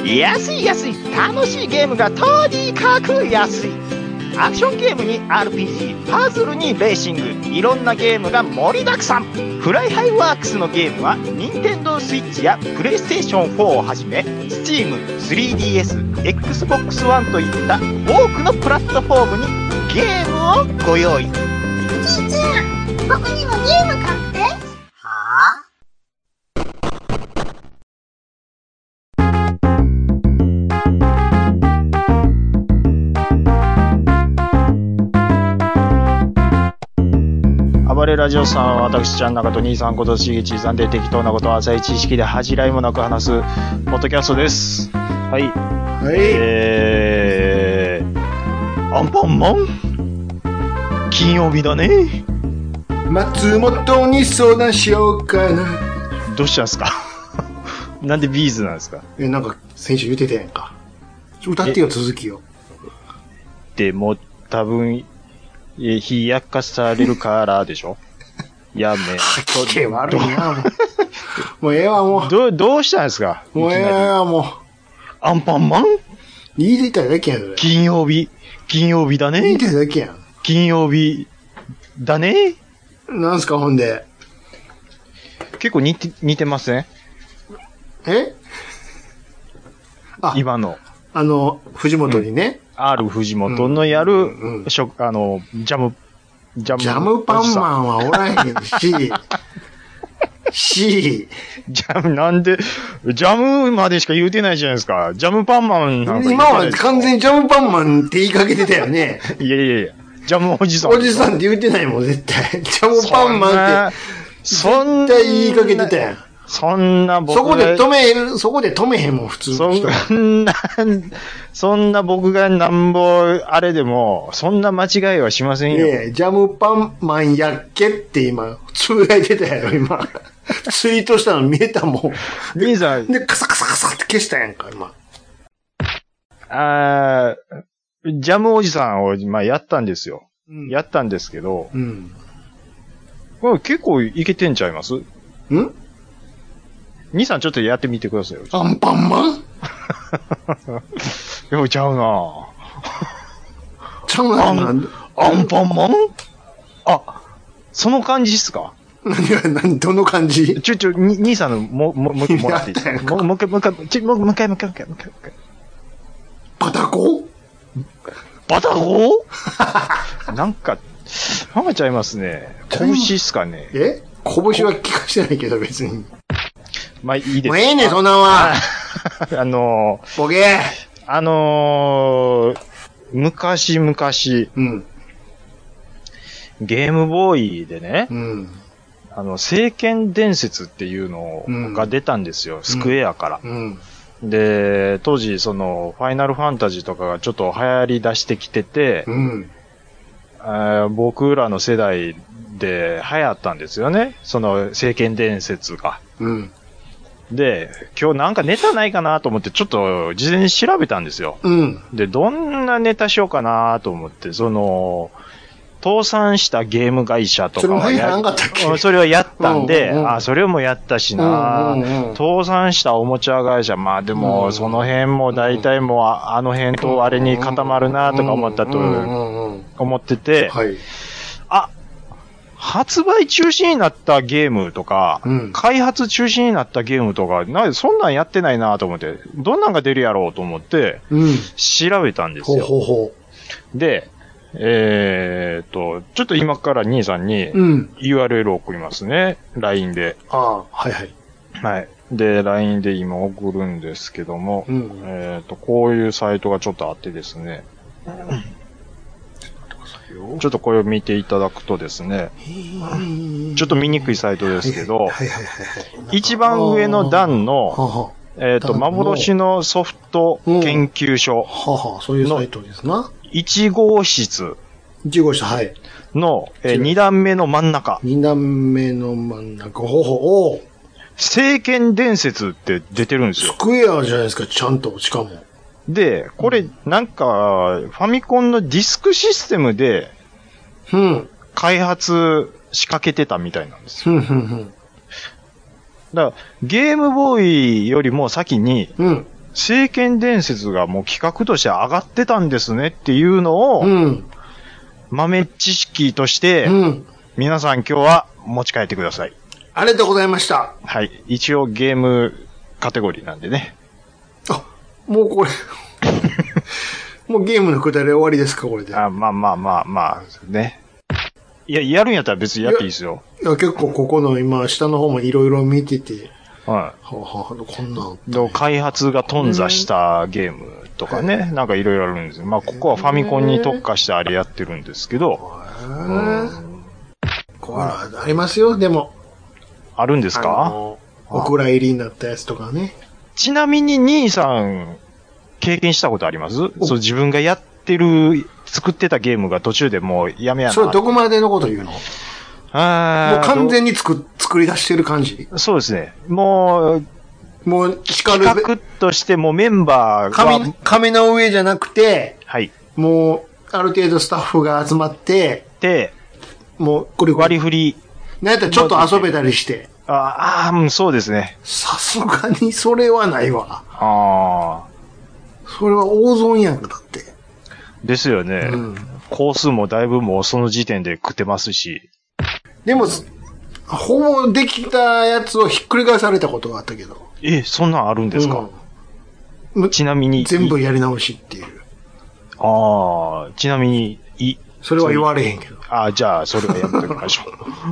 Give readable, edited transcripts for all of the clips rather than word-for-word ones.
安い安い楽しいゲームがとにかく安い。アクションゲームに RPG、パズルにレーシング、いろんなゲームが盛りだくさん。フライハイワークスのゲームは Nintendo Switch や PlayStation 4をはじめ Steam、3DS、Xbox One といった多くのプラットフォームにゲームをご用意。 じいちゃん、僕にもゲーム買って。はぁ？ 暴れラジオさんは私ちゃん中と兄さんことしげちさんで適当なことを浅い知識で恥じらいもなく話すポッドキャストです。はい。はい。アンパンマン金曜日だね。 松本に相談しようかな。 どうしたんですかなんでビーズなんですか？ なんか先週言ってたやんか。歌ってよ続きよ。 でも多分冷やかされるからでしょやめ。 吐き気悪いな、もう。もうええわ、もう。どうしたんですか？ もうええわ、もう。 アンパンマン言いてただけやん、それ。 金曜日だね。 言いてただけやん。 金曜日だね。 なんすか、ほんで。 結構似てません？あ、今の。 藤本にね。 R 藤本のやる、ジャムパンマンはおらへんし、 ジャムなんで、ジャムまでしか言うてないじゃないですか。ジャムパンマンなんか今は完全にジャムパンマンって言いかけてたよね。 いや、ジャムおじさん。 おじさんって言うてないもん、絶対。ジャムパンマンって、絶対言いかけてたやん。 そんな僕が。 そこで止めへんもん、普通の人。 そんな僕がなんぼ、あれでも、そんな間違いはしませんよ。 ジャムパンマンやっけって今、つぶやいてたやろ、今。ツイートしたの見えたもん。 兄さん。 で、カサカサカサって消したやんか、今。 ジャムおじさんを、やったんですよ。やったんですけど、これ結構いけてんちゃいます？兄さんちょっとやってみてくださいよ。 アンパンマンよ、ちゃうなちゃうなアンパンマンその感じっすか？ どの感じ？ 兄さんの、もう一回もらっていいですか？もう一回。 バタコなんかちゃいますね。拳っすかね。 拳は聞かしてないけど別に。 いいです。 もうええねん、そんなんは。ボケ昔、ゲームボーイでね、聖剣伝説っていうのが出たんですよ、スクエアから。で、当時、ファイナルファンタジーとかがちょっと流行り出してきてて、僕らの世代で流行ったんですよね、その聖剣伝説が。で、今日なんかネタないかなと思ってちょっと事前に調べたんですよ。で、どんなネタしようかなと思って、倒産したゲーム会社とかそれはやったんで、それもやったしな、倒産したおもちゃ会社、でも、その辺も大体もう、あの辺とあれに固まるなとか思ったと思ってて、発売中止になったゲームとか、開発中止になったゲームとか、そんなんやってないなと思って、どんなんが出るやろうと思って、調べたんですよ。で、ちょっと今から兄さんに URL を送りますね。LINE で。 はい。 で、LINE で今送るんですけども、こういうサイトがちょっとあってですね。ちょっとこれを見ていただくとですね、ちょっと見にくいサイトですけど、一番上の段の、幻のソフト研究所そういうサイトですな。 1号室の、2段目の真ん中。聖剣伝説って出てるんですよ。 スクエアじゃないですか、ちゃんと、しかも。 で、これ、なんか、ファミコンのディスクシステムで、開発仕掛けてたみたいなんですよ。だから、ゲームボーイよりも先に、 聖剣伝説がもう企画として上がってたんですねっていうのを、豆知識として、皆さん今日は持ち帰ってください。 ありがとうございました。 はい。一応ゲームカテゴリーなんでね。 あ、もうこれ、もうゲームのくだり終わりですか、これで。 まあ、ね。いや、やるんやったら別にやっていいですよ。 いや、結構ここの今、下の方もいろいろ見てて。 はい。 こんなん。 開発が頓挫したゲームとかね、なんかいろいろあるんですよ。まあ、ここはファミコンに特化してあれやってるんですけど。 こういうのありますよ、でも。 あるんですか？ お蔵入りになったやつとかね。 ちなみに兄さん、経験したことあります？そう、自分がやってる、作ってたゲームが途中でもうやめやな。 それどこまでのこと言うの？もう完全に作り出してる感じ？ そうですね。もう企画としてもメンバーが紙の上じゃなくて、 はい。 もう、ある程度スタッフが集まって、もう、 割り振り。 なんやったらちょっと遊べたりして。 そうですね。 さすがにそれはないわ。 それは大損やんだって。 ですよね。工数もだいぶもうその時点で食ってますし。 でも、ほぼできたやつをひっくり返されたことがあったけど。 そんなんあるんですか？ちなみに。 全部やり直しっていう。 ちなみに、 それは言われへんけど。 じゃあ、それはやっておきましょ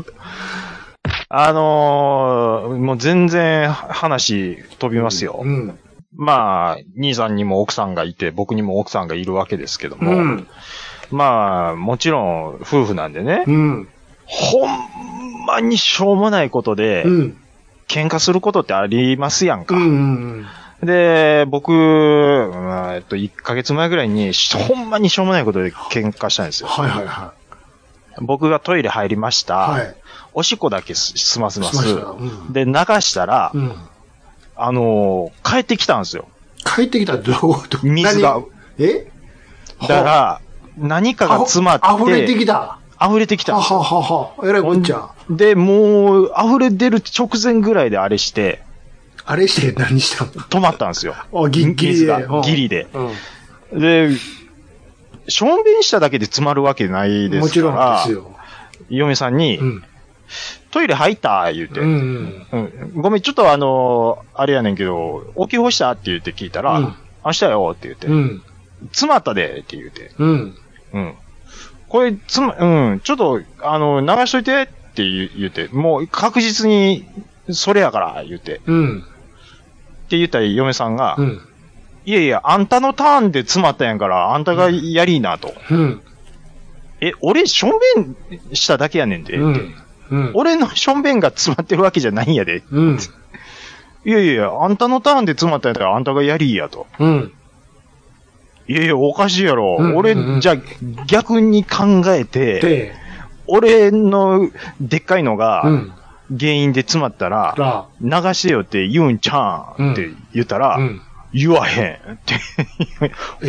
う。もう全然話飛びますよ。まあ、兄さんにも奥さんがいて、僕にも奥さんがいるわけですけども。まあ、もちろん夫婦なんでね。ほんまにしょうもないことで、喧嘩することってありますやんか。で、僕、1ヶ月前ぐらいに、ほんまにしょうもないことで喧嘩したんですよ。僕がトイレ入りました。おしっこだけ済ませます。で、流したら、帰ってきたんですよ。 帰ってきたらどういうこと？ 水が。だから、何かが詰まって。 溢れてきた。 溢れてきたんですよ。 えらいこっちゃ。 で、もう、溢れ出る直前ぐらいであれして。 あれして何したの？ 止まったんですよ。 ギリで。 ギリで。で、しょんべんしただけで詰まるわけないですから。もちろんですよ。嫁さんに、トイレ入った言うて。ごめん、ちょっとあれやねんけど、おき干したって言って聞いたら、明日よって言って。詰まったでって言うて。これ、ちょっと、流しといてって言うて、もう確実に、それやから言うて。って言ったら嫁さんが、いやいや、あんたのターンで詰まったんやから、あんたがやりーなと。俺、しょんべんしただけやねんで。俺のしょんべんが詰まってるわけじゃないんやで。いやいや、あんたのターンで詰まったんやったら、あんたがやりーやと。いやいや、おかしいやろ。俺、じゃあ、逆に考えて、俺のでっかいのが、原因で詰まったら、流してよって言うんちゃうんって言ったら、言わへんって。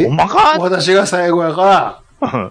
おまか私が最後やから、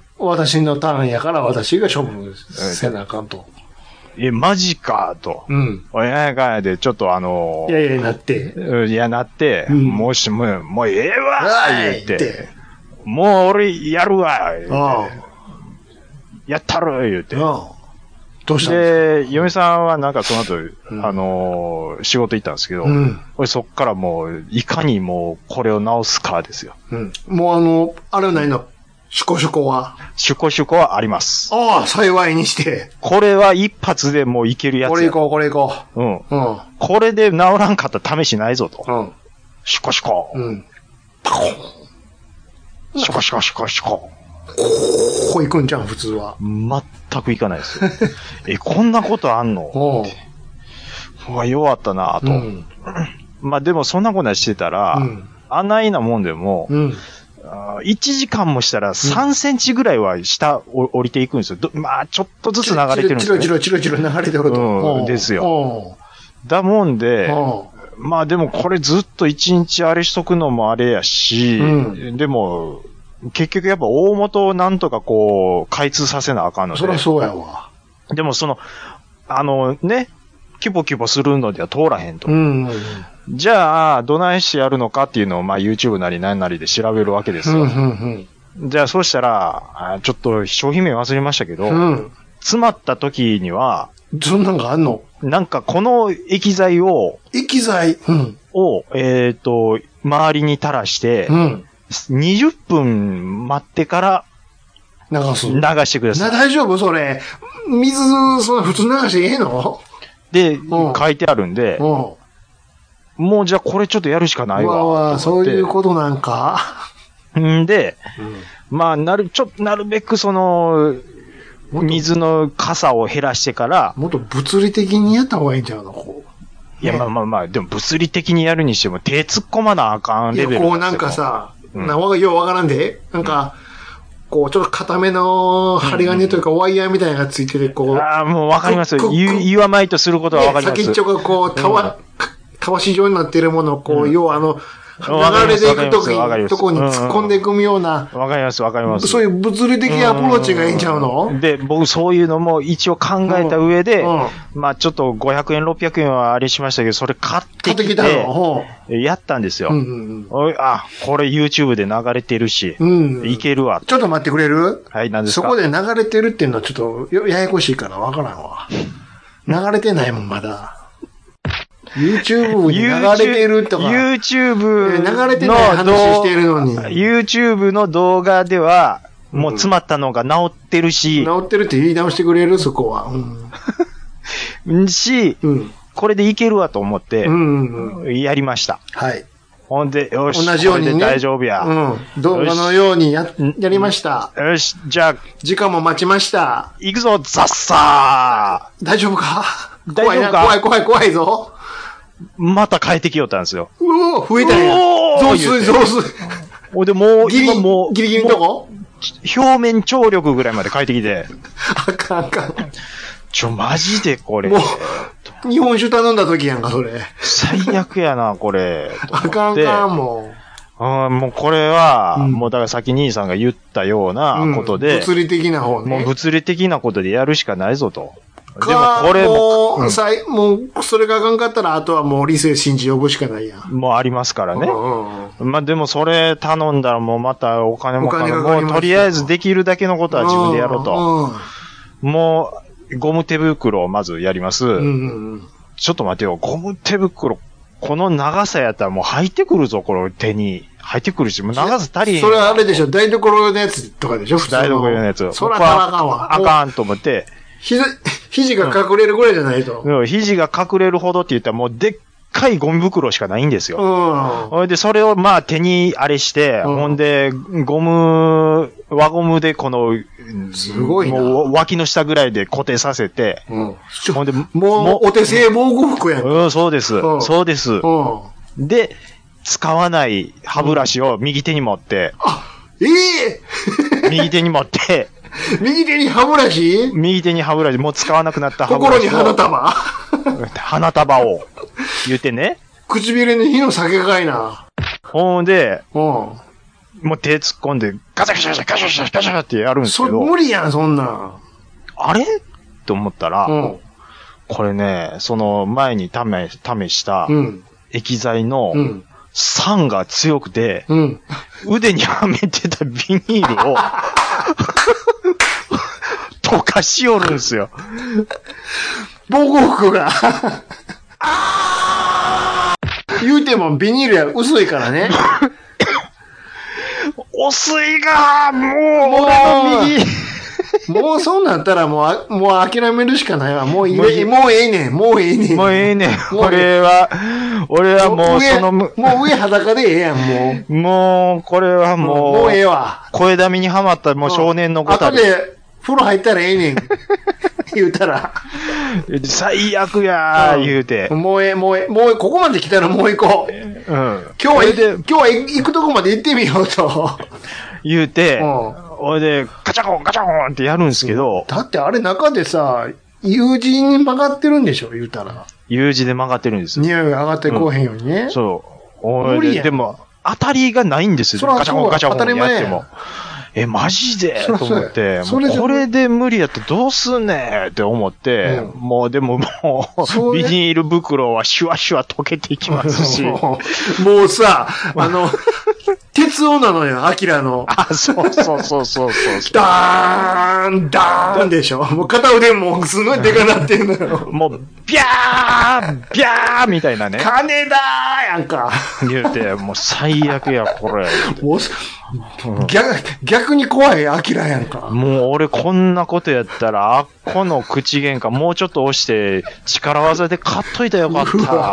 私のターンやから私が処分せなあかんと。 マジかと。おやかやで、ちょっといやいや、なって。 なって、もうええわ言って。もう俺やるわ言って。やったる言って。 どうしたんですか？ で、嫁さんはなんかその後、仕事行ったんですけど、俺そっからもう、いかにもうこれを直すかですよ。 もうあれはないの？シュコシュコは？ シュコシュコはあります。 幸いにして。 これは一発でもういけるやつ。 これいこう。 これで治らんかったら試しないぞと。シュコシュコ。パコン。シュコシュコシュコシュコ。 ここ行くんじゃん、普通は。 全く行かないですよ。こんなことあんの弱ったなぁと。まあでもそんなことしてたら、あんないなもんでも、1時間もしたら3センチぐらいは下降りていくんですよ。まあちょっとずつ流れてるんですよ、ね。 チロ流れてると。 ですよ。だもんで、まあでもこれずっと1日あれしとくのもあれやし、でも、結局やっぱ大元をなんとかこう、開通させなあかんので。 そりゃそうやわ。 でもキポキポするのでは通らへんと。 うん。 じゃあ、どないしてやるのかっていうのを、まあ YouTube なり何なりで調べるわけですよ。じゃあ、そうしたら、ちょっと商品名忘れましたけど、詰まった時には、 そんなんがあんの？ なんかこの液剤を、周りに垂らして、20分待ってから流してください。 大丈夫それ。水、そんな普通流してええの？ で、書いてあるんで、もうじゃあこれちょっとやるしかないわ。 そういうことなんか。 んで、まあ、なるべくその、水の傘を減らしてから、 もっと物理的にやった方がいいんちゃうの？ いや、まあ、でも物理的にやるにしても手突っ込まなあかんレベル。 こうなんかさ、ようわからんで、なんか、こう、ちょっと固めの針金というかワイヤーみたいなのがついてて、こう。 ああ、もうわかりますよ。言わまいとすることはわかります。 先っちょがこう、たわし状になっているものを、こう、要は流れていくとこに突っ込んでいくような。 わかります。 そういう物理的アプローチがいいんちゃうの？ で、僕そういうのも一応考えた上で、まあちょっと500円、600円はあれしましたけど、それ買ってきて、やったんですよ。あ、これ YouTube で流れてるし、いけるわ。 ちょっと待ってくれる？ はい、何ですか？ そこで流れてるっていうのはちょっとややこしいからわからんわ。流れてないもん、まだ。YouTube に流れてるとか。 YouTube 流れてない話してるのに。 YouTube の動画では、もう詰まったのが治ってるし。 治ってるって言い直してくれる？そこは。 これでいけるわと思って、やりました。 はい。 ほんで、よし。 同じようにね。 これで大丈夫や。 動画のようにやりました。 よし、じゃあ。 時間も待ちました。 行くぞ、ザッサー。 大丈夫か？ 大丈夫か？ 怖いぞ。 また変えてきよったんですよ。 増えたんや。増水。 ほんで、もう、 ギリギリのとこ？ 表面張力ぐらいまで変えてきて。 あかん。 マジでこれ。 もう、日本酒頼んだ時やんか、それ。 最悪やな、これ。 あかん、もう。もうこれは、もうだからさっき兄さんが言ったようなことで。 物理的な方ね。 もう物理的なことでやるしかないぞと。 でもこれもう、それがあかんかったら、あとはもう理性信じ呼ぶしかないやん。 もうありますからね。まあでもそれ頼んだらもうまたお金もかかる。もうとりあえずできるだけのことは自分でやろうと。もう、ゴム手袋をまずやります。ちょっと待てよ、ゴム手袋、この長さやったらもう入ってくるぞ、この手に。入ってくるし、もう長さ足りへん。 それはあれでしょ、台所のやつとかでしょ、普通の。 台所のやつ。 そらあかんわ。 あかんと思って。 肘が隠れるぐらいじゃないと。 肘が隠れるほどって言ったらもうでっかいゴミ袋しかないんですよ。ほんで、それをまあ手にあれして、ほんで、輪ゴムでこの、 すごいな。 もう脇の下ぐらいで固定させて、 ほんで、もうお手製防護服やん。 そうです。そうです。で、使わない歯ブラシを右手に持って、右手に持って、 右手に歯ブラシ？ 右手に歯ブラシ、もう使わなくなった歯ブラシ。 心に花束？ 花束を言ってね。 唇に火の酒かいな。 ほんで、もう手突っ込んで、ガチャガチャガチャガチャガチャガチャってやるんですけど。 無理やん、そんなん。 あれと思ったら、これね、その前に試した液剤の酸が強くて、腕にはめてたビニールを溶かしおるんですよ。 防護服が。言うてもビニールや薄いからね。 薄いがもう俺の右。 もうそうなったらもう諦めるしかないわ。もうええねん。 俺はもうその、 もう上裸でええやん、 もう、これはもうええわ。 声だめにはまったもう少年のこと後で風呂入ったらええねん。言うたら。 最悪やー、言うて。 もうここまで来たらもう行こう。今日は行くとこまで行ってみようと。 言うて、おいで、ガチャコンガチャコンってやるんですけど。 だってあれ中でさ、U 字に曲がってるんでしょ、言うたら。 U 字で曲がってるんです。 匂いが上がってこうへんようにね。 そう。無理や。でも、当たりがないんですよ。ガチャコンガチャコンやっても。 マジでと思って、これで無理やってどうすんねんって思って、もうビニール袋はシュワシュワ溶けていきますし。 もうさ、鉄夫なのよ、アキラの。 そう。 ダーンでしょ。もう片腕もすごいデカなってんのよ。 もう、ビャーみたいなね。 金だーやんか。 言うて、もう最悪や、これ。 もう逆に怖いアキラやんか。 もう俺こんなことやったら、この口喧嘩もうちょっと押して、力技で買っといたらよかった、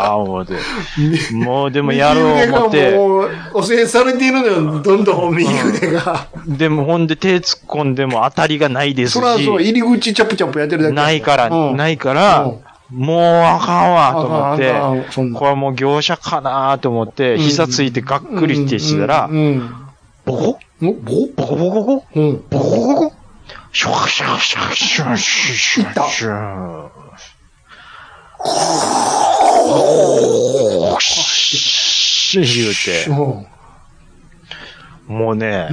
思って。もうでもやろう思って。 もう、汚染されているのよ、どんどん右腕が。 でもほんで手突っ込んでも当たりがないですし。 そらそう、入り口チャプチャプやってるだけ。 ないから、もうあかんわ、と思って、これはもう業者かなと思って、膝ついてがっくりしてしたら、ボコボコシュワシュワシュワシュワシュワシュワ言うて、もうね、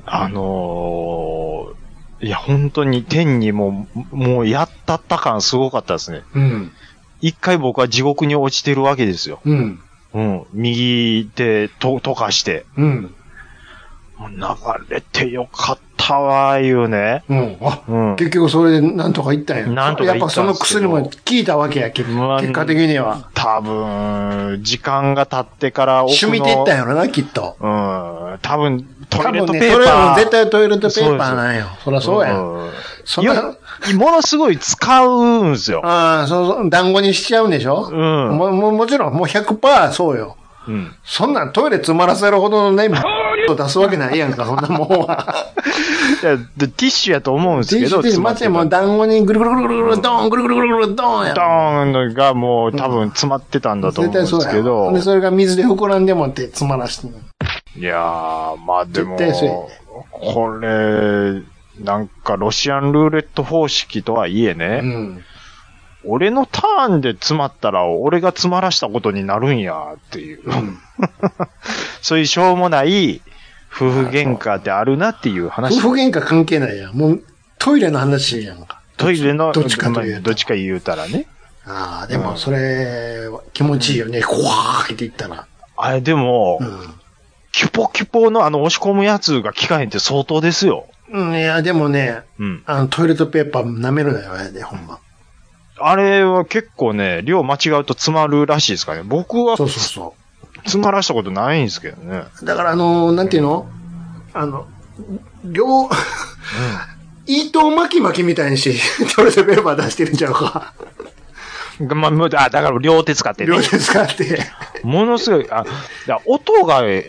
いや、本当に天にもうやったった感すごかったですね。一回僕は地獄に落ちてるわけですよ。右手溶かして。もう流れてよかったわ、いうね。 結局それでなんとかいったんや。 なんとかいったんですけど。 やっぱその薬も効いたわけや、結果的には。 多分、時間が経ってから染みていったんやろな、きっと。 多分、トイレットペーパー。 絶対トイレットペーパーなんよ。そらそうや。ものすごい使うんですよ。 そう、団子にしちゃうんでしょ。もちろん、もう 100% そうよ。そんなんトイレ詰まらせるほどのね、出すわけないやんか、そんなもんは。 いや、ティッシュやと思うんですけど。 ティッシュマジでもう団子にぐるぐるぐるぐるドーン、ぐるぐるぐるぐるドーンやん。 ドーンがもう多分詰まってたんだと思うんですけど。 で、それが水で膨らんでもって詰まらして。 いやー、まあでも、これ、なんかロシアンルーレット方式とはいえね、俺のターンで詰まったら俺が詰まらしたことになるんやっていう。そういうしょうもない夫婦喧嘩ってあるなっていう話。 夫婦喧嘩関係ないやん。もうトイレの話やんか。 トイレのどっちかというと。 どっちか言うたらね。 でもそれ気持ちいいよね。こわーって言ったら。 あれでも、キュポキュポの押し込むやつが効かへんって相当ですよ。 いや、でもね、トイレットペーパー舐めるなよ、やで、ほんま。 あれは結構ね、量間違うと詰まるらしいですからね。僕は、 そう。 詰まらしたことないんですけどね。 だからなんていうの糸巻きみたいにして、トイレットペーパー出してるんちゃうか。 だから両手使ってね。 両手使って。 ものすごい、音がカル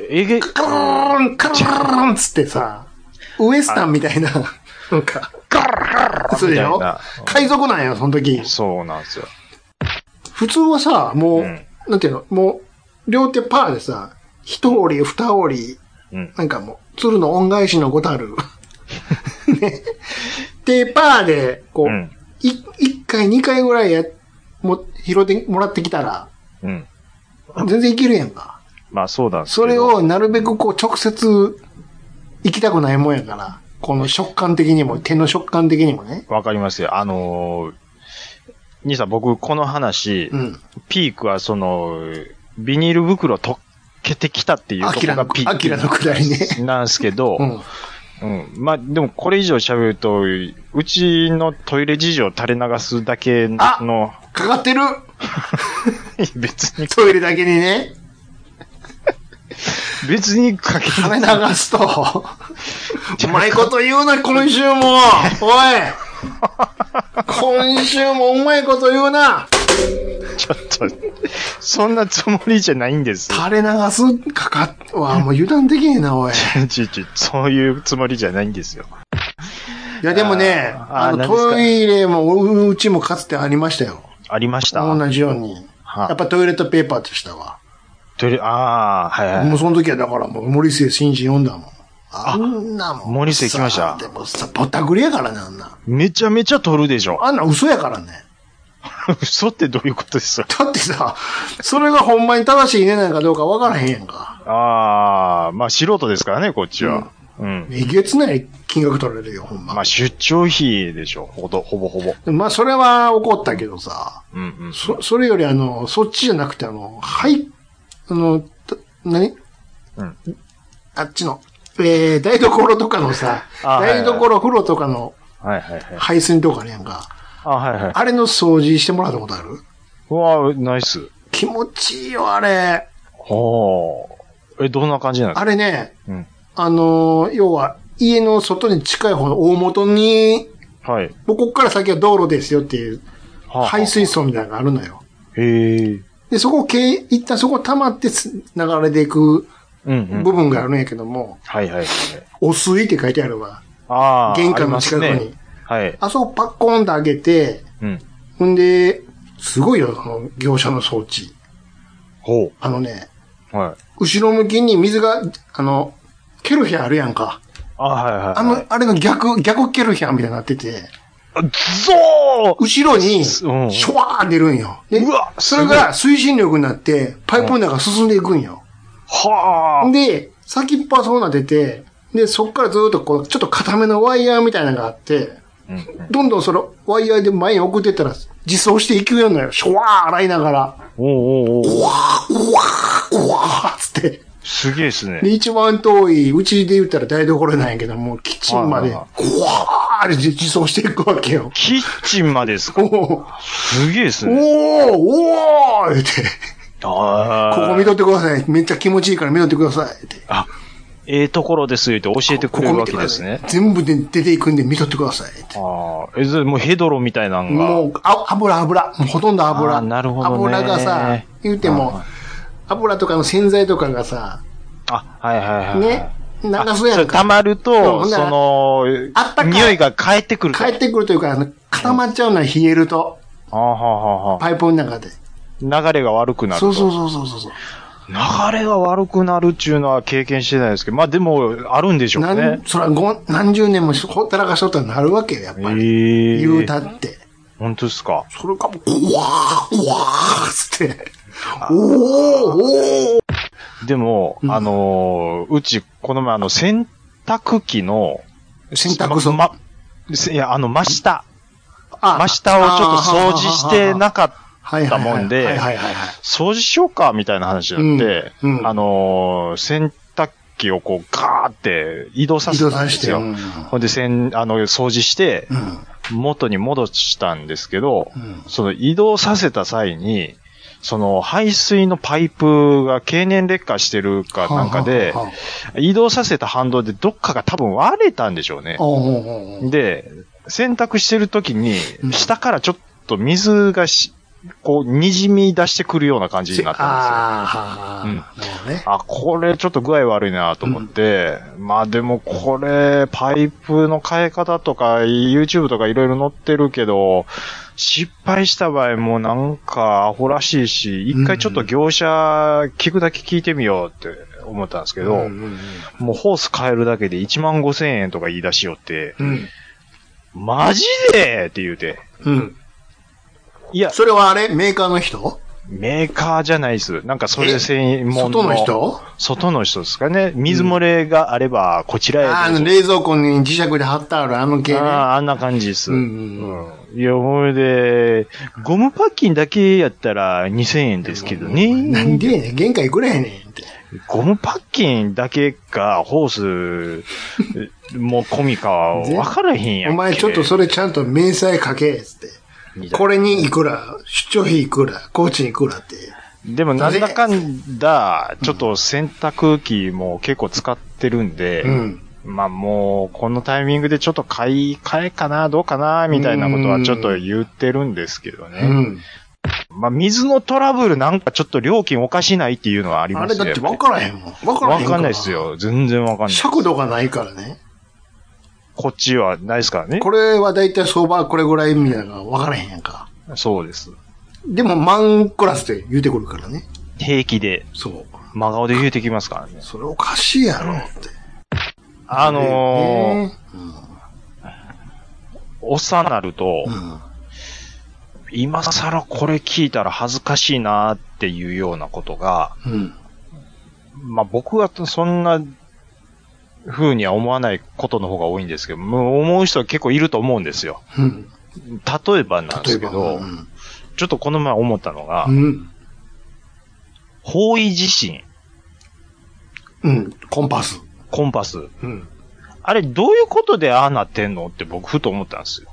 ーンつってさ、ウエスタンみたいな、なんか、 ガーそうでしょ？海賊なんよ、その時。 そうなんですよ。 普通はさ、もう、なんていうの、もう、両手パーでさ、一折り、二折り、なんかもう、鶴の恩返しのごたる。ね。で、パーで、こう、一回、二回ぐらい拾ってもらってきたら、全然いけるやんか。 まあそうなんですけど。 それをなるべくこう、直接、行きたくないもんやから、この食感的にも、手の食感的にもね。 わかりますよ。兄さん、僕、この話、ピークはビニール袋溶けてきたっていうところがピーク。 アキラのくだりね。 なんですけど、まあ、でもこれ以上喋ると、うちのトイレ事情垂れ流すだけの。 かかってる別に。 トイレだけにね。 別にかけ垂れ流すと。うまいこと言うな、今週も。おい。今週もうまいこと言うな。 ちょっと、そんなつもりじゃないんです。 垂れ流すもう油断できへんな、おい。 そういうつもりじゃないんですよ。 いや、でもね、トイレも、うちもかつてありましたよ。 ありました。 同じように。やっぱトイレットペーパーとしたわ。 はい。 もうその時はだからもう森末慎二読んだもん。あんなもん。 森末来ました。 でもさ、ぼったくりやからね、あんな。 めちゃめちゃ取るでしょ。 あんな嘘やからね。 嘘ってどういうことですか？ だってさ、それがほんまに正しいねなんかどうかわからへんやんか。 まあ素人ですからね、こっちは。 うん。えげつない金額取られるよ、ほんま。 まあ、出張費でしょ、ほぼほぼ。 まあ、それは怒ったけどさ。 うんうん。 それよりそっちじゃなくて何うん。あっちの、台所とかのさ、台所風呂とかの、排水とかねやんか。あれの掃除してもらったことある？ うわナイス。 気持ちいいよ、あれ。 はあ。どんな感じなんですか？ あれね、うん、要は、家の外に近い方の大元に、はい。ここから先は道路ですよっていう、排水槽みたいなのがあるのよ。 へえ。 で、一旦そこ溜まって流れていく部分があるんやけども、お水って書いてあるわ。玄関の近くに。はい。あそこパッコーンと上げて、ほんで、すごいよ、業者の装置。 ほう。 はい。後ろ向きに水が、ケルヒャーあるやんか。あれの逆ケルヒャーみたいになってて。後ろに、シュワー出るんよ。で、それが推進力になって、パイプの中進んでいくんよ。はあ。で、先っぽはそうなってて、で、そっからずっとちょっと固めのワイヤーみたいなのがあって、どんどんそのワイヤーで前に送ってったら、自走していくようなよ。シュワー洗いながら。うわーつって。 すげえっすね。 で、一番遠い、うちで言ったら台所なんやけども、キッチンまで、わーって自走していくわけよ。 キッチンまでですか？すげえっすね。 おーって。ここ見とってください。めっちゃ気持ちいいから見とってくださいって。 ところですよって教えてくれるわけですね。 全部で出ていくんで見とってくださいって。 もうヘドロみたいなのが。 もう、油。もうほとんど油。 なるほどね。 油がさ、言うても、油とかの洗剤とかがさ、ね。流すやんか。 溜まると、匂いが返ってくる。 返ってくるというか、固まっちゃうのは冷えると。パイプの中で。 流れが悪くなると。 そう。 流れが悪くなるっていうのは経験してないですけど、まあでも、あるんでしょうね。 それは何十年もほったらかしとったらなるわけよ、やっぱり。言うたって。 本当ですか？ それかも、うわーつって。おーでも、うち、この前洗濯機の、 洗濯槽いや、真下。真下をちょっと掃除してなかったもんで、掃除しようか、みたいな話になって、洗濯機をこう、ガーって移動させたんですよ。ほんで、掃除して、元に戻したんですけど、その移動させた際に、その排水のパイプが経年劣化してるかなんかで、移動させた反動でどっかが多分割れたんでしょうね。で、洗濯してる時に、下からちょっと水がこう、滲み出してくるような感じになったんですよ。これちょっと具合悪いなと思って、まあでもこれ、パイプの変え方とか、YouTube とかいろいろ載ってるけど、失敗した場合もなんかアホらしいし、一回ちょっと業者聞くだけ聞いてみようって思ったんですけど、もうホース変えるだけで15,000円とか言い出しよって、マジでって言うて。 いや。それはメーカーの人？ メーカーじゃないです。なんかそれ専門の。 外の人？ 外の人ですかね。水漏れがあれば、こちらへ。 冷蔵庫に磁石で貼ってある系ね。 あんな感じです。いや、ほいで、ゴムパッキンだけやったら2,000円ですけどね。 なんでやねん。原価いくらやねんって。 ゴムパッキンだけか、ホースも込みかわからへんやん。 お前ちょっとそれちゃんと明細書け、つって。これにいくら、出張費いくら、工賃いくらって。 でもなんだかんだ、ちょっと洗濯機も結構使ってるんで、まあもう、このタイミングでちょっと買い替えかな、どうかな、みたいなことはちょっと言ってるんですけどね。まあ水のトラブルなんかちょっと料金おかしないっていうのはありますね。 あれだって分からへんもん。分からへん。 分かんないですよ。全然分かんない。 尺度がないからね。 こっちはないですからね。 これはだいたい相場これぐらいみたいなのが分からへんやんか。 そうです。 でも万クラスで言うてくるからね。 平気で。 そう。 真顔で言うてきますからね。 それおかしいやろって。 おっさんなると、今更これ聞いたら恥ずかしいなっていうようなことが、まあ僕はそんな風には思わないことの方が多いんですけど、もう思う人は結構いると思うんですよ。うん、例えばなんですけど、ちょっとこの前思ったのが、方位地震。 コンパス。 あれ、どういうことでああなってんのって僕、ふと思ったんですよ。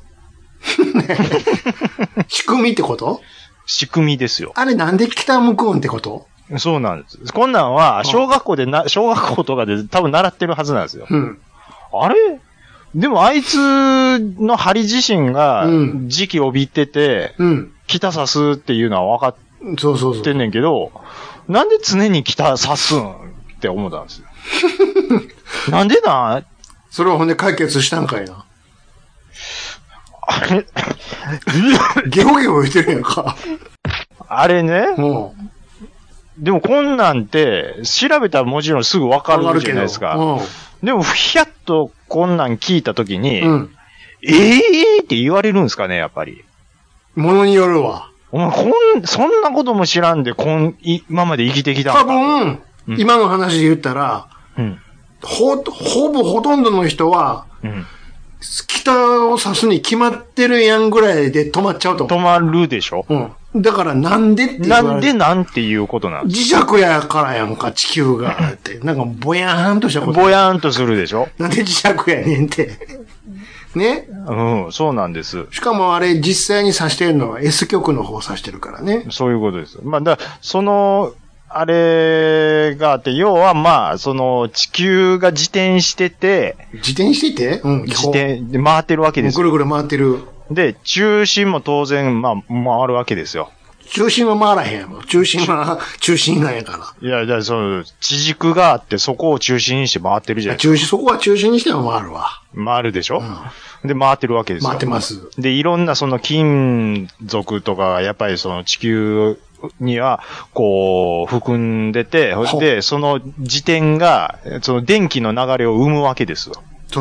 仕組みってこと？ 仕組みですよ。 あれなんで北向くんってこと？ そうなんです。こんなんは、小学校とかで多分習ってるはずなんですよ。あれでもあいつの針自身が、時期を帯びてて、北指すっていうのは分かってんねんけど、なんで常に北指すんって思ったんですよ。なんでなそれはほんで解決したんかいな。 あれゲホゲホ言ってるやんか。 あれね。でもこんなんて、調べたらもちろんすぐわかるじゃないですか。でも、ひゃっとこんなん聞いたときに、って言われるんですかね、やっぱり。 ものによるわ。 お前、そんなことも知らんで、今まで生きてきたんか。多分、今の話で言ったら、ほとんどの人は、北を指すに決まってるやんぐらいで止まっちゃうと思う。 止まるでしょ？ だからなんでって言われる。 なんでなんていうことなん磁石やからやんか、地球が。って。なんかぼやーんとしたこと。 ぼやーんとするでしょ？ なんで磁石やねんって。ね？ そうなんです。 しかもあれ実際に指してるのは S 極の方指してるからね。 そういうことです。まあ、あれがあって、要は地球が自転してて、 自転してて？ 自転で回ってるわけですよ。 ぐるぐる回ってる。 で、中心も当然、回るわけですよ。 中心は回らへんやろ。中心は中心なんやから。 いや、地軸があって、そこを中心にして回ってるじゃないですか。 そこは中心にしても回るわ。 回るでしょ？で、回ってるわけですよ。 回ってます。 で、いろんな金属とか、やっぱり地球には、含んでて、で、その自転が、電気の流れを生むわけですよ。 そう。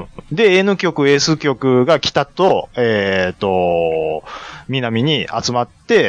で、N 極、S 極が北と、南に集まって、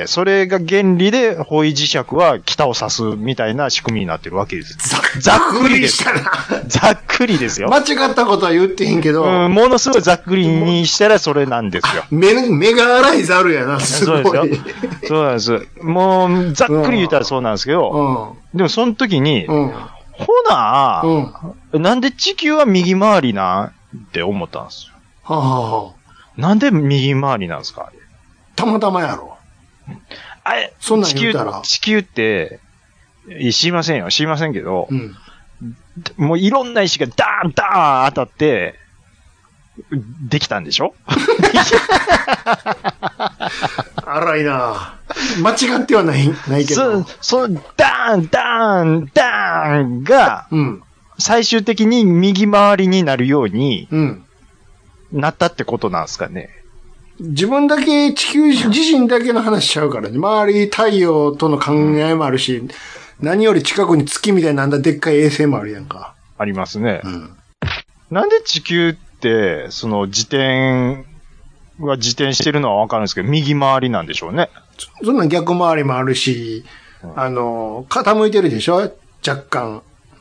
それが原理で、方位磁石は北を指すみたいな仕組みになってるわけです。 ざっくりしたな。 ざっくりですよ。 間違ったことは言ってへんけど。 ものすごいざっくりにしたらそれなんですよ。 目が荒いざるやな、すごい。 そうですよ。そうなんです。もう、ざっくり言ったらそうなんですけど、でもその時に、ほな、なんで地球は右回りなんって思ったんですよ。なんで右回りなんですか？ たまたまやろ。そんなん言ったら。 地球って、知りませんけど、もういろんな石がダーン当たって、できたんでしょ？ 荒いな間違ってはないけど。 そのダーンが、最終的に右回りになるように、なったってことなんですかね。 自分だけ、地球自身だけの話しちゃうからね。周り太陽との考えもあるし、何より近くに月みたいなんだでっかい衛星もあるやんか。 ありますね。なんで地球って、自転してるのはわかるんですけど、右回りなんでしょうね。 そんな逆回りもあるし、傾いてるでしょ？若干。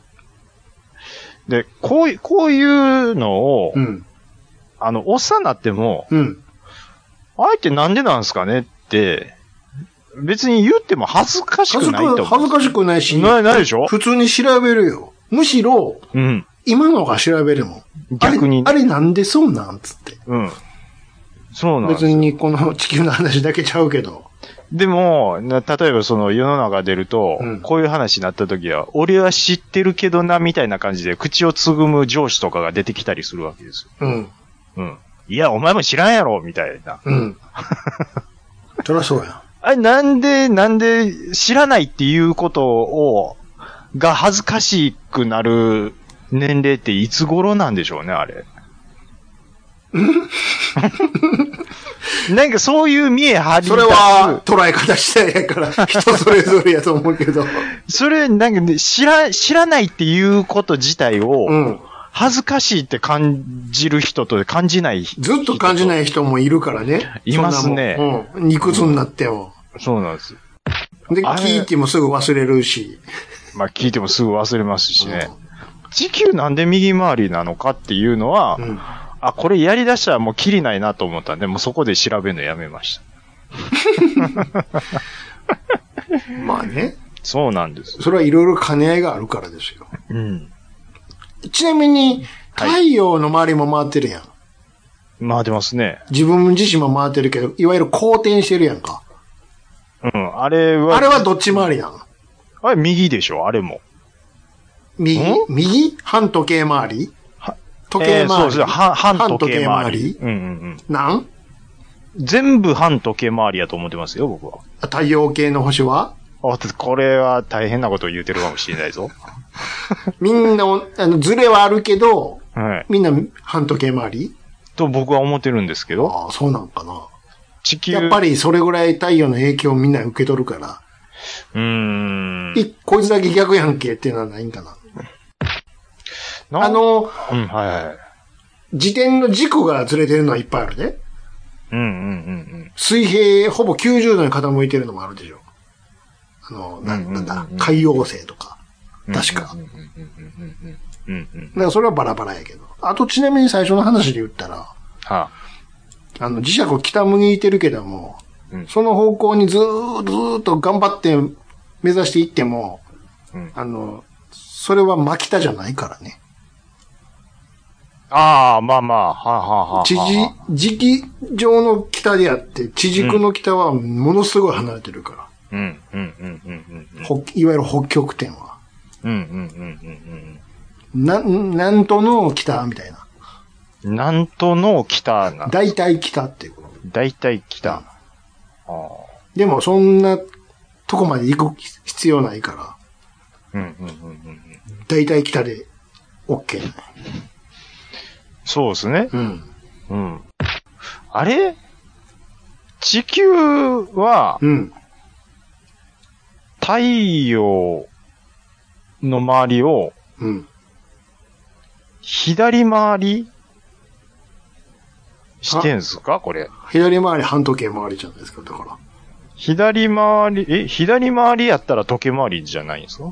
で、こういうのを、おっさんになっても、あえてなんでなんですかねって、別に言っても恥ずかしくないと思う。 恥ずかしくないし。 ないでしょ？ 普通に調べるよ。むしろ、今のが調べるもん。 逆に。 あれなんでそうなんつって。 そうなんです。 別にこの地球の話だけちゃうけど。 でも、例えば世の中出ると、こういう話になった時は、俺は知ってるけどな、みたいな感じで口をつぐむ上司とかが出てきたりするわけですよ。いや、お前も知らんやろ、みたいな。 そりゃそうや。 あれ、なんで、知らないっていうことが恥ずかしくなる年齢っていつ頃なんでしょうね、あれ。なんかそういう見え張り出す。 それは捉え方次第やから人それぞれやと思うけど。 それなんか、ね、知らないっていうこと自体を、恥ずかしいって感じる人と感じない人。 ずっと感じない人もいるからね。 いますね。 いくつになっても。 そうなんです。 で、聞いてもすぐ忘れるし。 まあ聞いてもすぐ忘れますしね。 地球なんで右回りなのかっていうのは、これやり出したらもうキリないなと思ったんで、もうそこで調べるのやめました。 まあね。 そうなんです。 それはいろいろ兼ね合いがあるからですよ。ちなみに、太陽の周りも回ってるやん。 回ってますね。 自分自身も回ってるけど、いわゆる公転してるやんか。 あれはどっち回りなの？ あれ右でしょ、あれも。 右反時計回り時計回り、 そうです。反時計回り。 なん全部反時計回りやと思ってますよ、僕は。 太陽系の星はこれは大変なことを言うてるかもしれないぞ。 みんな、ズレはあるけど、みんな反時計回りと僕は思ってるんですけど。 ああ、そうなんかな。 地球。 やっぱりそれぐらい太陽の影響をみんな受け取るから。こいつだけ逆やんけっていうのはないんかな。自転の軸がずれてるのはいっぱいあるね。水平ほぼ90度に傾いてるのもあるでしょ。なんだ、海洋星とか。確か。だからそれはバラバラやけど。あとちなみに最初の話で言ったら、磁石を北向いてるけども、その方向にずーっと頑張って目指していっても、それは真北じゃないからね。 まあ。 磁気上の北であって、地軸の北はものすごい離れてるから。いわゆる北極点は。なんとの北みたいな。 なんとの北な。 大体北っていうこと。 大体北。 でもそんなとこまで行く必要ないから。大体北で OK。 そうですね。あれ？地球は、太陽の周りを、左回りしてんすかこれ。 左回り半時計回りじゃないですか、だから。 左回りやったら時計回りじゃないんですか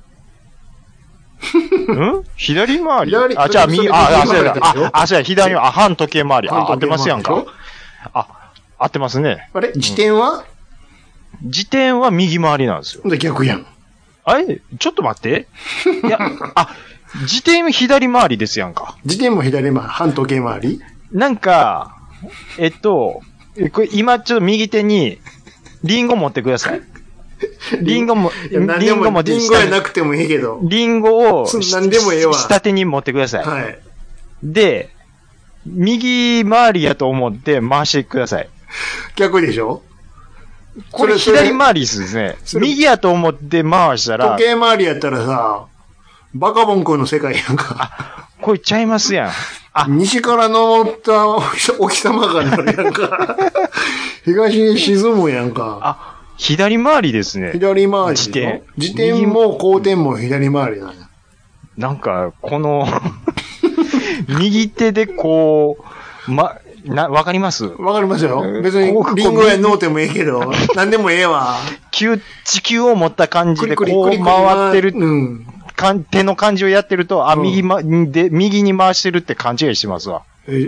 左回りじゃあ右、そうや、左は、半時計回り。合ってますやんか。合ってますね。 あれ自転は自転は右回りなんですよ。 逆やん。 ちょっと待って。いや、自転は左回りですやんか。 自転も左回り、半時計回りなんか、これ今ちょっと右手に、リンゴ持ってください。リンゴも、リンゴやなくてもいいけど。 リンゴを、 何でもええわ。 下手に持ってください。 はい。 で、右回りやと思って回してください。 逆でしょ？ これ左回りですね。右やと思って回したら。 時計回りやったらさ、バカボン君の世界やんか。 これちゃいますやん。 西から登ったお日様がなるやんか。東に沈むやんか。 左回りですね。 左回り。自転も後転も左回りなんや。 なんか、この、右手でこう、わかります？ わかりますよ。別に、リンゴやノーテもええけど、なんでもええわ。 地球を持った感じでこう回ってる、手の感じをやってると、右に回してるって勘違いしてますわ。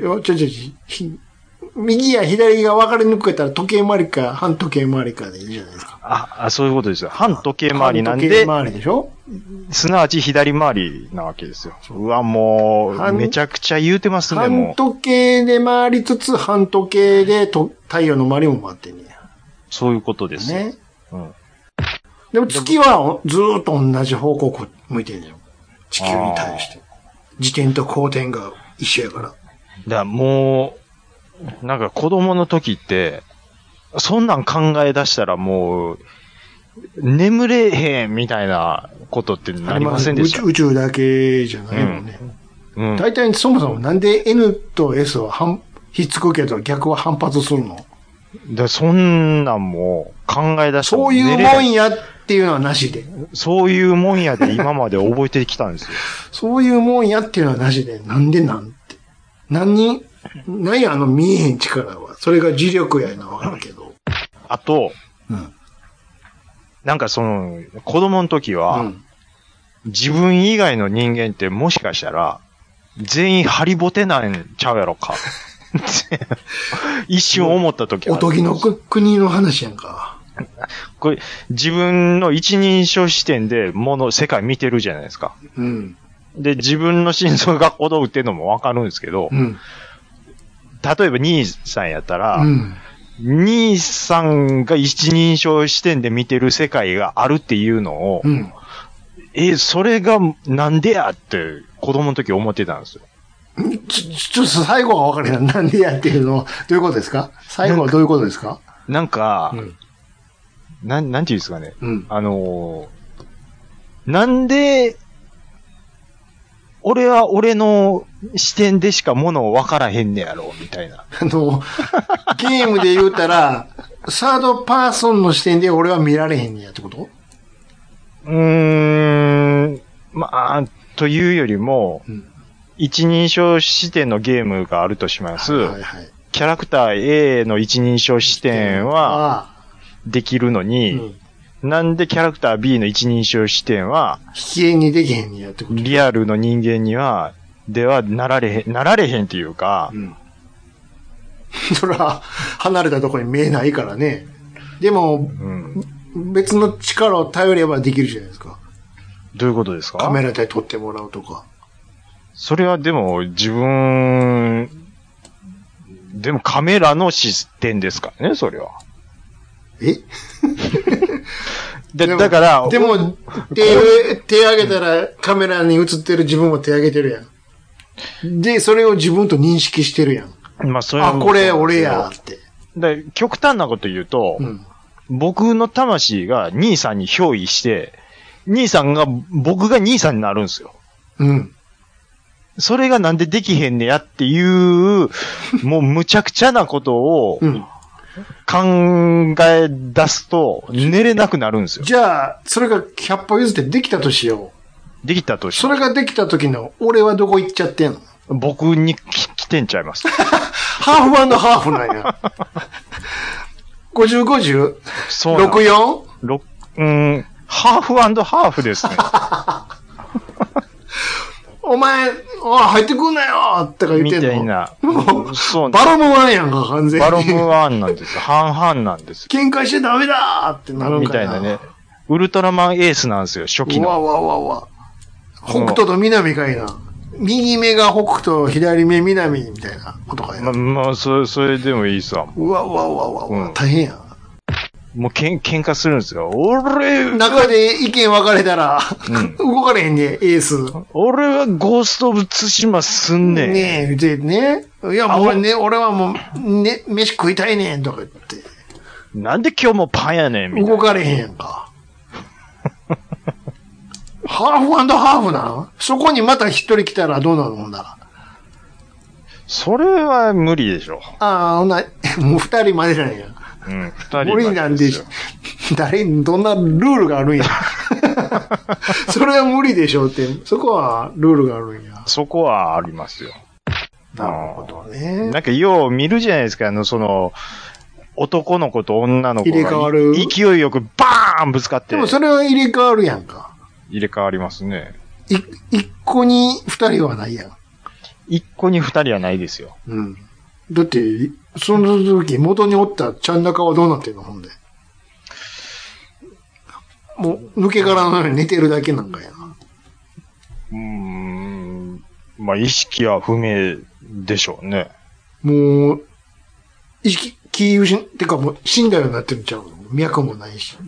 右や左が分かりにくかったら時計回りか半時計回りかでいいじゃないですか。 そういうことですよ。半時計回りなんで。 半時計回りでしょ？ すなわち左回りなわけですよ。もう、めちゃくちゃ言うてますね、もう。 半時計で回りつつ、半時計で太陽の周りも回ってんねや。 そういうことですね。 でも月はずーっと同じ方向向いてるんじゃん。地球に対して。自転と公転が一緒やから。 だからもう、なんか子供の時って、そんなん考え出したらもう、眠れへんみたいなことってなりませんでした？ 宇宙だけじゃないもんね。大体そもそもなんで N と S はひっつくけど逆は反発するの？ そんなんも考え出したらそういうもんやっていうのはなしで。 そういうもんやで今まで覚えてきたんですよ。 そういうもんやっていうのはなしで、なんでなんて。何や見えへん力は。それが磁力やなわかるけど。 あと、なんか子供の時は、 自分以外の人間ってもしかしたら、全員ハリボテなんちゃうやろか。一瞬思った時は。 おとぎの国の話やんか。 これ、自分の一人称視点で世界見てるじゃないですか。 うん。 で、自分の心臓が鼓動っていうのもわかるんですけど、 うん。 例えば兄さんやったら、 うん。 兄さんが一人称視点で見てる世界があるっていうのを、 うん。 それがなんでやって子供の時思ってたんですよ。 ちょっと最後は分かれない。なんでやっていうのは、どういうことですか？最後はどういうことですか？ なんか、 うん、 なんていうんですかね。 うん、 なんで、俺は俺の視点でしかものを分からへんねやろ、みたいな。 ゲームで言うたら、サードパーソンの視点で俺は見られへんねやってこと？ まあ、というよりも、一人称視点のゲームがあるとします。はいはい、キャラクター A の一人称視点はできるのに、なんでキャラクター B の一人称視点は、 引き絵にできへんねやってこと？ リアルの人間には、ではなられへんっていうか、 それは離れたところに見えないからね。でも、別の力を頼ればできるじゃないですか。 どういうことですか？ カメラで撮ってもらうとか。それはでもでもカメラの視点ですからね、それは。だから、 でも、手上げたらカメラに映ってる自分も手上げてるやん。で、それを自分と認識してるやん。 まあ、それは。 これ俺やって。 極端なこと言うと、僕の魂が兄さんに憑依して、僕が兄さんになるんですよ。 うん。 それがなんでできへんねやっていう、もうむちゃくちゃなことを考え出すと寝れなくなるんですよ。 じゃあ、それが100歩譲ってできたとしよう。できたとしよう。 それができた時の俺はどこ行っちゃってんの？ 僕に来てんちゃいます。 ハーフ&ハーフなんや。50、50? そう。 64? ハーフ&ハーフですね。 お前、入ってくんなよとか言ってんの？みたいな。 そう。 バロムワンやんか、完全に。 バロムワンなんですよ。半々なんですよ。 喧嘩しちゃダメだーってなるんかな。 みたいなね。ウルトラマンエースなんですよ、初期の。 わ。北斗と南かいな。右目が北斗、左目南みたいなことかや。 まあ、それでもいいさ。 うわ、大変や。 もう喧嘩するんですよ。 中で意見分かれたら、動かれへんね、エース。 俺はゴースト・オブ・ツシマすんねん。 ねえ、ね。いや、もうね、俺はもう、ね、飯食いたいねん、とか言って。 なんで今日もパンやねん、みたいな。 動かれへんやんか。ハーフ&ハーフなの？そこにまた一人来たらどうなるもんだら。 それは無理でしょ。 もう二人までなんや。 二人無理なんでしょ。どんなルールがあるんや。それは無理でしょって、そこはルールがあるんや。 そこはありますよ。 なるほどね。 なんかよう見るじゃないですか、男の子と女の子が入れ替わる。 勢いよくバーンぶつかって。 でもそれは入れ替わるやんか。 入れ替わりますね。 一個に二人はないやん。 一個に二人はないですよ。 うん。だって、その時元におったちゃん中はどうなってんのほんで。もう、抜け殻のように寝てるだけなんかやな。 まあ、意識は不明でしょうね。 もう、意識、気失ってかもう死んだようになってるんちゃうの？脈もないし。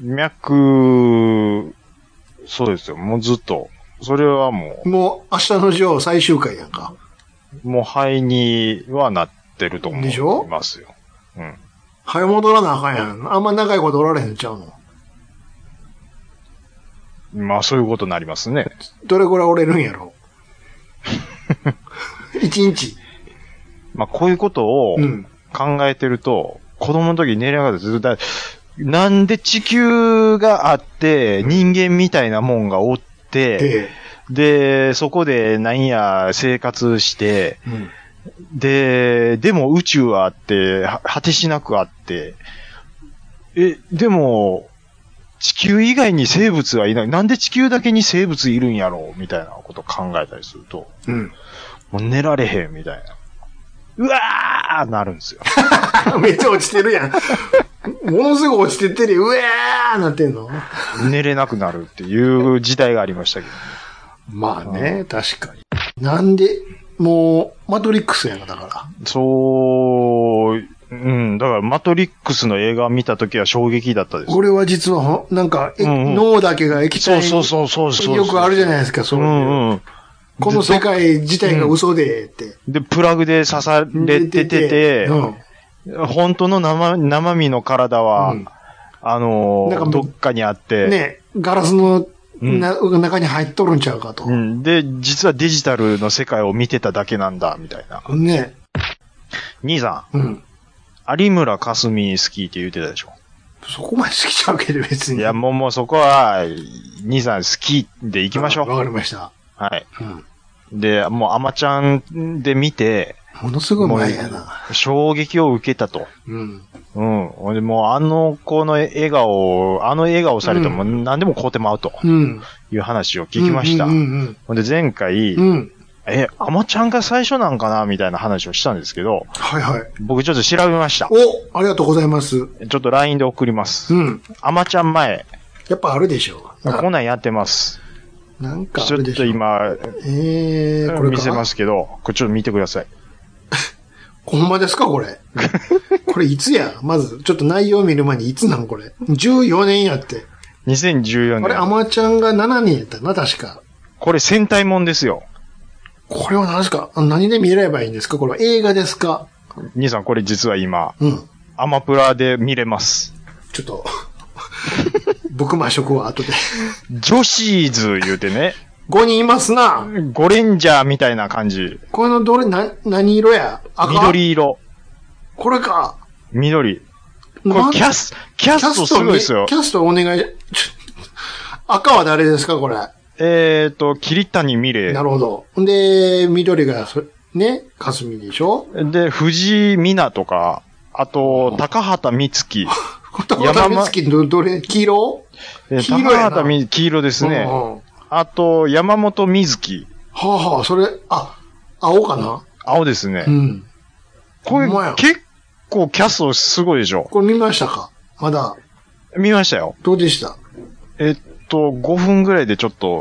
そうですよ。もうずっと。それはもう。もう明日のジョー最終回やんか。 もう肺にはなってると思いますよ。 でしょ？うん。肺戻らなあかんやん。あんま長いことおられへんちゃうの？ まあそういうことになりますね。 どれくらいおれるんやろ？一日。 まあこういうことを考えてると、子供の時寝れなかったずっとなんで地球があって、人間みたいなもんがおって、で、そこでなんや生活して、でも宇宙はあって、果てしなくあって、でも、 地球以外に生物はいない。なんで地球だけに生物いるんやろうみたいなことを考えたりすると、うん。もう寝られへんみたいな。うわーなるんですよ。 めっちゃ落ちてるやん。ものすごい落ちてってるよ。うわーなってんの？ 寝れなくなるっていう時代がありましたけどね。 まあね、確かに。なんで、もう、マトリックスやんか、だから。 そう、うん、だからマトリックスの映画を見たときは衝撃だったです。 俺は実は、なんか、脳だけが液体に。 そうよくあるじゃないですか、そういう。うんうん、この世界自体が嘘で、って。 で、プラグで刺されてて、本当の生身の体は、なんかどっかにあって。 ね、ガラスの中に入っとるんちゃうかと。 で、実はデジタルの世界を見てただけなんだ、みたいな。 ね。 兄さん。有村架純好きって言ってたでしょ。 そこまで好きちゃうけど別に。 いや、もうそこは、兄さん好きで行きましょう。 わかりました。 はい。で、もうアマちゃんで見て、 ものすごい前やな。 衝撃を受けたと。でもあの子の笑顔されても何でも買うてまうと。いう話を聞きました。ほんで前回、アマちゃんが最初なんかなみたいな話をしたんですけど。 はいはい。 僕ちょっと調べました。 ありがとうございます。 ちょっと LINE で送ります。アマちゃん前。 やっぱあるでしょ。 こんなんやってます。 なんかあるでしょ。 ちょっと今、これ見せますけど、これちょっと見てください。 ほんまですかこれ。これいつやまず、ちょっと内容を見る前にいつなんこれ。14年やって。 2014年。 あれ、アマちゃんが7年やったな、確か。 これ戦隊もんですよ。 これは何ですか？何で見ればいいんですか？これは映画ですか？ 兄さん、これ実は今、アマプラで見れます。 ちょっと、僕魔食は後で。 女子ーズ言うてね。 5人いますな。 ゴレンジャーみたいな感じ。 この何色や？ 赤？緑色。 これか。 緑。これキャストすごいですよ。 キャストお願い。赤は誰ですかこれ。 桐谷美玲。 なるほど。で、緑が、ね、かすみでしょ？ で、藤井美奈とか、あと、高畑充希。 高畑充希どれ？黄色？ 高畑充希、黄色ですね。あと、山本瑞希。 はあ、それ、青かな？ 青ですね。これ、結構キャストすごいでしょ？ これ見ましたか？まだ。 見ましたよ。 どうでした？ 5分ぐらいでちょっと。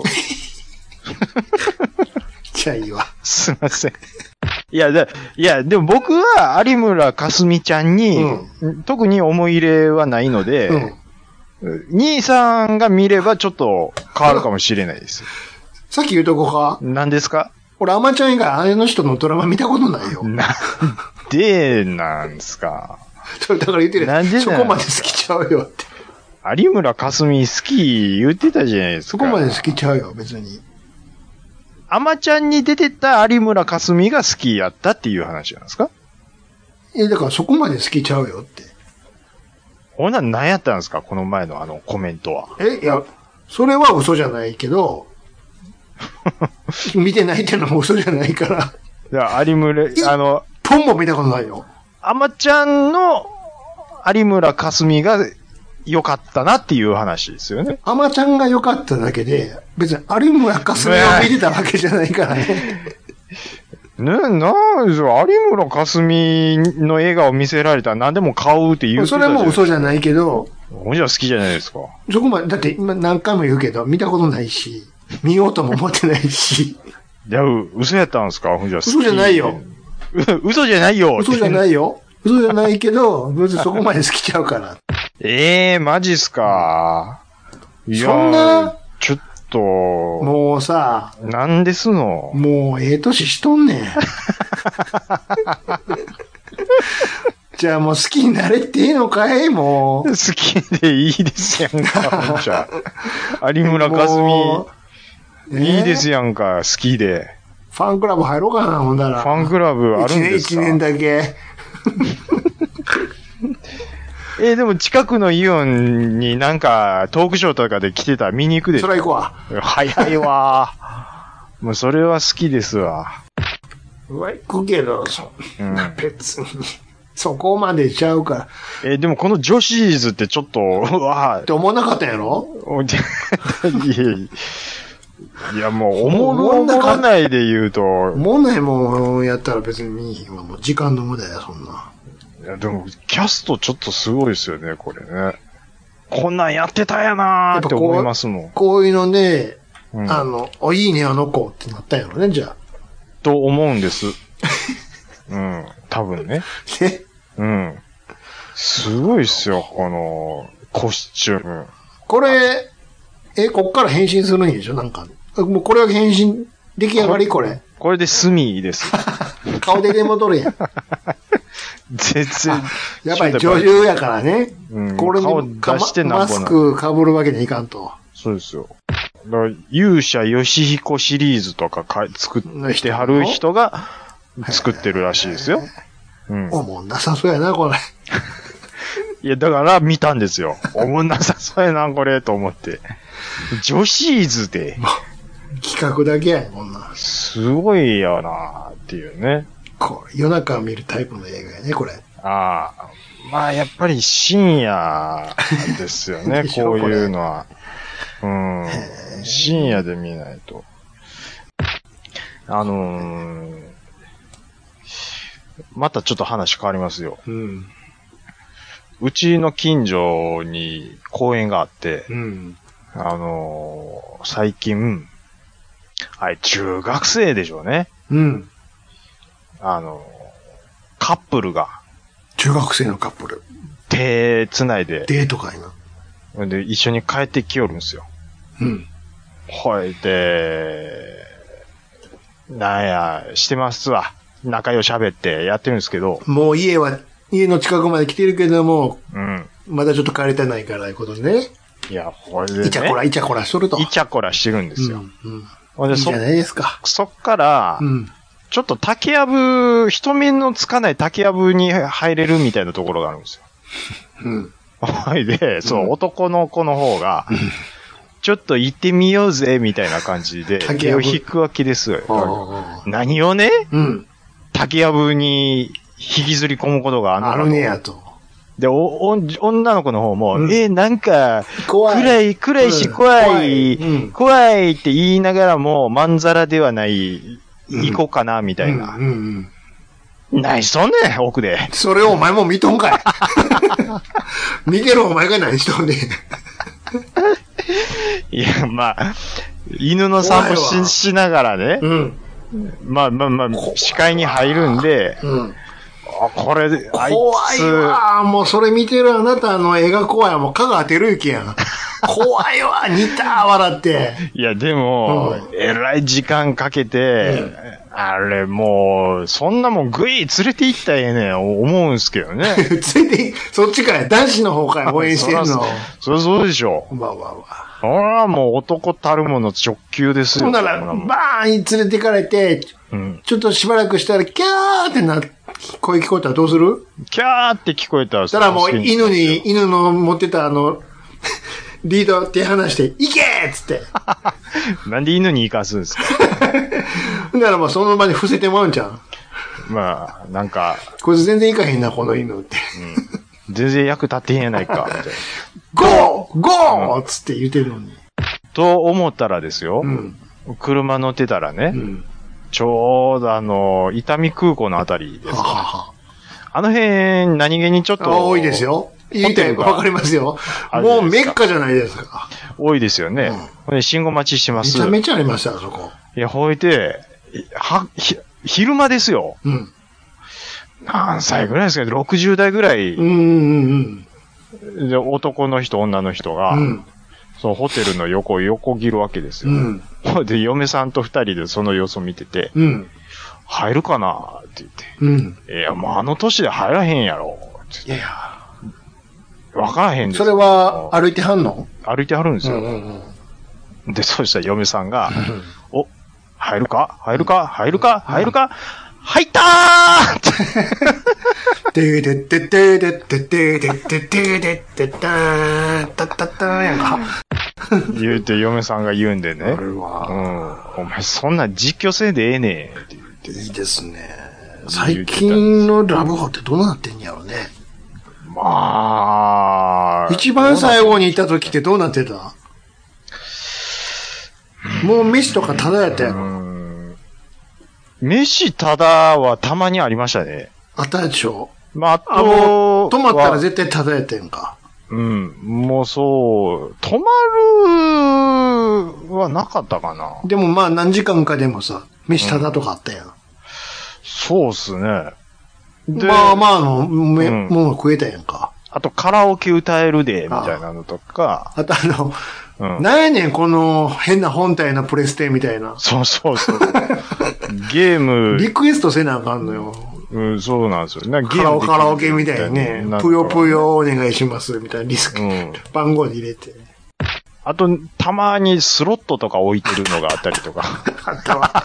じゃあいいわ。 すいません。いや、でも僕は有村架純ちゃんに、特に思い入れはないので、兄さんが見ればちょっと変わるかもしれないです。 さっき言うとこか？ 何ですか？ 俺、アマちゃん以外あの人のドラマ見たことないよ。 なんでなんですか？ それだから言ってる。なんでそこまで好きちゃうよって。 有村架純好き言ってたじゃないですか。 そこまで好きちゃうよ、別に。 アマちゃんに出てた有村架純が好きやったっていう話なんですか？ だからそこまで好きちゃうよって。 ほんなら何やったんですかこの前のコメントは。 いや、それは嘘じゃないけど、見てないっていうのも嘘じゃないから。 いや、有村、 ポンも見たことないよ。 アマちゃんの有村架純が良かったなっていう話ですよね。 アマちゃんが良かっただけで、別に有村架純を見てたわけじゃないからね。 なんでしょう、有村架純の映画を見せられたら何でも買うって言う。 それも嘘じゃないけど。 ほんじゃ好きじゃないですか。 そこまで、だって今何回も言うけど、見たことないし、見ようとも思ってないし。 いや、嘘やったんですかほんじゃ好き。 嘘じゃないよ。 嘘じゃないよ。 嘘じゃないよ。嘘じゃないけど、別にそこまで好きちゃうから。 マジっすか。いや、 そんな、 ちょっと、 もうさ、 なんですの。 もう年しとんねん。じゃあもう好きになれっていいのかいもう。 好きでいいですやんか。じゃあ有村架純、いいですやんか、好きで。 ファンクラブ入ろうかな、ほんだら。 ファンクラブあるんですか？ 1年だけ。 でも近くのイオンになんかトークショーとかで来てたら見に行くでしょ。 それ行くわ。 早いわ。もうそれは好きですわ。 行くけど、別に。 そこまでちゃうから。 でもこの女子ーズってちょっと、うわって思わなかったんやろ？ いや、もう、思わないで言うと。 思わないもんやったら別に見えへんわ。もう時間の無駄や、そんな。 いや、でも、キャストちょっとすごいですよね、これね。こんなんやってたやなーって思いますもん。 こういうので、いいね、あの子ってなったんやろね、じゃあ。 と思うんです。うん、多分ね。うん。すごいっすよ、この、コスチューム。 これ、こっから変身するんでしょなんか。もうこれは変身、出来上がりこれ。 これでスミです。 顔で出戻るやん。 全然。 やっぱり女優やからね。 うん、 これにマスク被るわけにはいかんと。 そうですよ。だから勇者ヨシヒコシリーズとか作ってはる人が作ってるらしいですよ。 うん。おもんなさそうやな、これ。 いや、だから見たんですよ。おもんなさそうやな、これ、と思って。女子ーズで。 企画だけやん、こんな。 すごいやなっていうね。 これ、夜中見るタイプの映画やね、これ。 ああ。まあ、やっぱり深夜ですよね、こういうのは。うん。深夜で見ないと。またちょっと話変わりますよ。うん。うちの近所に公園があって、うん、最近、中学生でしょうね。うん。カップルが。 中学生のカップル。 手繋いで。 デートかいな。で、一緒に帰ってきよるんですよ。うん。ほいで、なんや、してますわ。仲良し喋ってやってるんですけど。 もう家の近くまで来てるけども、うん。まだちょっと帰れてないから、いうことでね。 いや、これで、ね。 イチャコラしとると。 イチャコラしてるんですよ。うん。 うん、いいじゃないですか。 そっから、うん。ちょっと竹やぶ、人目のつかない竹やぶに入れるみたいなところがあるんですよ。うん。はい。で、そう、男の子の方が、ちょっと行ってみようぜ、みたいな感じで、手を引くわけですよ。何をね、うん。竹やぶに引きずり込むことがあるねやと。 で、女の子の方も、なんか、暗いし怖いって言いながらも、まんざらではない、行こうかな、みたいな。何しとんねん、奥で。 それをお前も見とんかい。見てるお前が何しとんねん。 いや、まあ、犬の散歩しながらね。うん。まあ、視界に入るんで、うん。これ、あいつ。 怖いわ。もうそれ見てるあなたの絵が怖いわ。もう香川照之やん。怖いわ。似た笑って。 いや、でも、えらい時間かけて、あれもう、そんなもんぐい連れて行ったらええねん、思うんすけどね。 連れて、そっちかい。男子の方から応援してんの。 そうでしょ。 わ。 そらもう男たるもの直球ですよ。 ほんなら、バーン連れてかれて、ちょっとしばらくしたら、キャーって声聞こえたらどうする？ キャーって聞こえたら。 たらもう犬の持ってたリード手離して、行けーっつって。 なんで犬に行かすんですか？ だからもうその場に伏せてもらうんじゃん。 まあ、なんか。 こいつ全然行かへんな、この犬って。 うん、全然役立ってへんやないか、みたいな。 ゴーっつって言うてるのに。 と思ったらですよ。車乗ってたらね。ちょうど伊丹空港のあたりですか。あの辺、何気にちょっと。 多いですよ。言いたいわかりますよ。もうメッカじゃないですか。 多いですよね。で信号待ちしてます。 めちゃめちゃありました、あそこ。 いや、ほいて、昼間ですよ。何歳ぐらいですか ?60 代ぐらい。で、男の人、女の人が、そのホテルの横切るわけですよ。で、嫁さんと二人でその様子を見てて、入るかなって言って。いや、もうあの年で入らへんやろ。いやいや。わからへんですよ。 それは歩いてはんの？ 歩いてはるんですよ。で、そうしたら嫁さんが、お、入るか入ったーてでっててでっててでっててでってたーたったったーやんか。 言うて嫁さんが言うんでね。お前そんな実況せんでええねんって言って。 いいですね。 最近のラブホってどうなってんやろね。 まあ。 一番最後に行った時ってどうなってた？もう飯とかタダやったやろ。 飯タダはたまにありましたね。 あったでしょ？ まあ、あと、 泊まったら絶対タダやったやんか。 うん、もうそう、泊まるはなかったかな。 でもまあ何時間かでもさ、飯タダとかあったやん。 そうっすね。 まあまあもの食えたやんか。 あとカラオケ歌えるで、みたいなのとか。 あとなんやねん、この変な本体のプレステみたいな。 そうそうそう。ゲーム。 リクエストせなあかんのよ。 うん、そうなんですよ。 カラオケみたいにね、ぷよぷよお願いします、みたいなリスク、番号に入れて。 あと、たまにスロットとか置いてるのがあったりとか。 あったわ。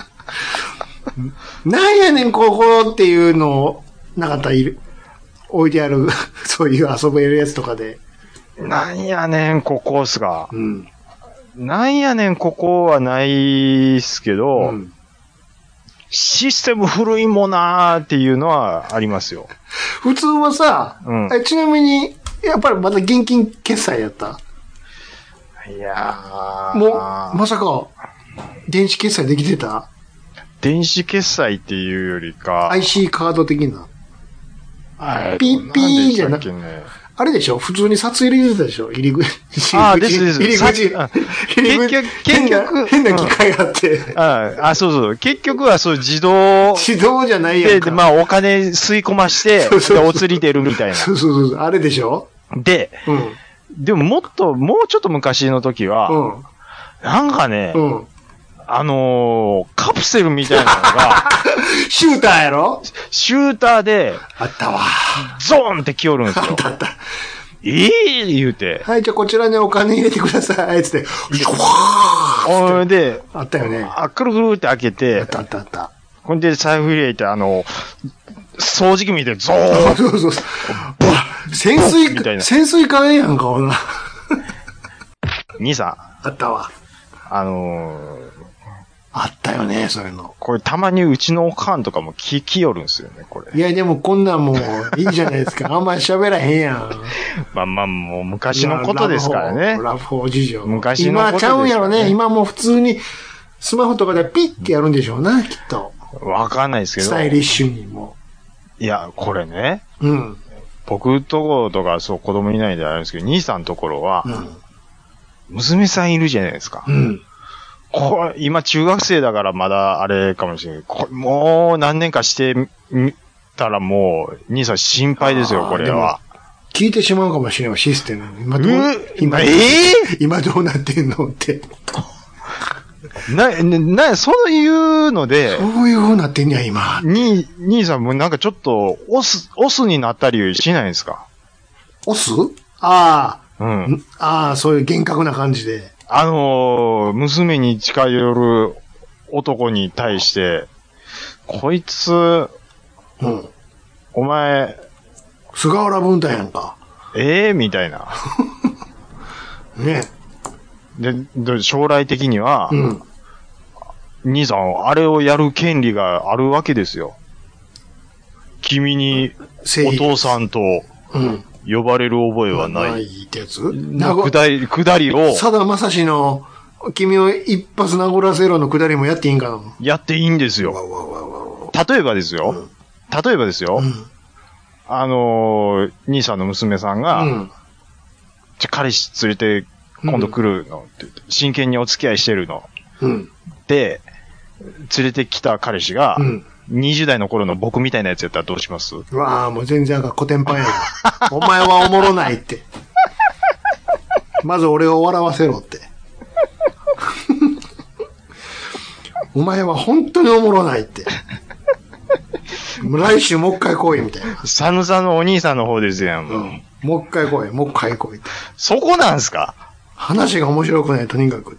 なんやねん、ここっていうのを、なかったら置いてある、そういう遊べるやつとかで。 なんやねん、ここっすが。うん。なんやねん、ここはないっすけど、システム古いもんなーっていうのはありますよ。 普通はさ、ちなみに、やっぱりまた現金決済やった？ いやー。もう、まさか、電子決済できてた？ 電子決済っていうよりか。 IC カード的な。ピッピーじゃなくて、あれでしょ？普通に札入れてたでしょ？入り口。 あ、です。 入り口。結局。変な機械があって。 そうそう。結局はそう自動じゃないやんか。 で、まあお金吸い込まして、お釣り出るみたいな。 そうそうそう。あれでしょ？ で、でももうちょっと昔の時は、なんかね、カプセルみたいなのが、 シューターやろ？ シューターで、 あったわ。 ゾーンって来よるんですよ。 あった。 言うて。 はい、じゃあこちらにお金入れてください、つって。 で、 あったよね。 くるくるって開けて、 あった。 ほんで財布入れて、掃除機見てゾーン。 そう。潜水艦やんか、ほら。 兄さん。 あったわ。あったよね、そういうの。 これたまにうちのおかんとかも聞きよるんですよね、これ。 いや、でもこんなんもういいじゃないですか。あんまり喋らへんやん。 まあ、もう昔のことですからね。 ラブホー事情。 昔のことですからね。 今ちゃうんやろね。今もう普通にスマホとかでピッてやるんでしょうな、きっと。 わかんないですけど。 スタイリッシュにも。 いや、これね。僕とことかそう子供いないんであれですけど、兄さんのところは、娘さんいるじゃないですか。これ、今中学生だからまだあれかもしれない。もう何年かしてみたらもう、兄さん心配ですよ、これは。 聞いてしまうかもしれない、システム。今どうなってんのって。 そういうので。 そういう風になってんや、今。 兄さんもなんかちょっと、オスになったりしないんですか？ オス？ああ、そういう厳格な感じで。 娘に近寄る男に対して、こいつ、お前、 菅原文太やんか。 みたいな。 ね。 で、将来的には、兄さん、あれをやる権利があるわけですよ。君に、お父さんと、呼ばれる覚えはない。 ないってやつ？ 下りを。 さだまさしの、君を一発殴らせろの下りもやっていいんかな？ やっていいんですよ。例えばですよ。兄さんの娘さんが、彼氏連れて今度来るのって言って、真剣にお付き合いしてるの。で、連れてきた彼氏が、20代の頃の僕みたいなやつやったらどうします？ うわあ、もう全然コテンパンやな。お前はおもろないって。まず俺を笑わせろって。お前は本当におもろないって。来週もう一回来いみたいな。 サヌさんのお兄さんの方ですやん。 もう一回来いって。 そこなんすか？ 話が面白くないとにかくって。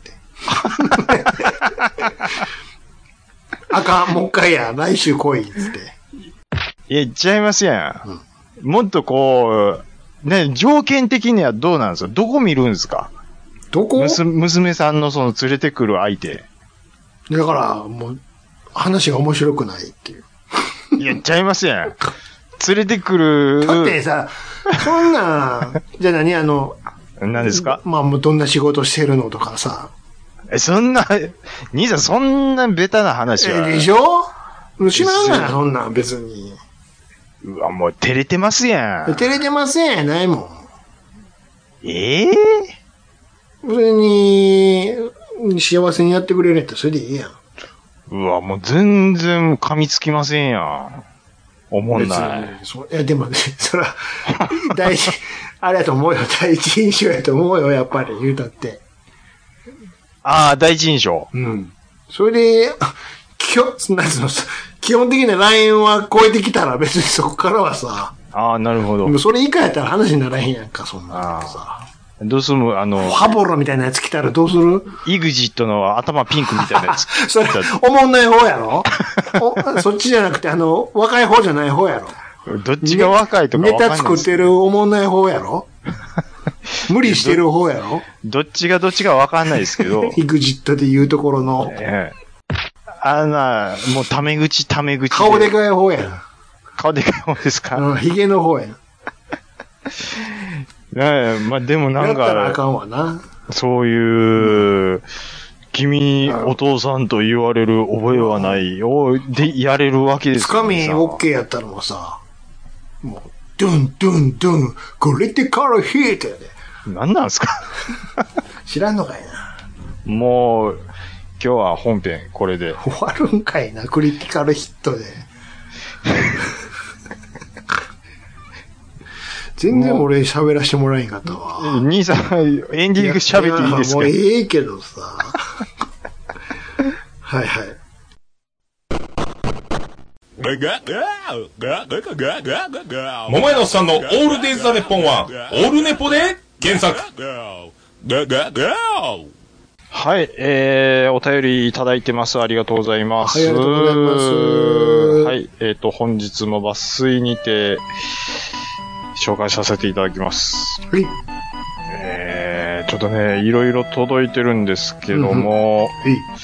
あかん、もう一回や、来週来い、つって。 いや、言っちゃいますやん。もっとこう、ね、条件的にはどうなんですか？どこ見るんですか？ どこ？ 娘さんのその連れてくる相手。 だから、もう、話が面白くないっていう。 やっちゃいますやん。連れてくる。 だってさ、そんな、じゃあ何何ですか？ まあ、もうどんな仕事してるのとかさ。 そんな、兄さんそんなベタな話は。 でしょ？知らんがな、そんなん別に。 うわ、もう照れてますやん。 照れてませんやないもん。 ええそれに、幸せにやってくれるやったらそれでいいやん。 うわ、もう全然噛みつきませんやん。思んない。 いや、でもね、そら、大事、あれやと思うよ。第一印象やと思うよ、やっぱり、言うたって。 ああ、第一印象。 うん。それで、なんつうの、基本的なラインは超えてきたら別にそこからはさ。 ああ、なるほど。 もうそれ以下やったら話にならへんやんか、そんなのさ。 どうするファボロみたいなやつ来たらどうする？ イグジットの頭ピンクみたいなやつ。 それ、おもんない方やろそっちじゃなくて、若い方じゃない方やろ。 どっちが若いとか分かんない。 ネタ作ってるおもんない方やろ無理してる方やろ。 どっちが分かんないですけど。 イグジットで言うところの。 もうタメ口。 顔でかい方やん。 顔でかい方ですか？ ヒゲの方やん。 まあ、でもなんか、 やったらあかんわな。 そういう、君、お父さんと言われる覚えはないよ。で、やれるわけですよ。 つかみ OK やったらもうさ、もう、ドゥンドゥンドゥン、クリティカルヒットやで。 何なんすか？ 知らんのかいな。 もう、今日は本編、これで。 終わるんかいな、クリティカルヒットで。全然俺喋らせてもらえんかったわ。 兄さん、エンディング喋っていいですか？ もうええけどさ。はいはい。 桃屋のおっさんのオールデイズ・ザ・ネッポンは、オールネポで検索。 はい、お便りいただいてます。ありがとうございます。 はい、ありがとうございます。 はい、本日も抜粋にて、紹介させていただきます。 はい。 ちょっとね、いろいろ届いてるんですけども、はい。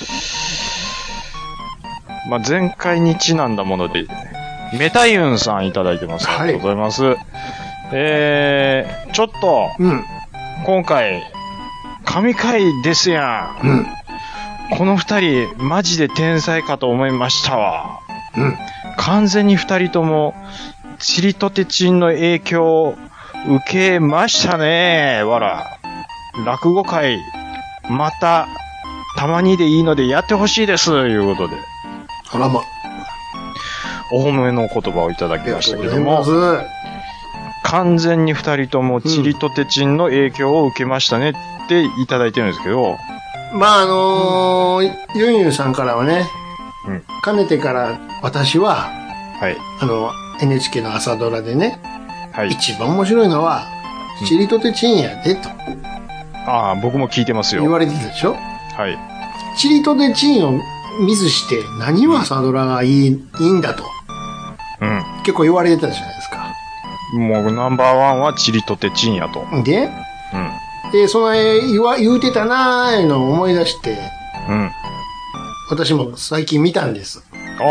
まあ、前回にちなんだもので、メタユンさんいただいてます。ありがとうございます。ちょっと、今回、神回ですやん。この二人、マジで天才かと思いましたわ。完全に二人とも、チリとテチンの影響を受けましたね。わら。落語会、また、たまにでいいのでやってほしいです。いうことで。 あらま。 お褒めの言葉をいただきましたけども。完全に二人ともチリとテチンの影響を受けましたねっていただいてるんですけど。 まあユンユンさんからはね、かねてから私は、はい。NHK の朝ドラでね、はい。一番面白いのは、チリとテチンやで、と。 ああ、僕も聞いてますよ。 言われてたでしょ？はい。チリとテチンをミスして、何は朝ドラがいいんだと。結構言われてたじゃないですか。 もうナンバーワンはチリとテチンやと。 で、で、その言うてたなーのを思い出して、私も最近見たんです。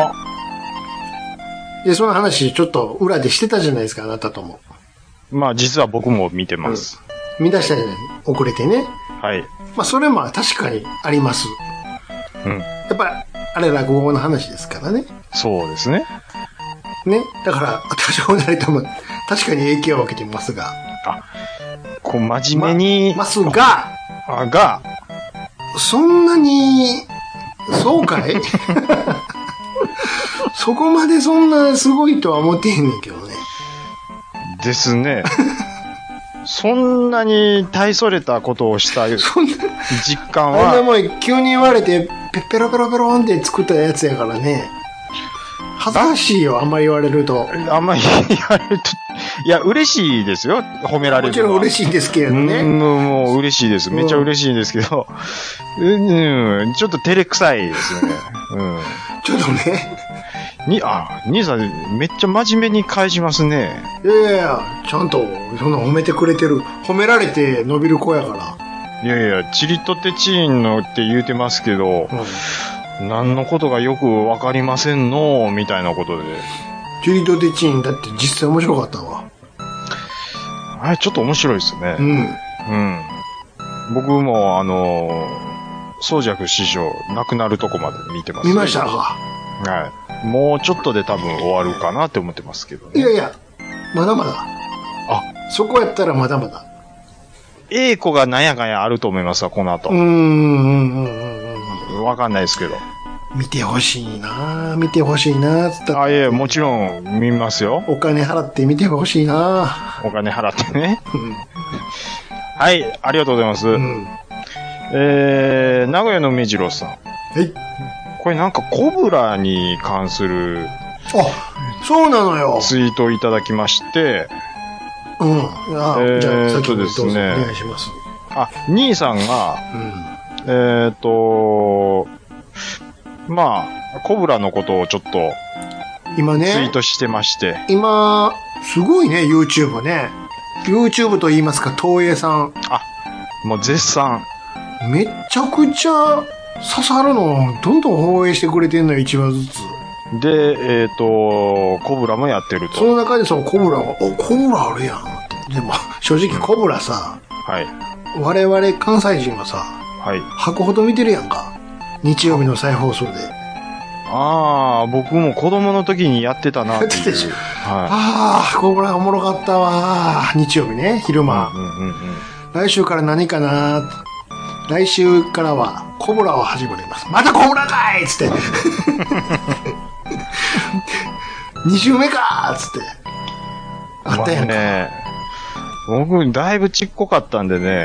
で、その話ちょっと裏でしてたじゃないですか、あなたとも。 まあ実は僕も見てます。 見出したじゃない、遅れてね。はい。まあそれも確かにあります。やっぱ、あれ落語の話ですからね。 そうですね。 ね。だから、多少なりとも確かに影響を受けてますが。 こう真面目に。 ますが。そんなに、そうかいそこまでそんなすごいとは思ってへんねんけどね。 ですね。そんなに大それたことをした実感は。 あんなもん急に言われて、ペロペロペロンって作ったやつやからね。恥ずかしいよ、あんまり言われると。 あんまり言われると。いや、嬉しいですよ、褒められる。 もちろん嬉しいですけどね。 もう嬉しいです。めっちゃ嬉しいんですけど。ちょっと照れくさいですよね。 ちょっとね。 兄さん、めっちゃ真面目に返しますね。 いや、ちゃんと、そんな褒めてくれてる。褒められて伸びる子やから。 いや、チリとテチンのって言うてますけど、 何のことがよくわかりませんの、みたいなことで。 ジュリト・デチーンだって実際面白かったわ。 あれちょっと面白いですね。 うん。 うん。僕も宗尺師匠亡くなるとこまで見てます、 見ましたか？ はい。もうちょっとで多分終わるかなって思ってますけどね。 いやいや、まだまだ。 あ、 そこやったらまだまだ。 A子がなんやかんやあると思いますわ、この後。わかんないですけど。 見てほしいな見てほしいなつったら。 あ、いえ、もちろん見ますよ。 お金払って見てほしいなお金払ってね。 うん、 はい、ありがとうございます。うん、名古屋の梅次郎さん。 はい。 これなんかコブラに関する。 あ、そうなのよ。 ツイートいただきまして。 うん。じゃあ、先にどうぞおね、 願いします。 あ、兄さんが、うん、まあ、コブラのことをちょっと、 今ね、 ツイートしてまして。 今、すごいね、YouTube ね。YouTube と言いますか、東映さん。 あ、もう絶賛。 めちゃくちゃ刺さるの、どんどん放映してくれてんのよ、1話ずつ。 で、コブラもやってると。 その中でそのコブラが、コブラあるやんって。でも、正直コブラさ、 はい。 我々関西人はさ、 はい。 箱ほど見てるやんか。日曜日の再放送で。 ああ、僕も子供の時にやってたなっていう。やってたでしょ。はい。 ああ、コブラおもろかったわ。日曜日ね、昼間。来週から何かな。来週からは、コブラを始まります。またコブラかいっつって。2週目かーっつって。あったやんか。ね、 僕、だいぶちっこかったんでね、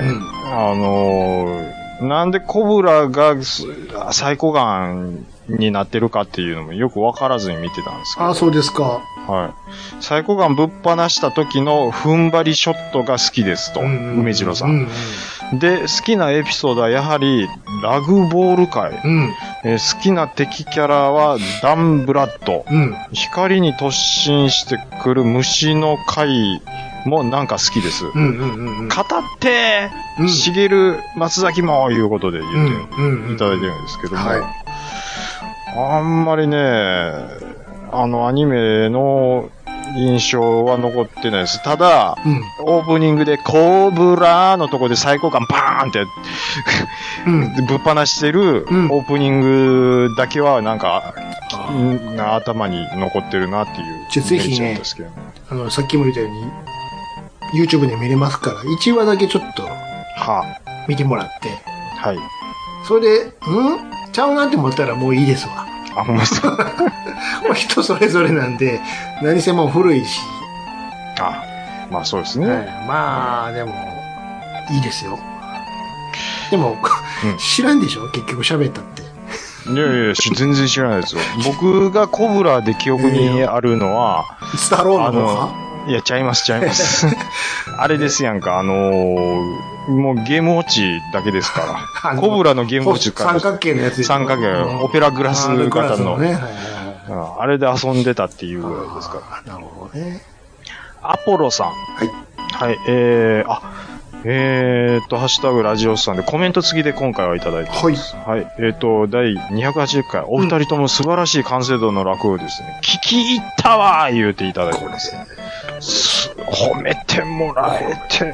なんでコブラがサイコガンになってるかっていうのもよくわからずに見てたんですけど。 あ、そうですか。 はい。サイコガンぶっ放した時の踏ん張りショットが好きですと、梅次郎さん。で、好きなエピソードはやはりラグボール界。好きな敵キャラはダンブラッド。光に突進してくる虫の回もなんか好きです。語ってしげる松崎もいうことで言っていただいてるんですけども、あんまりね、アニメの印象は残ってないです。ただ、オープニングでコブラのとこで最高感バーンってぶっ放してるオープニングだけはなんか、頭に残ってるなっていう。 じゃあぜひね、さっきも言ったように、YouTube で見れますから、1話だけちょっと、見てもらって。 はい。 それで、ちゃうなって思ったらもういいですわ。 あ、ほんまですか。 人それぞれなんで、何せもう古いし。 あ、まあそうですね。 まあ、でも、いいですよ。でも、知らんでしょ結局喋ったって。 いやいや、全然知らないですよ。僕がコブラで記憶にあるのは、 スタローンの方か？ いや、ちゃいます。あれですやんか、もうゲームウォッチだけですから。コブラのゲームウォッチから。 三角形のやつ三角形、オペラグラス型の。あれで遊んでたっていうぐらいですから。 なるほどね。 アポロさん。はい。はい、ハッシュタグラジオスさんでコメント付きで今回はいただいてます。はい。第280回、お二人とも素晴らしい完成度の落語ですね。聞き入ったわー言うていただいてます。褒めてもらえて。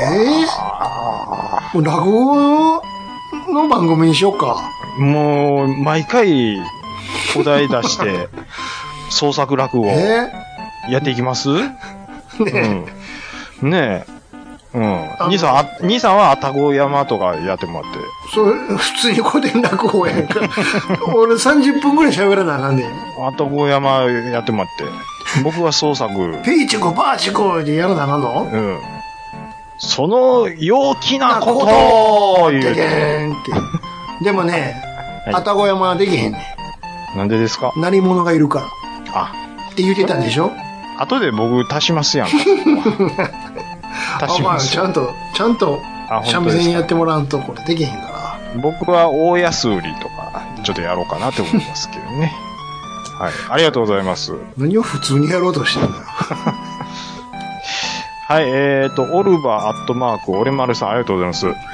もう落語の番組にしようか。 もう、毎回、お題出して、創作落語、やっていきますねえ。兄さんは愛宕山とかやってもらって。 それ、普通に古典落語やんか。俺30分くらい喋らなあかんねん。 愛宕山やってもらって。僕は創作。 ペイチコバーチコでやるなあかんの？ その陽気なことを言うて。 でもね、愛宕山はできへんねん。なんでですか？ 鳴り物がいるから。 あ。 って言ってたんでしょ？ 後で僕足しますやん。足します。 ちゃんと、三味線やってもらうとこれできへんから。 僕は大安売りとか、ちょっとやろうかなって思いますけどね。はい。ありがとうございます。 何を普通にやろうとしてんだよ。 はい、オルバアットマーク、オレマルさん、ありがとうございます。はい。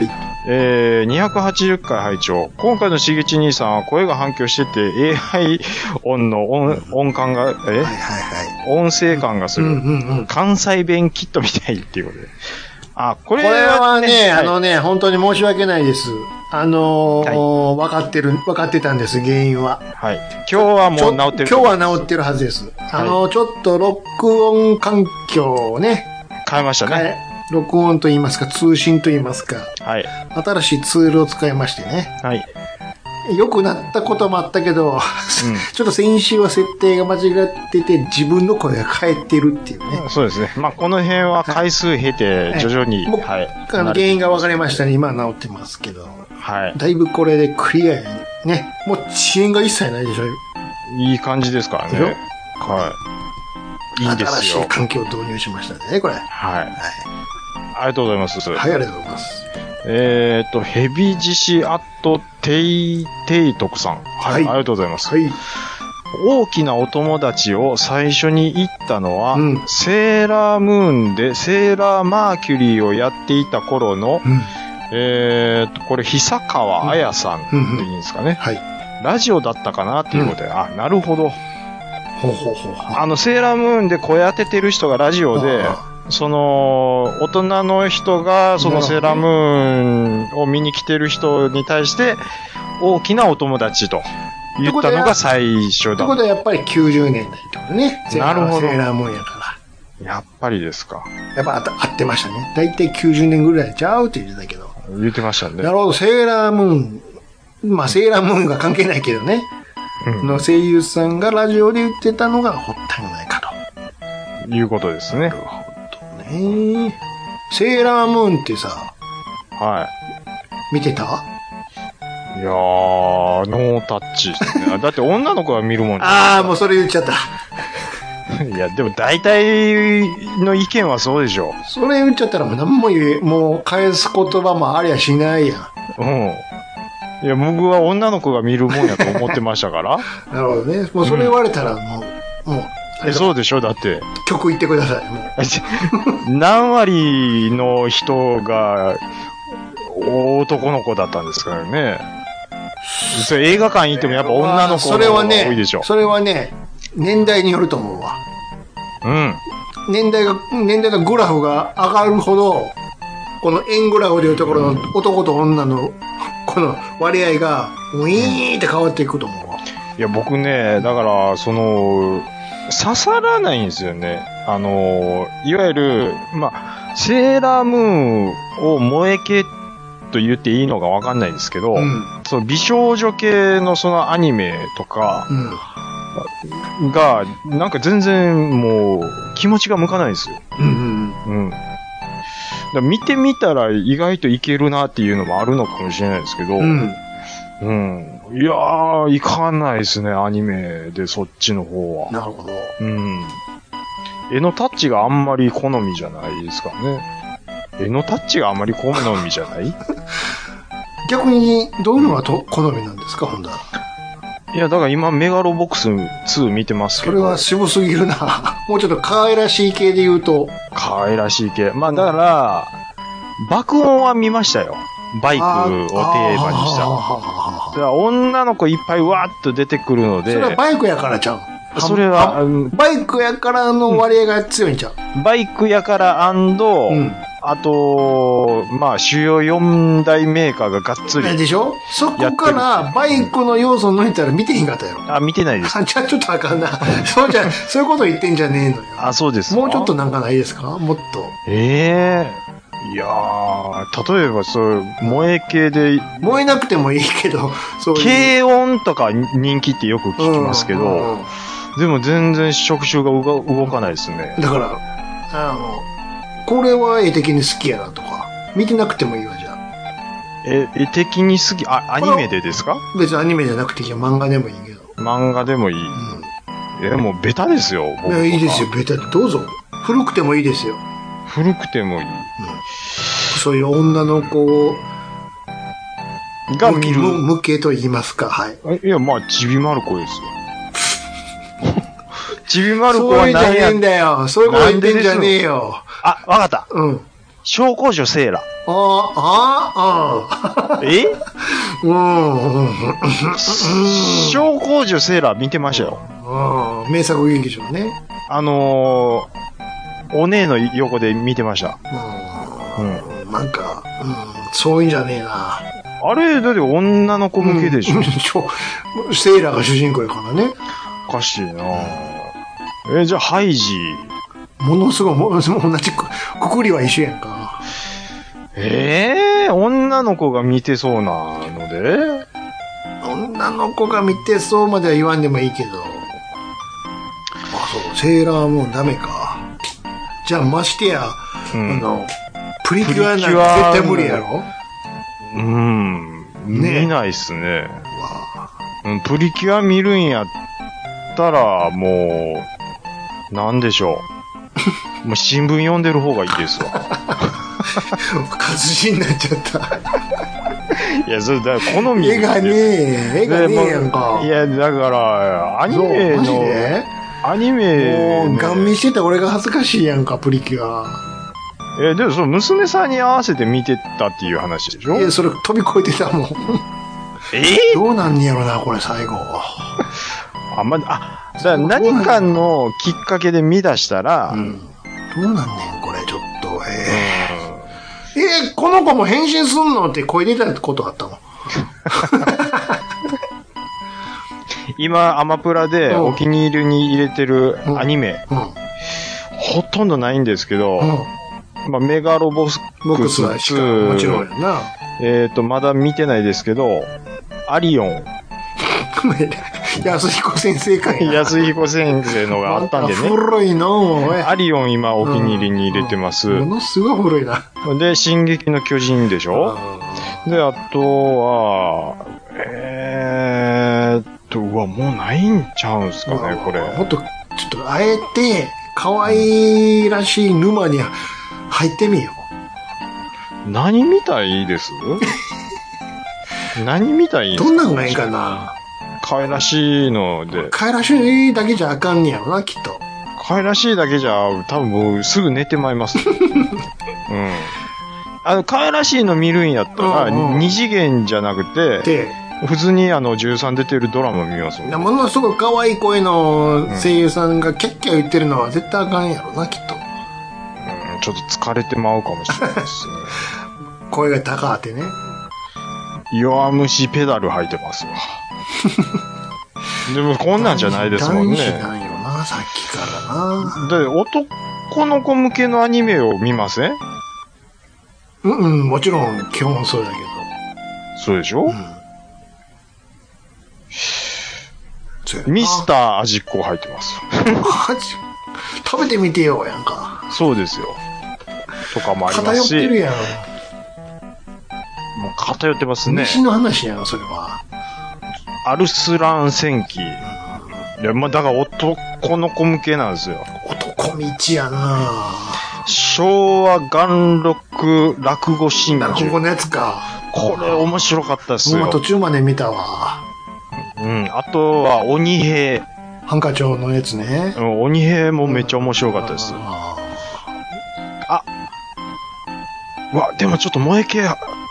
280回拝聴。今回のしげち兄さんは声が反響してて AI 音の音感が、音声感がする、関西弁キットみたいっていうことで。あ、これはね、本当に申し訳ないです。分かってたんです、原因は。 はい。今日はもう治ってる。 今日は治ってるはずです。ちょっと録音環境をね。 変えましたね。 録音と言いますか、通信と言いますか。 はい。 新しいツールを使いましてね。 はい。 良くなったこともあったけど、ちょっと先週は設定が間違ってて、自分の声が返ってるっていうね。 そうですね。まあ、この辺は回数経て、徐々に、 はい。原因が分かりましたね。今は治ってますけど。 はい。 だいぶこれでクリアにね。もう遅延が一切ないでしょ。 いい感じですからね。はい。いいんですよ。 新しい環境を導入しましたね、これ。 はい。はい。ありがとうございます。 はい、ありがとうございます。 ヘビジシアットテイトクさん。はい。ありがとうございます。はい。大きなお友達を最初に行ったのは、セーラームーンでセーラーマーキュリーをやっていた頃の、これ、久川彩さんっていいんですかね。はい。ラジオだったかなっていうことで、あ、なるほど。セーラームーンで声当ててる人がラジオで、その、大人の人が、そのセーラームーンを見に来てる人に対して、大きなお友達と言ったのが最初だ。 ってことはやっぱり90年代ってことね。 なるほど。 セーラームーンやから。 やっぱりですか。 やっぱ合ってましたね。だいたい90年ぐらいちゃうって言ってたけど。 言ってましたね。 なるほど、セーラームーン。まあ、セーラームーンが関係ないけどね。の声優さんがラジオで言ってたのが発端じゃないかと。いうことですね。 なるほどね。セーラームーンってさ。 はい。 見てた？ いやー、ノータッチですね。だって女の子が見るもんじゃない。 ああ、もうそれ言っちゃった。 いや、でも大体の意見はそうでしょ。 それ言っちゃったらもう何ももう返す言葉もありゃしないやん。 うん。いや、僕は女の子が見るもんやと思ってましたから。 なるほどね。もうそれ言われたらもう。 そうでしょだって。 曲言ってください。もう何割の人が男の子だったんですからね。それ映画館行ってもやっぱ女の子の方が多いでしょ。 それはね、年代によると思うわ。 うん。 年代のグラフが上がるほど、この円グラフでいうところの男と女のこの割合がウィーンって変わっていくと思うわ。 いや、僕ね、だから、刺さらないんですよね。いわゆる、まあ、セーラームーンを萌え系と言っていいのかわかんないですけど、その美少女系のそのアニメとか、が、なんか全然もう気持ちが向かないですよ。だ見てみたら意外といけるなっていうのもあるのかもしれないですけど、いやー、いかないですね、アニメでそっちの方は。 なるほど。 絵のタッチがあんまり好みじゃないですかね。絵のタッチがあんまり好みじゃない逆に、どういうのが好みなんですか、ほんだら。 いや、だから今、メガロボックス2見てますけど。 それは渋すぎるな。もうちょっと可愛らしい系で言うと。 可愛らしい系。まあ、だから、爆音は見ましたよ。バイクをテーマにした。だから女の子いっぱいわーっと出てくるので。 それはバイクやからちゃう。 それは、 バイクやからの割合が強いんちゃう。 バイクやからあと、まあ、主要4大メーカーががっつり。 でしょ？そこからバイクの要素抜いたら見てへんかったやろ。 あ、見てないです。 じゃあちょっとあかんな。そういうこと言ってんじゃねえのよ。 あ、そうですか。 もうちょっとなんかないですか？もっと。 いやー、例えばそう、萌え系で。 萌えなくてもいいけど、 そういう。軽音とか人気ってよく聞きますけど、でも全然触手が動かないですね。 だから、これは絵的に好きやなとか、見てなくてもいいわ、じゃあ。 絵的に好き、アニメでですか？ 別にアニメじゃなくていいよ、漫画でもいいけど。 漫画でもいい。もうベタですよ。 いや、いいですよ、ベタで。どうぞ。古くてもいいですよ。 古くてもいい。 そういう女の子が見る。 向けと言いますか、はい。 いや、まあ、ちびまる子ですよ。ちびまる子は何や。 そういうんじゃねえんだよ。そういうこと言ってんじゃねえよ。 あ、わかった。 小公女セーラ。え小公女セーラ見てましたよ。 名作劇場ね。 お姉の横で見てました。 なんか、そういうんじゃねえな。 あれ、だって女の子向けでしょ。 セーラーが主人公やからね。 おかしいな。じゃあ、ハイジ。 ものすごい、同じくくりは一緒やんか。 女の子が見てそうなので女の子が見てそうまでは言わんでもいいけど。そう、セーラームーンダメか。じゃあ、ましてや、プリキュアなんて絶対無理やろ？ 見ないっすね。プリキュア見るんやったら、もう、なんでしょう。もう新聞読んでる方がいいですわ。 活字になっちゃった。 いや、それ、だから好み。 絵がねえやんか。 いや、だから、アニメの、もう、ガン見してた俺が恥ずかしいやんか、プリキュア。 でもその娘さんに合わせて見てたっていう話でしょ？ それ飛び越えてたもん。どうなんねやろな、これ最後。 何かのきっかけで見出したら、 どうなんねん、これ、ちょっと、この子も変身すんのって声出たことあったの？ 今、アマプラでお気に入りに入れてるアニメ、ほとんどないんですけど、メガロボックス2、 もちろんやな。 まだ見てないですけど、アリオン。 安彦先生かいな。 安彦先生のがあったんでね。 古いのアリオン今お気に入りに入れてます。 ものすごい古いな。 で、進撃の巨人でしょ？で、あとは、もうないんちゃうんすかね、これ。 もっと、ちょっと、あえて、可愛らしい沼に入ってみよう。何みたいです？何みたいどんなんがいいかな？ 可愛らしいので。 可愛らしいだけじゃあかんねやろな、きっと。 可愛らしいだけじゃ、多分もうすぐ寝てまいります。可愛らしいの見るんやったら、二次元じゃなくて、普通に13出てるドラマ見ますもん。 ものすごい可愛い声の声優さんがキャッキャ言ってるのは絶対あかんやろな、きっと。 ちょっと疲れてまうかもしれないですね。 声が高ってね。 弱虫ペダル履いてますわ。でもこんなんじゃないですもんね。 男子なんよな、さっきからな。 で、男の子向けのアニメを見ません？ もちろん基本そうだけど。 そうでしょ？ミスター味っ子入ってます。 食べてみてよ、やんか。 そうですよ。とかもありますし。 偏ってるやん。 もう偏ってますね。 飯の話やん、それは。 アルスラン戦記。いや、だから男の子向けなんですよ。 男道やな。 昭和元禄落語真珠。 落語のやつか。 これ面白かったっすよ。 途中まで見たわ。 あとは鬼平。 ハンカチョウのやつね。 鬼平もめっちゃ面白かったです。でもちょっと萌え系。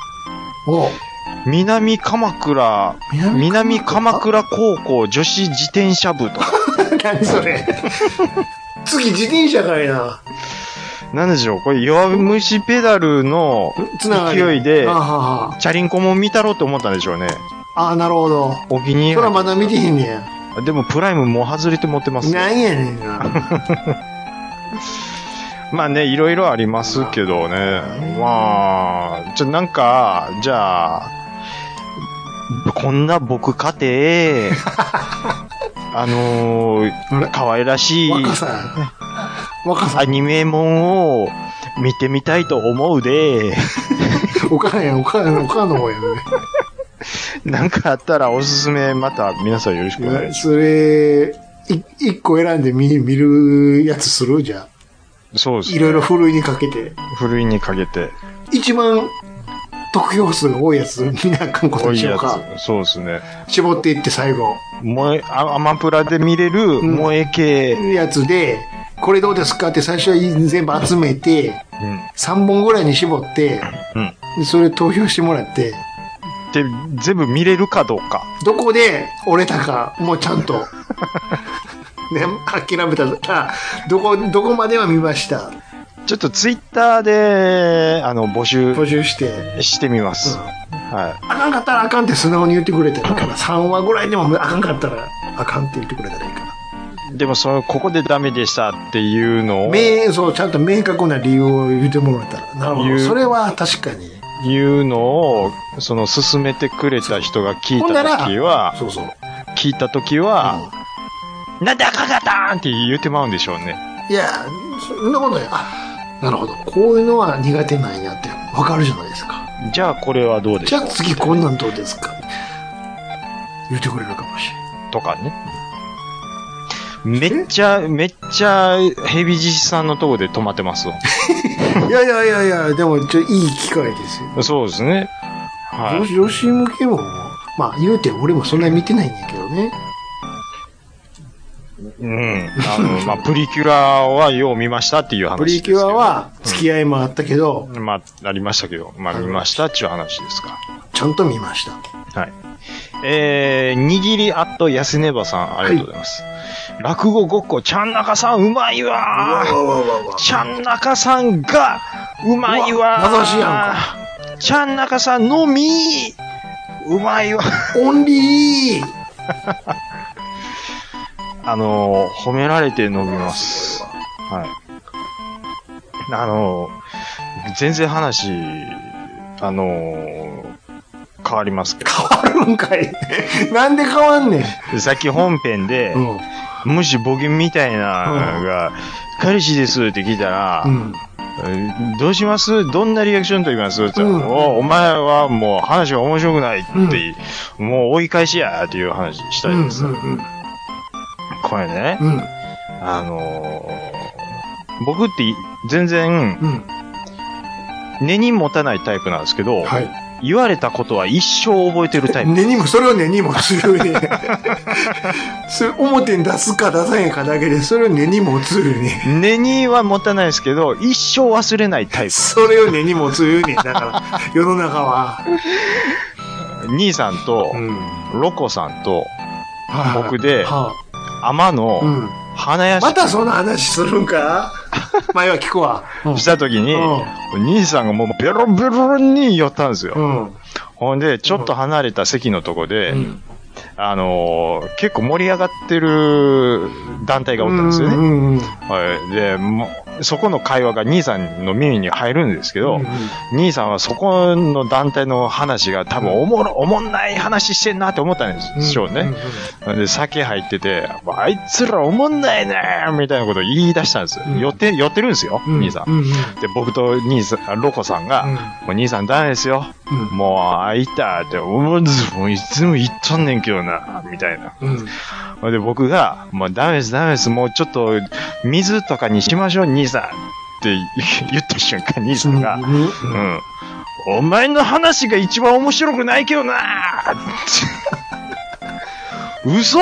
南鎌倉高校女子自転車部とか。 何それ。次自転車かいな。 なんでしょう、これ弱虫ペダルの勢いで、チャリンコも見たろうって思ったんでしょうね。 なるほど。 お気に入り。 それはまだ見てへんねや。 でもプライムもう外れて持ってます。 なんやねんな。 まあね、いろいろありますけどね。なんか、じゃあ、こんな僕家庭、可愛らしい、アニメもんを見てみたいと思うで、 おかんの方やね。 なんかあったらおすすめまた皆さんよろしくお願いします。 それ、一個選んで見るやつする？じゃあ。 そうですね。 いろいろふるいにかけて。一番得票数が多いやつ見なあかんことにしようか。 そうですね。 絞っていって最後。 アマプラで見れる萌え系。 やつで、これどうですかって最初は全部集めて、 3本ぐらいに絞って、でそれ投票してもらって、 で、全部見れるかどうか。 どこで折れたか、もうちゃんと、ね、諦めたら、どこまでは見ました。 ちょっとツイッターで、募集してみます。はい。 あかんかったらあかんって素直に言ってくれたらいいから、3話ぐらいでもあかんかったらあかんって言ってくれたらいいから。 でもここでダメでしたっていうのを。 そう、ちゃんと明確な理由を言ってもらったら。なるほど。それは確かに。 いうのを、進めてくれた人が聞いたときは、聞いたときは、なんであかんかったんって言ってまうんでしょうね。 いや、そんなことない。なるほど。こういうのは苦手なんやってわかるじゃないですか。 じゃあこれはどうでしょう。 じゃあ次こんなんどうですか。言ってくれるかもしれん。 とかね。めっちゃ、ヘビジさんのとこで止まってますわ。 いや、でもいい機会ですよ。 そうですね。 はい。女子向けも、まあ言うて俺もそんなに見てないんやけどね。 まあ、プリキュラはよう見ましたっていう話ですけど。 プリキュラは付き合いもあったけど。 まあ、ありましたけど、まあ見ましたっていう話ですか。 ちゃんと見ました。 はい。にぎりやすねばさん、ありがとうございます。落語ごっこ、ちゃんなかさんうまいわー。ちゃんなかさんがうまいわー。 名指しやんか。 ちゃんなかさんのみうまいわ。 オンリー褒められて飲みます。はい。全然話、変わりますけど。 変わるんかいなんで変わんねん。さっき本編で、もしボケみたいなのが、彼氏ですって聞いたら、どうします？どんなリアクション取ります？って言ったら、お前はもう話が面白くないって、もう追い返しやっていう話したいです。これね、僕って全然、根に持たないタイプなんですけど、言われたことは一生覚えてるタイプ。 それを根に持つよね。それ表に出すか出さへんかだけで、それを根に持つよね。 根には持たないですけど、一生忘れないタイプ。 それを根に持つよね。だから、世の中は。 兄さんと、ロコさんと、僕で、天の、花屋敷。 またその話するんか前は聞くわ。 したときに、兄さんがもうベロベロに寄ったんですよ。ほんで、ちょっと離れた席のとこで、結構盛り上がってる団体がおったんですよね。で、そこの会話が兄さんの耳に入るんですけど、兄さんはそこの団体の話が多分おもんない話してんなって思ったんでしょうね。で、酒入ってて、あいつらおもんないねーみたいなことを言い出したんですよ。寄ってるんですよ、兄さん。で、僕とロコさんが、もう兄さんダメですよ。もう、いたって、もういつも言っとんねんけどな、みたいな。で、僕が、もうダメです、もうちょっと、水とかにしましょう、兄さんって言った瞬間、兄さんが、お前の話が一番面白くないけどな嘘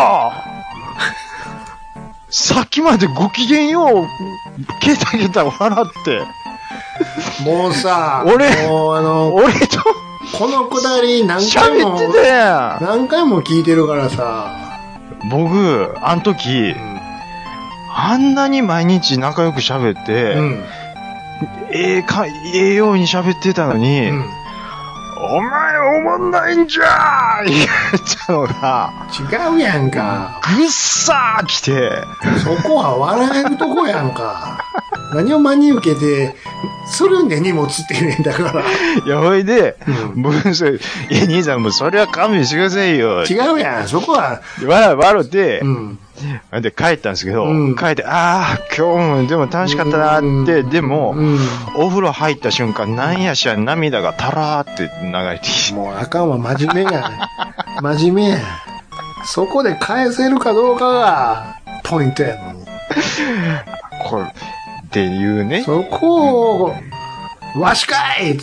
さっきまでご機嫌よう、ケタケタ笑って。 もうさ、 俺と、 このくだり何回も聞いてるからさ。 僕、あの時、あんなに毎日仲良く喋って、ええように喋ってたのに、お前おもんないんじゃー言ったのが、 違うやんか。 ぐっさー来て。 そこは笑えるとこやんか。何を真に受けて、それを根に持つって言うねんだから。 いや、ほいで、僕、兄さんもそれは勘弁してくださいよ。 違うやん、そこは。 笑って、で、帰ったんですけど、帰って、今日もでも楽しかったなって、でも、お風呂入った瞬間、なんやしら涙がたらーって流れてきて。 もうあかんわ、真面目や。真面目や。そこで返せるかどうかが、ポイントやのに。 これ、っていうね。 そこを、わしかい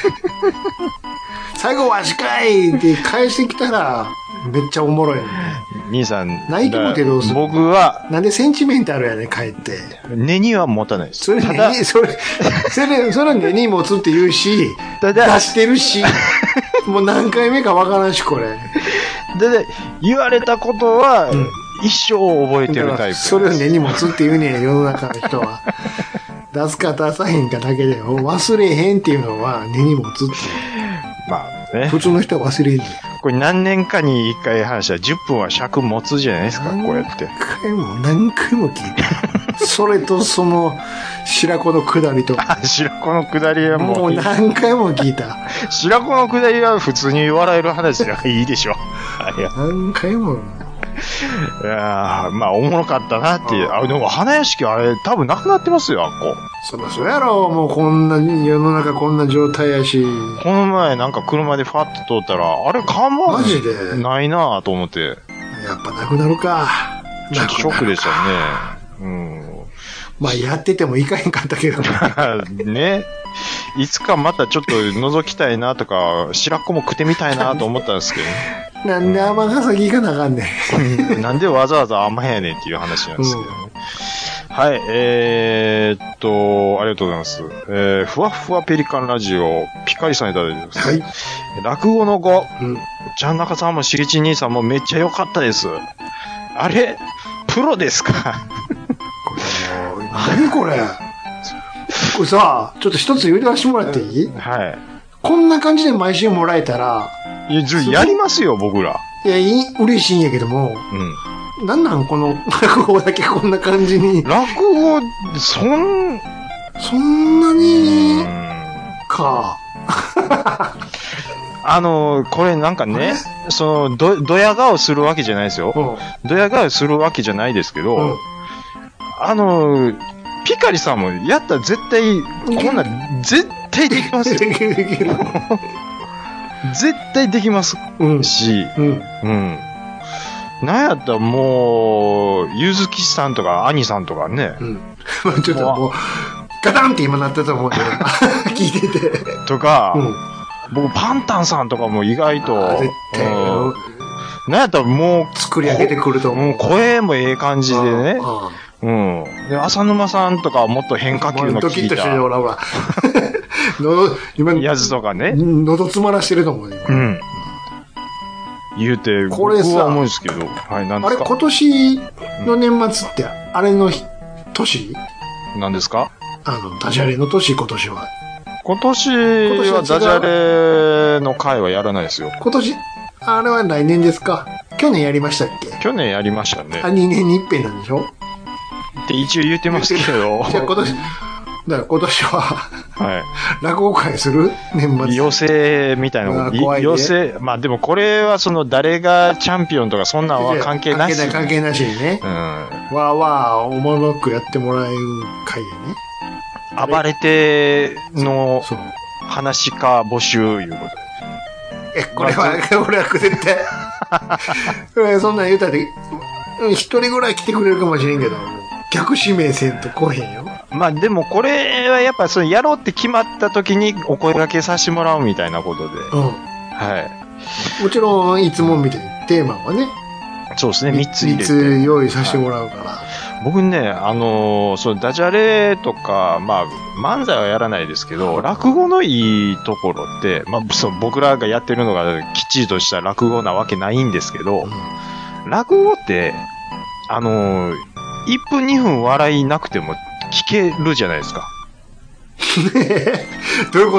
最後わしかいって返してきたら、めっちゃおもろい、ね。 兄さん。 泣いてもてどうする？ 僕は。 なんでセンチメンタルやねん、帰って。 根には持たないです。 それ根に持つって言うし、出してるし、もう何回目かわからんし、これ。 で、言われたことは、一生覚えてるタイプ。 それを根に持つって言うねん、世の中の人は。出すか出さへんかだけで、忘れへんっていうのは根に持つっていう。 まあね。 普通の人は忘れんねん。 これ何年かに一回話したら10分は尺持つじゃないですか、こうやって。 何回も聞いた。それとその、白子の下りと。 白子の下りはもう何回も聞いた。 白子の下りは普通に笑える話じゃいいでしょ。 何回も。 いやまあ、おもろかったなっていう。でも、花屋敷あれ、多分なくなってますよ、 そうやろ、もうこんな、世の中こんな状態やし。 この前なんか車でファッと通ったら、あれ、看板マジでないなぁと思って。 やっぱなくなるか。 ちょっとショックでしたね。 まあ、やっててもいかへんかったけどね。いつかまたちょっと覗きたいなとか、白子も食ってみたいなと思ったんですけどね。 なんで尼崎行かなあかんねん。なんでわざわざ甘やねんっていう話なんですけどね。はい、ありがとうございます。ふわふわペリカンラジオ、ピカリさんいただいてます。はい。落語の語、ちゃん中さんもしげち兄さんもめっちゃ良かったです。あれプロですか？ 何これこれさ、ちょっと一つ言うてわしてもらっていい？ はい。 こんな感じで毎週もらえたら、 やりますよ、僕ら。 いや、嬉しいんやけども、なんなんこの落語だけこんな感じに。 落語、そんなに、か。 これなんかね、ドヤ顔するわけじゃないですよ。ドヤ顔するわけじゃないですけど、ピカリさんもやったら絶対、こんな、絶対できますよ。絶対できますし、なんやったらもう、ゆずきさんとか、兄さんとかね。 ちょっともう、ガタンって今なったと思うけど、聞いてて。 とか、僕、パンタンさんとかも意外と、 絶対。 なんやったらもう、 作り上げてくると思う。 もう声もええ感じでね。で、浅沼さんとかはもっと変化球の効いた。ドキッとしてるよ、ほら。今、やつとかね。 喉詰まらしてると思うね。 言うて、 これさ、 僕は思うんですけど、はい、なんですか？ あれ、今年の年末って、あれの年？ 何ですか？ ダジャレの年、今年は。 今年はダジャレの回はやらないですよ。 今年、あれは来年ですか？去年やりましたっけ？ 去年やりましたね。 2年に一遍なんでしょ？ って一応言ってますけど。 じゃあ今年は、 はい。 落語会する？年末。 寄席みたいな。寄席、まあでもこれは誰がチャンピオンとかそんなんは関係なし。 関係なしにね。わーわーおもろくやってもらえる会でね。 暴れての話か募集いうことで。 これは絶対。そんなん言うたら、一人ぐらい来てくれるかもしれんけど、逆指名せんと来へんよ。 まあでもこれはやっぱやろうって決まった時にお声掛けさせてもらうみたいなことで。はい。 もちろんいつもみたいにテーマはね。 そうですね、3つ入れて。 3つ用意させてもらうから。 僕ね、ダジャレとか、まあ、漫才はやらないですけど、落語のいいところって、まあ、僕らがやってるのがきっちりとした落語なわけないんですけど、落語って、1分2分笑いなくても聞けるじゃないですか。 どういうこと？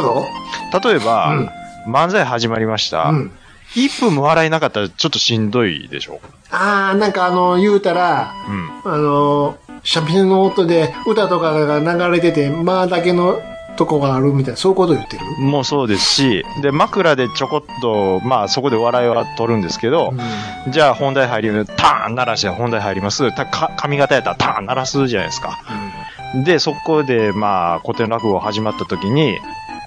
例えば、漫才始まりました。1分も笑いなかったらちょっとしんどいでしょ。 なんか言うたら、三味線の音で歌とかが流れてて、まあだけのとこがあるみたいな、そういうこと言ってる？ もうそうですし、で、枕でちょこっと、まあそこで笑いは取るんですけど、じゃあ本題入ります。ターン鳴らして本題入ります。髪型やったらターン鳴らすじゃないですか。で、そこで、まあ古典落語始まった時に、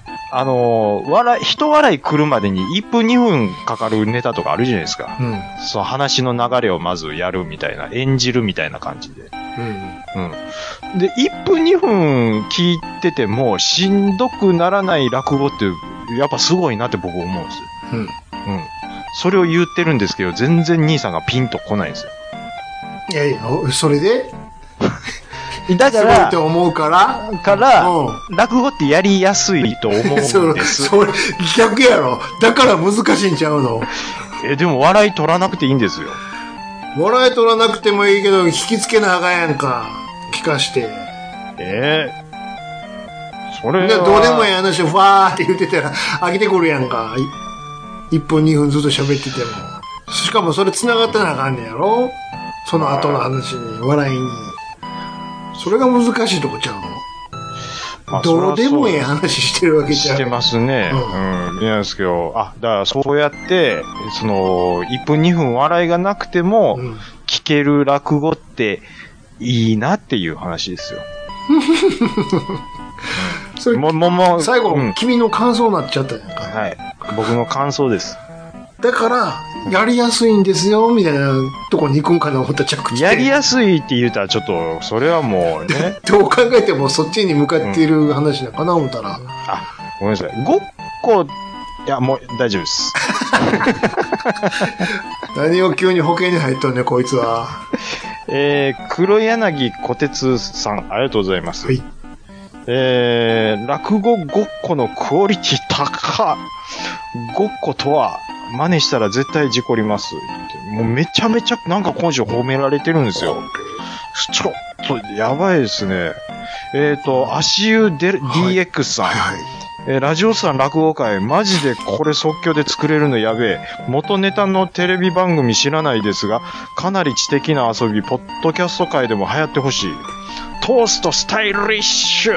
人笑い来るまでに1分2分かかるネタとかあるじゃないですか。そう、話の流れをまずやるみたいな、演じるみたいな感じで。で、1分2分聞いててもしんどくならない落語って、やっぱすごいなって僕思うんですよ。 それを言ってるんですけど、全然兄さんがピンと来ないんですよ。 いやいや、それでだから、 すごいと思うから、 落語ってやりやすいと思うんです。 それ、逆やろ。だから難しいんちゃうの。 でも笑い取らなくていいんですよ。 笑い取らなくてもいいけど、引きつけなあかんやんか。聞かして。 それは。 どうでもいい話をファーって言ってたら、飽きてくるやんか。1分2分ずっと喋ってても。しかもそれ繋がってなあかんねやろ。その後の話に、笑いに。それが難しいとこちゃうの。まあ、どうでもいい話してるわけじゃん。 してますね。いやですけど、だからそうやって、1分2分笑いがなくても、聞ける落語っていいなっていう話ですよ。 それ最後、君の感想になっちゃったじゃんか。 はい。僕の感想です。 だから、やりやすいんですよ、みたいなとこに行くんかな思った着地。 やりやすいって言うたらちょっと、それはもうね。 どう考えてもそっちに向かっている話なのかな思ったら。 ごめんなさい。5個、いや、もう大丈夫です。 何を急に保険に入っとんね、こいつは。 黒柳小鉄さん、ありがとうございます。はい。落語ごっこのクオリティ高っ。ごっことは、真似したら絶対事故ります。もうめちゃめちゃなんか今週褒められてるんですよ。ちょっとやばいですね。足湯DX さん。はいはい、ラジオさん落語会、マジでこれ即興で作れるのやべえ。元ネタのテレビ番組知らないですが、かなり知的な遊び、ポッドキャスト界でも流行ってほしい。トーストスタイリッシ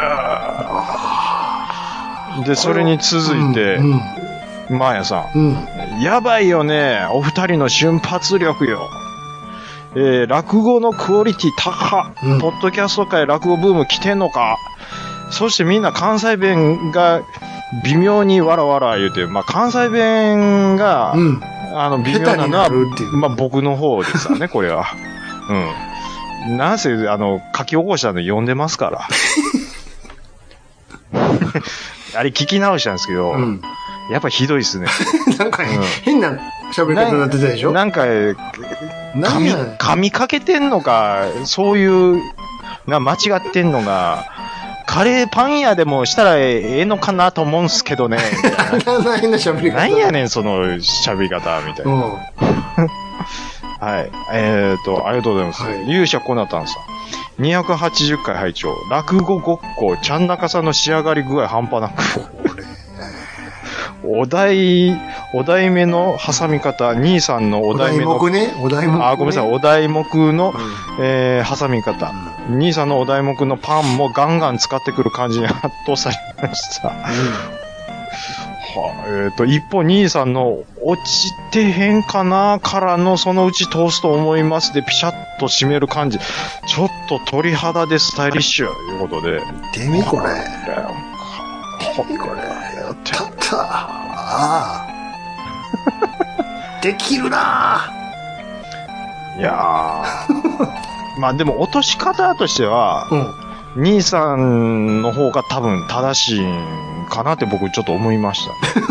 ュで、それに続いて、マーヤさん、やばいよね。お二人の瞬発力よ。落語のクオリティ高っ。ポッドキャスト界落語ブーム来てんのか。そしてみんな関西弁が微妙にわらわら言うて、まあ、関西弁が、微妙なのは、まあ、僕の方ですよね、これは。なんせ、書き起こしたの読んでますから。あれ聞き直したんですけど、やっぱひどいっすね。 なんか、変な喋り方になってたでしょ？ なんか、噛みかけてんのか、そういう、間違ってんのが、カレーパン屋でもしたらええのかなと思うんすけどね。 変な喋り方。 なんやねん、その喋り方、みたいな。はい。ありがとうございます。勇者コナタンさん。280回拝聴。落語ごっこ、ちゃん中さんの仕上がり具合半端なく。お題目の挟み方、兄さんのお題目の。 お題目ね。 ごめんなさい。お題目の、挟み方。兄さんのお題目のパンもガンガン使ってくる感じに圧倒されました。一方、兄さんの落ちてへんかなからのそのうち通すと思いますでピシャッと締める感じ。ちょっと鳥肌でスタイリッシュということで。 見てみこれ。見これ。やったった。できるないやー。まあでも落とし方としては、兄さんの方が多分正しいんかなって僕ちょっと思いました。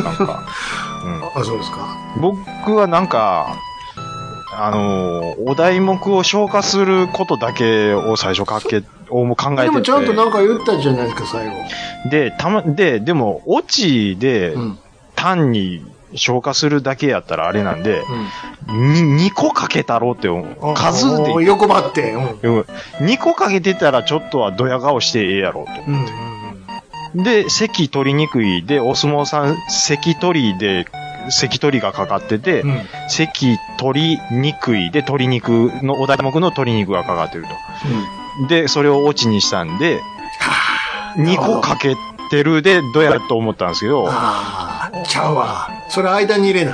なんか。 そうですか。 僕はなんか、お題目を消化することだけを最初考えてて。 でもちゃんとなんか言ったじゃないですか、最後。 でも、オチで、単に消化するだけやったらあれなんで、2個かけたろうって思う。数で。 横ばって。 2個かけてたらちょっとはドヤ顔してええやろうと思って。で、席取りにくいで、お相撲さん、席取りがかかってて、席取りにくいで、鶏肉の、お題目の鶏肉がかかってると。で、それをオチにしたんで、2個かけてるで、どうやると思ったんですけど。 ちゃうわ。それ間に入れない。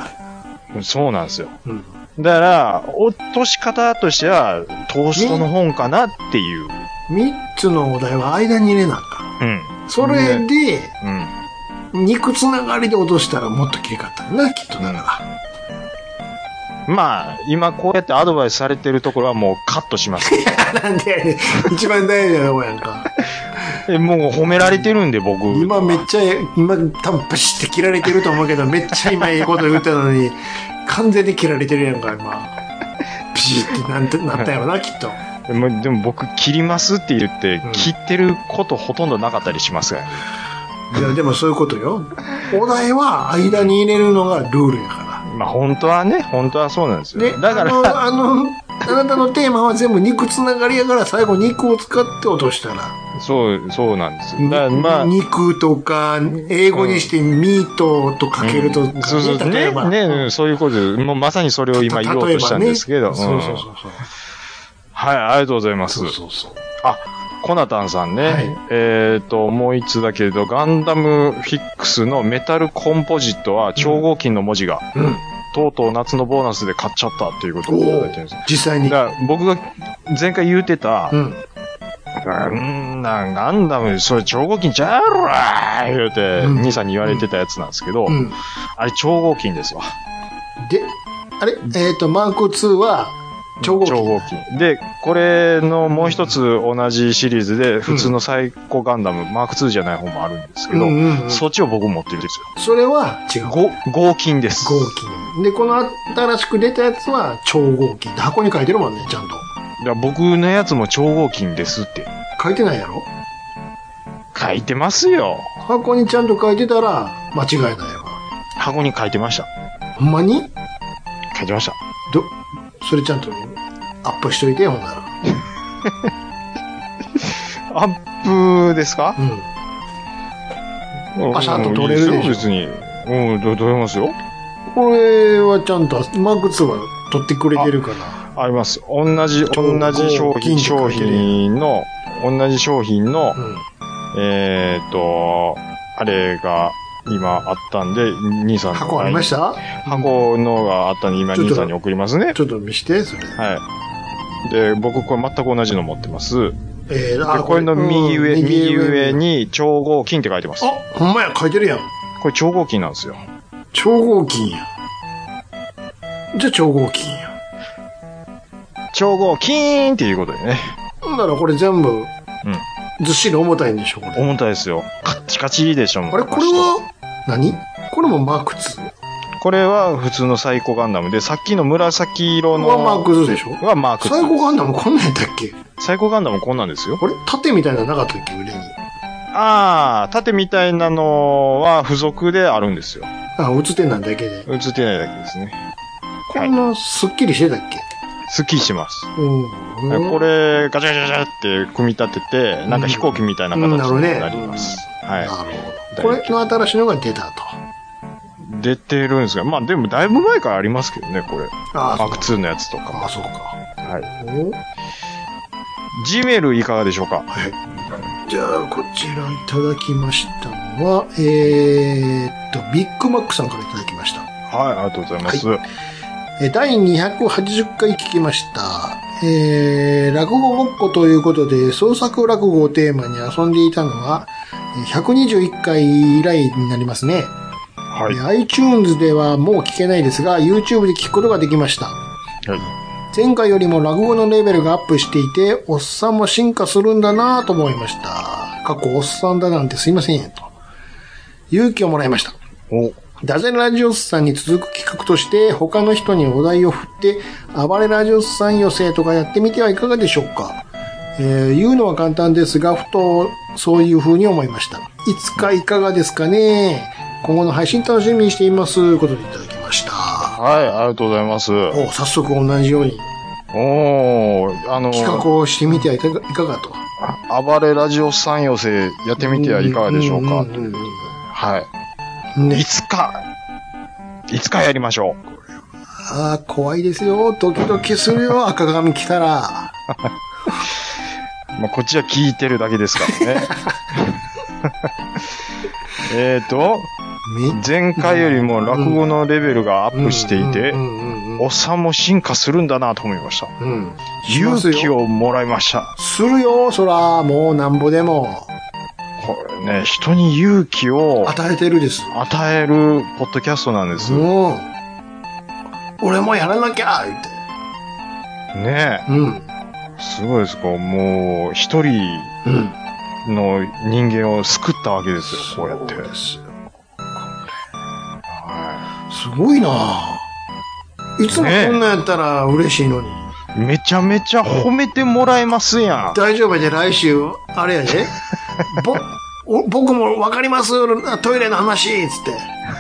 そうなんですよ。だから、落とし方としては、トーストの本かなっていう。 3つのお題は間に入れなあかん。それで、肉つながりで落としたらもっときれかったな、きっとだから。 まあ、今こうやってアドバイスされてるところはもうカットします。 いや、なんでやねん。一番大事なとこやんか。 もう褒められてるんで、僕。 今めっちゃ、多分バシって切られてると思うけど、めっちゃ今いいこと言ったのに、 完全に切られてるやんか、今。ピシってなったやろな、きっと。 でも僕、切りますって言って、切ってることほとんどなかったりしますが。 いや、でもそういうことよ。お題は間に入れるのがルールやから。 まあ本当はそうなんですよ。 で、だから、あなたのテーマは全部肉つながりやから最後肉を使って落としたら。 そうなんですよ。だからまあ。 肉とか、英語にしてミートとかけるとか、 そうね、そういうことで、もうまさにそれを今言おうとしたんですけど。そう。はい、ありがとうございます。そう。あ、コナタンさんね。はい、もう一つだけど、ガンダムフィックスのメタルコンポジットは超合金の文字が、とうとう夏のボーナスで買っちゃったっていうことを言われてるんですよ。 実際に。 だから僕が前回言うてた、ガンダム、それ超合金ちゃうろー言うて、兄さんに言われてたやつなんですけど、あれ超合金ですわ。 で、あれマーク2は、超合金。で、これのもう一つ同じシリーズで、普通のサイコガンダム、マーク2じゃない方もあるんですけど、そっちを僕持ってるんですよ。 それは違う。 合金です。 合金。で、この新しく出たやつは超合金。箱に書いてるもんね、ちゃんと。 いや、僕のやつも超合金ですって。 書いてないやろ？ 書いてますよ。 箱にちゃんと書いてたら、間違いないわ。 箱に書いてました。 ほんまに？ 書いてました。 それちゃんとアップしといてよ、ほんなら。 アップですか？ パシャッと撮れるでしょ。 別に。撮れますよ。 これはちゃんと、マーク2は撮ってくれてるから。 あります。同じ商品の、あれが今あったんで、兄さんの。 箱ありました？ 箱のがあったんで、今兄さんに送りますね。 ちょっと見して、それ。 はい。で、僕これ全く同じの持ってます。で、これの右上に超合金って書いてます。 あ、ほんまや、書いてるやん。 これ超合金なんですよ。 超合金や。じゃあ超合金や。 超合金っていうことでね。 ほんならこれ全部、ずっしり重たいんでしょ、これ。 重たいですよ。カッチカチでしょ。 あれ、これは何？これもマーク 2？ これは普通のサイコガンダムで、さっきの紫色の。 はマーク2でしょ？ はマーク2。 サイコガンダムこんなんやったっけ？ サイコガンダムこんなんですよ。 これ盾みたいなのなかったっけ、腕に。 盾みたいなのは付属であるんですよ。 映ってないだけで。 映ってないだけですね。 こんなスッキリしてたっけ？ スッキリします。これ、ガチャガチャガチャって組み立てて、なんか飛行機みたいな形になります。はい。 なるほど。これの新しいのが出たと。 出てるんですが、まあでもだいぶ前からありますけどね、これ。マーク2のやつとか。 あ、そうか。 はい。G メールいかがでしょうか？ はい。じゃあ、こちらいただきましたのは、ビッグマックさんからいただきました。 はい、ありがとうございます。 はい、第280回聞きました。落語ごっこということで、創作落語をテーマに遊んでいたのは、121回以来になりますね。 はい。 iTunes ではもう聞けないですが、YouTube で聞くことができました。 はい。 前回よりも落語のレベルがアップしていて、おっさんも進化するんだなぁと思いました。過去おっさんだなんてすいませんと。勇気をもらいました。ダゼラジオスさんに続く企画として、他の人にお題を振って、暴れラジオスさん寄せとかやってみてはいかがでしょうか。言うのは簡単ですが、ふとそういう風に思いました。いつかいかがですかね。今後の配信楽しみにしています。ということでいただきました。 はい、ありがとうございます。 早速同じように。企画をしてみてはいかがと。 暴れラジオさん寄せやってみてはいかがでしょうか。はい。ね、いつかやりましょう。 怖いですよ。ドキドキするよ。赤髪来たら。 まあ、こっちは聞いてるだけですからね。前回よりも落語のレベルがアップしていて、おっさんも進化するんだなと思いました。勇気をもらいました。 するよ、そら、もうなんぼでも。 これね、人に勇気を与えてるです。 与えるポッドキャストなんです。 俺もやらなきゃ言って。 ねえ。すごいです。もう、一人の人間を救ったわけですよ、こうやって。 そうですよ。すごいなぁ。 いつもこんなんやったら嬉しいのに。 めちゃめちゃ褒めてもらえますやん。 大丈夫で来週、あれやで。僕もわかります、トイレの話、つって。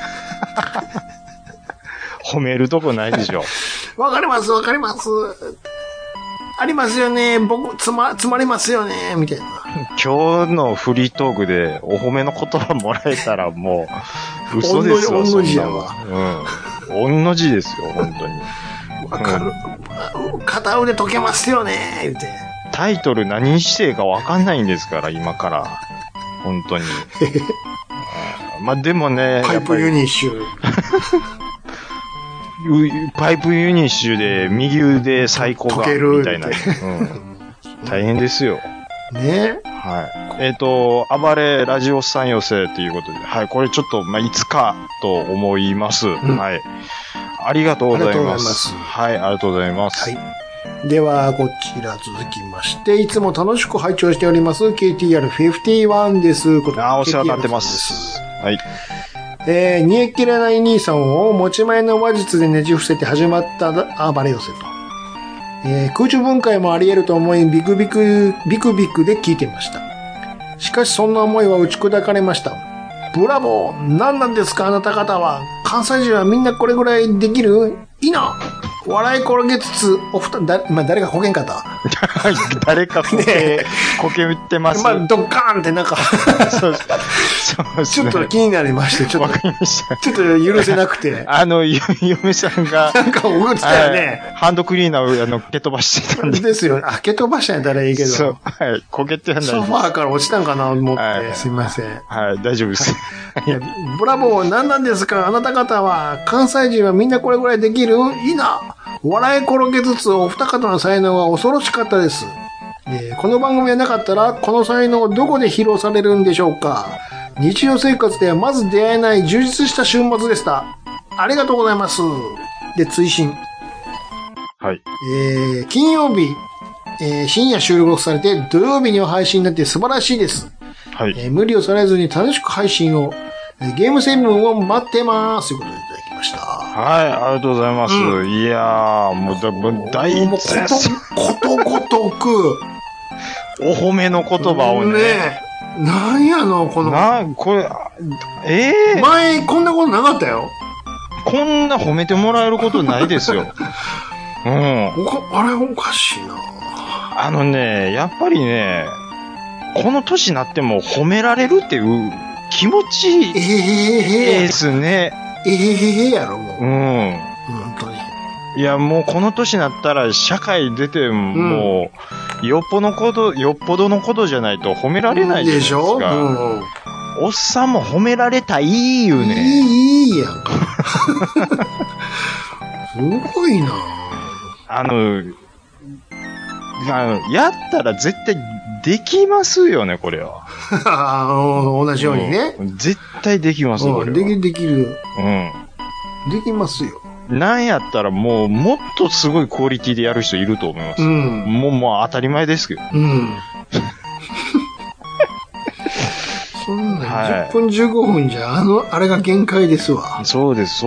褒めるとこないでしょ。 わかります、わかります。ありますよね。僕、つまりますよね。みたいな。 今日のフリートークでお褒めの言葉もらえたらもう、嘘ですよ。 おんの字やわ。 うん。おんの字ですよ、本当に。 わかる。片腕溶けますよね。言うて。 タイトル何にしていいかわかんないんですから、今から。本当に。まあ、でもね。 パイプユニッシュ。 パイプユニッシュで右腕最高がみたいな、大変ですよ。 ね。 はい。暴れラジオさん寄せということで、はい。これちょっと、いつかと思います。はい。ありがとうございます。はい、ありがとうございます。 はい。では、こちら続きまして、いつも楽しく拝聴しております、KTR51 です。 お世話になってます。はい。 煮え切れない兄さんを持ち前の話術でねじ伏せて始まった暴れ寄せと。空中分解もあり得ると思い、ビクビクで聞いていました。しかしそんな思いは打ち砕かれました。ブラボー！何なんですかあなた方は。関西人はみんなこれぐらいできる？いいな！笑い転げつつ、誰かこけんかった誰かこけてます。 ドッカーンってなんかそうちょっと気になりまして、ちょっと許せなくて。 嫁さんが、 なんか怒ってたよね。 ハンドクリーナーを蹴飛ばしてたんで。 ですよ。蹴飛ばしたんやったらいいけど。 そう。はい。こけてはないです。 ソファーから落ちたんかなと思って、すいません。 はい、大丈夫です。 ブラボー、何なんですかあなた方は。関西人はみんなこれぐらいできる？いいな。笑い転げつつお二方の才能は恐ろしかったです。この番組がなかったら、この才能をどこで披露されるんでしょうか。日常生活ではまず出会えない充実した週末でした。ありがとうございます。で、追伸。 はい。 金曜日、深夜収録されて土曜日には配信になって素晴らしいです。 はい。 無理をされずに楽しく配信を、ゲーム7を待ってます。ということでいただきました。 はい、ありがとうございます。いやー、もう大ことごとく、 お褒めの言葉をね。 なんやの、この。 これ、 前、こんなことなかったよ。 こんな褒めてもらえることないですよ。うん。 あれおかしいな。 やっぱりね、この年になっても褒められるっていう気持ちですね。 やろ、もう。 うん。 本当に。 いや、もうこの年になったら社会出ても、よっぽどのことじゃないと褒められないじゃないですか。でしょ？おっさんも褒められたいよね。 いいやんか。すごいな。 やったら絶対できますよね、これは。 同じようにね。 絶対できますよ、これは。 できる。できますよ。 なんやったらもっとすごいクオリティでやる人いると思います。もう当たり前ですけど。 そんな10分15分じゃ、あれが限界ですわ。 そうです。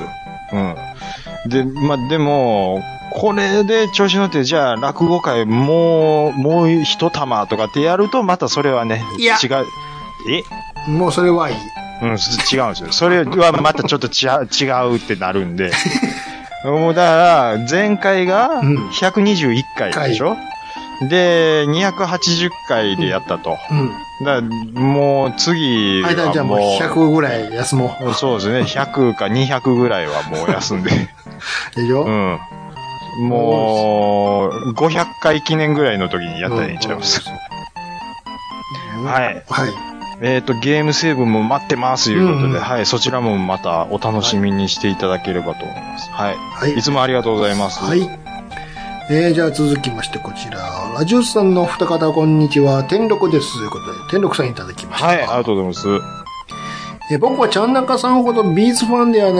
で、でも、これで調子乗って、じゃあ落語会もう一玉とかってやると、またそれはね、違う。 もうそれはいい。 違うんですよ。それはまたちょっと違うってなるんで。もうだから、前回が121回でしょ、で、280回でやったと。だからもう次はもう。じゃあもう 100ぐらい休もう。 そうですね。100か200ぐらいはもう休んで。 でしょ？ もう、500回記念ぐらいの時にやったらいいんちゃいます。はい。ゲームセーブも待ってますということで、はい。そちらもまたお楽しみにしていただければと思います。はい。いつもありがとうございます。 はい。じゃあ続きましてこちら。ラジオスさんの二方こんにちは。天禄です。ということで、天禄さんいただきました。 はい。ありがとうございます。 僕はちゃんなかさんほどビーズファンで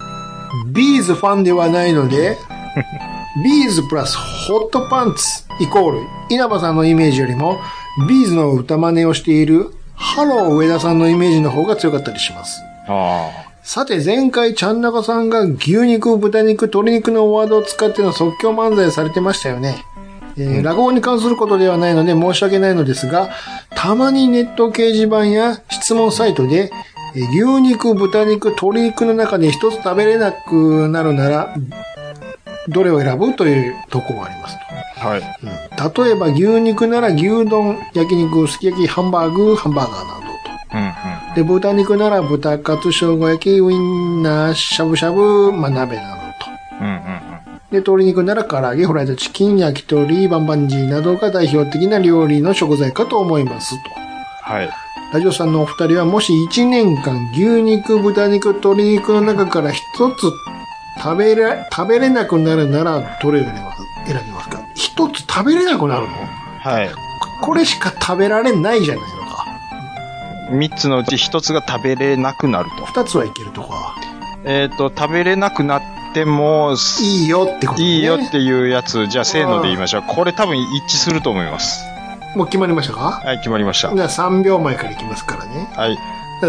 はないので、ビーズプラスホットパンツイコール稲葉さんのイメージよりもビーズの歌真似をしているハロー上田さんのイメージの方が強かったりします。 さて、前回、ちゃんなかさんが牛肉、豚肉、鶏肉のワードを使っての即興漫才されてましたよね。落語に関することではないので申し訳ないのですが、たまにネット掲示板や質問サイトで、牛肉、豚肉、鶏肉の中で一つ食べれなくなるなら、どれを選ぶという投稿がありますと。 はい。 例えば牛肉なら牛丼、焼肉、すき焼き、ハンバーガーなどと。で、豚肉なら豚カツ、生姜焼き、ウインナー、しゃぶしゃぶ、鍋などと。で、鶏肉なら唐揚げ、フライドチキン、焼き鳥、バンバンジーなどが代表的な料理の食材かと思いますと。 はい。 ラジオさんのお二人はもし1年間牛肉、豚肉、鶏肉の中から一つ食べれなくなるならどれを選びますか？一つ食べれなくなるの？ はい。 これしか食べられないじゃないのか。 3つのうち1つが食べれなくなると。 2つはいけるとか。 食べれなくなってもいいよってことね。 いいよっていうやつ、じゃあせーので言いましょう。これ多分一致すると思います。 もう決まりましたか？ はい、決まりました。 じゃあ3秒前からいきますからね。 はい。 じゃあ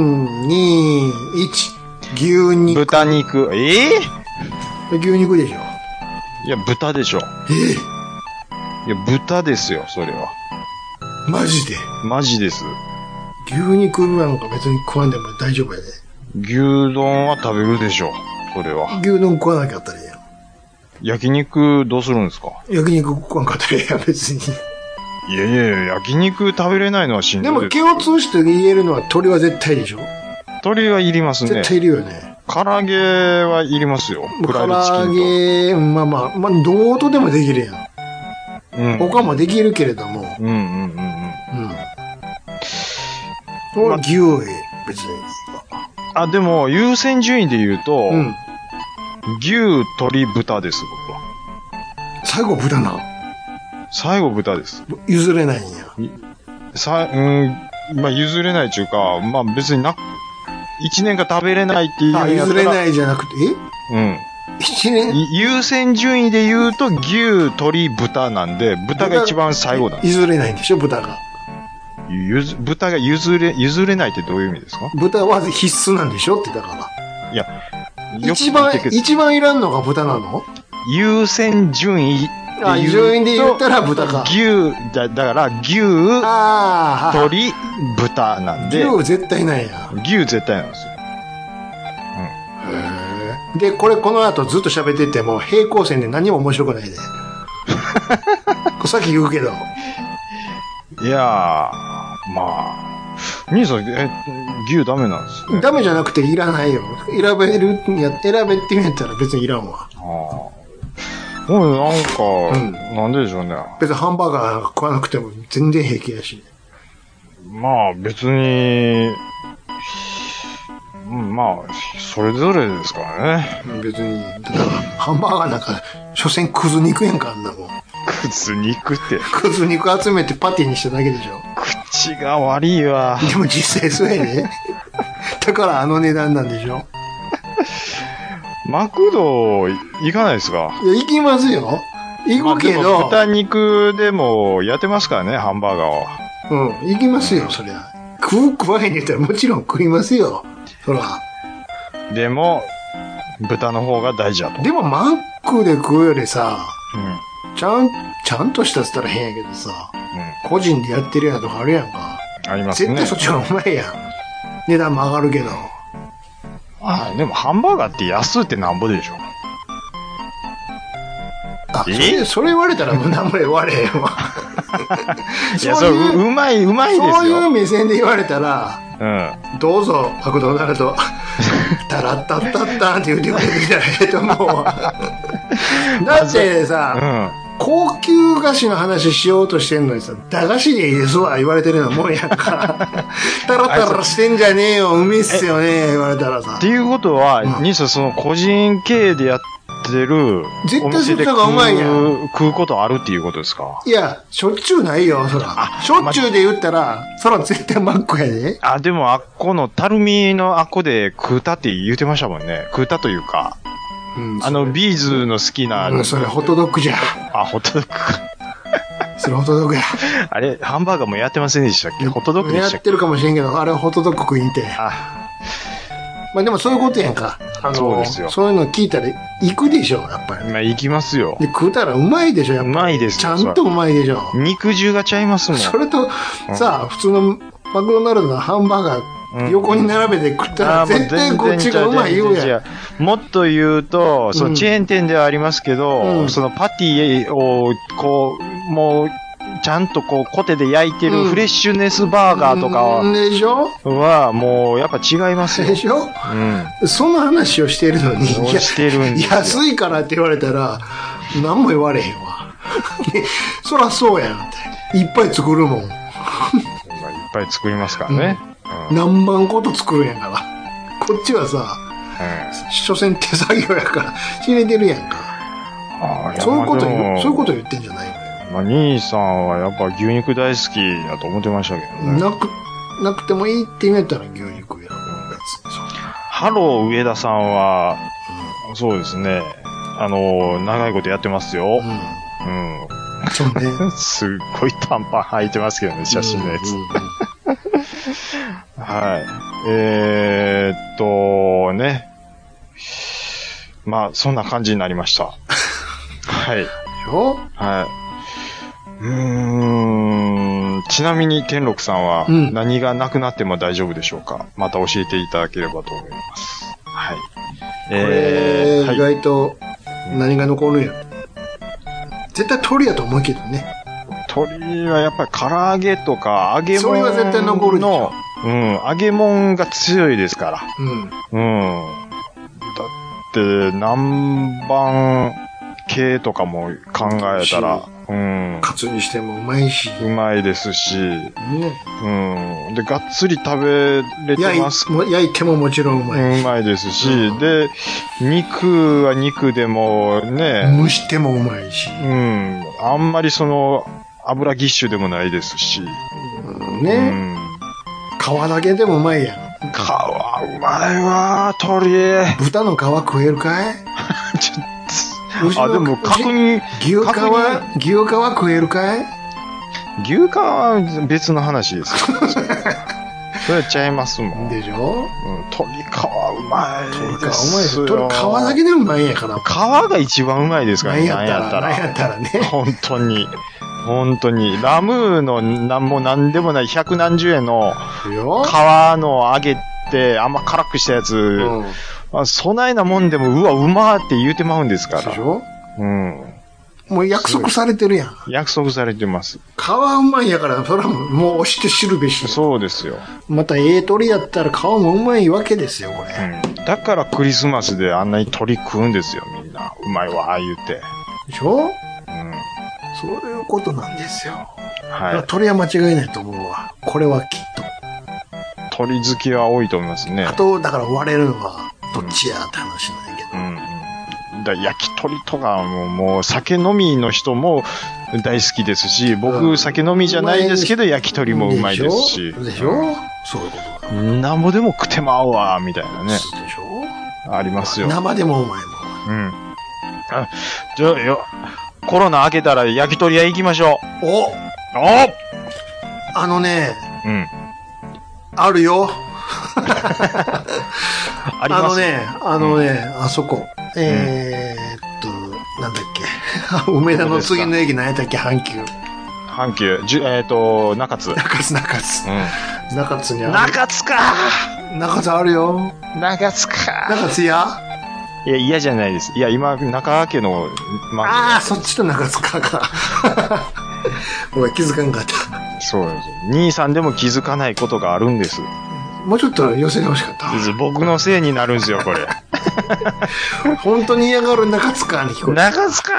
3、2、1。牛肉。 豚肉。 牛肉でしょ。 いや、豚でしょ。いや、豚ですよ、それは。 マジで？ マジです。 牛肉なんか別に食わんでも大丈夫やで。 牛丼は食べるでしょ、それは。 牛丼食わなきゃったらいいやん。 焼肉どうするんですか？ 焼肉食わんかったらいいやん、別に。 いや、焼肉食べれないのはしんどいです。 でも共通して言えるのは鶏は絶対でしょ？ 鶏はいりますね。 絶対いるよね。 唐揚げはいりますよ。 唐揚げ、まあ、どうとでもできるやん。他もできるけれども。俺、牛別に。 でも、優先順位で言うと、牛、鶏、豚です、僕は。 最後豚な。 最後豚です。 譲れないんや。 譲れないっていうか、別に1年間食べれないっていう。 譲れないじゃなくて、1年優先順位で言うと、牛、鶏、豚なんで、豚が一番最後なんです。 譲れないんでしょ、豚が。 豚が譲れないってどういう意味ですか？ 豚は必須なんでしょって、だから。 いや、 一番いらんのが豚なの？ 優先順位。 順位で言ったら豚か。 だから牛、鶏、豚なんで。 牛絶対ないや。 牛絶対なんですよ。 で、この後ずっと喋ってても平行線で何も面白くないで。さっき言うけど。 いや兄さん、牛ダメなんですね。 ダメじゃなくていらないよ。選べって言うんやったら別にいらんわ。 なんででしょうね。 別にハンバーガー食わなくても全然平気やし。 別に、それぞれですからね。 別に、ハンバーガーなんか、所詮くず肉やんか、あんなもん。 くず肉って。 くず肉集めてパティにしただけでしょ。 口が悪いわ。 でも実際そうやね。だからあの値段なんでしょ。 マクド行かないですか？ いや、行きますよ。行くけど。 豚肉でもやってますからね、ハンバーガーは。 行きますよ、そりゃ。食わへん言ったらもちろん食いますよ。そら。 でも、豚の方が大事だと。 でもマックで食うよりさ、ちゃんとしたっつったら変やけどさ、個人でやってるやんとかあるやんか。 ありますね。 絶対そっちがうまいやん。値段も上がるけど。 でもハンバーガーって安ってなんぼでしょ。 それ言われたらもう何も言われへんわ。 いや、うまいですよ。 そういう目線で言われたら、どうぞ、マクドナルド、タラッタッタッタンって言ってくれてきたらええと思うわ。だってさ、高級菓子の話しようとしてんのにさ、駄菓子でいいですわ、言われてるようなもんやんか。タラタラしてんじゃねえよ、うめえっすよね、言われたらさ。 っていうことは、兄さん、その個人経営でやってる、 絶対そっちがうまいやん。 食うことあるっていうことですか？ いや、しょっちゅうないよ、そら。しょっちゅうで言ったら、そら絶対マックやで。 でもあっこの、たるみのあっこで食うたって言うてましたもんね。食うたというか。ビーズの好きな。 それホットドッグじゃ。 ホットドッグか。 それホットドッグや。 あれ、ハンバーガーもやってませんでしたっけ？ホットドッグでしたっけ？ やってるかもしれんけど、あれホットドッグ食いにて。 まあでもそういうことやんか。 そうですよ。 そういうの聞いたら行くでしょ、やっぱり。 まあ行きますよ。 で、食うたらうまいでしょ、やっぱり。 うまいです。 ちゃんとうまいでしょ。 肉汁がちゃいますもん。 それと、さあ、普通のマクドナルドのハンバーガー、横に並べて食ったら絶対こっちがうまい言うやん。もっと言うと、そのチェーン店ではありますけど、そのパティを、こう、もう、ちゃんとこう、コテで焼いてるフレッシュネスバーガーとかは、 でしょは、もう、やっぱ違いますよ。 でしょその話をしてるのに、 してるんですよ。 安いからって言われたら、何も言われへんわ。そらそうやんって。いっぱい作るもん。いっぱい作りますからね。 何万個と作るんやから。こっちはさ、所詮手作業やから、知れてるやんか。そういうこと言ってんじゃないのよ。 まあ、兄さんはやっぱ牛肉大好きだと思ってましたけどね。 なくてもいいって言うんやったら牛肉やろ。 ハロー上田さんは、そうですね。長いことやってますよ。 そうね。 すっごい短パン履いてますけどね、写真のやつ。はい。ね。まあ、そんな感じになりました。はい。はい。ちなみに天禄さんは何がなくなっても大丈夫でしょうか？また教えていただければと思います。はい。 これ、意外と何が残るんや。絶対鳥やと思うけどね。 鳥はやっぱり唐揚げとか揚げ物の、それは絶対残るでしょ。 揚げ物が強いですから。だって南蛮系とかも考えたら、 カツにしてもうまいし。 うまいですし、で、がっつり食べれてます。 焼いてももちろんうまいし。 うまいですし、で、肉は肉でもね、 蒸してもうまいし。 あんまり油ぎっしゅでもないですし。 ね。皮だけでもうまいやん。 皮うまいわ、鳥。 豚の皮食えるかい？ ちょっと。でも確認。 牛皮食えるかい？ 牛皮は別の話ですよ。それちゃいますもん。 でしょ？ 鳥皮うまいですよ。 鳥皮だけでもうまいんやから。 皮が一番うまいですからね。 なんやったらね。 本当に。ラムーのもう何でもない百何十円の皮の揚げて甘辛くしたやつ、そないなもんでもうわ、うまーって言うてまうんですから。 でしょ？もう約束されてるやん。 約束されてます。 皮うまいやから、それはもう押して知るべし。 そうですよ。 また鳥やったら皮もうまいわけですよ、これ。 だからクリスマスであんなに鳥食うんですよ、みんな。うまいわ、言うて。 でしょ？そういうことなんですよ。はい。鳥は間違いないと思うわ。これはきっと。 鳥好きは多いと思いますね。 あと、だから割れるのはどっちやって話なんやけど。焼き鳥とかもう酒飲みの人も大好きですし、僕酒飲みじゃないですけど焼き鳥もうまいですし。 でしょ？そういうことだ。 なんぼでも食ってまうわ、みたいなね。 でしょ？ ありますよ。 生でもうまいもん。 コロナ明けたら焼き鳥屋行きましょう。 あるよ。 あります。 あそこ。なんだっけ。梅田の次の駅何やったっけ、阪急。 中津。 中津にある。 中津か中津あるよ。 中津か中津や？ いや、嫌じゃないです。いや、今、中家の、 そっちと中津か。ごめん、気づかんかった。 そうです。兄さんでも気づかないことがあるんです。 もうちょっと寄せてほしかった。 僕のせいになるんですよ、これ。 本当に嫌がる中津かに聞こえた。 中津か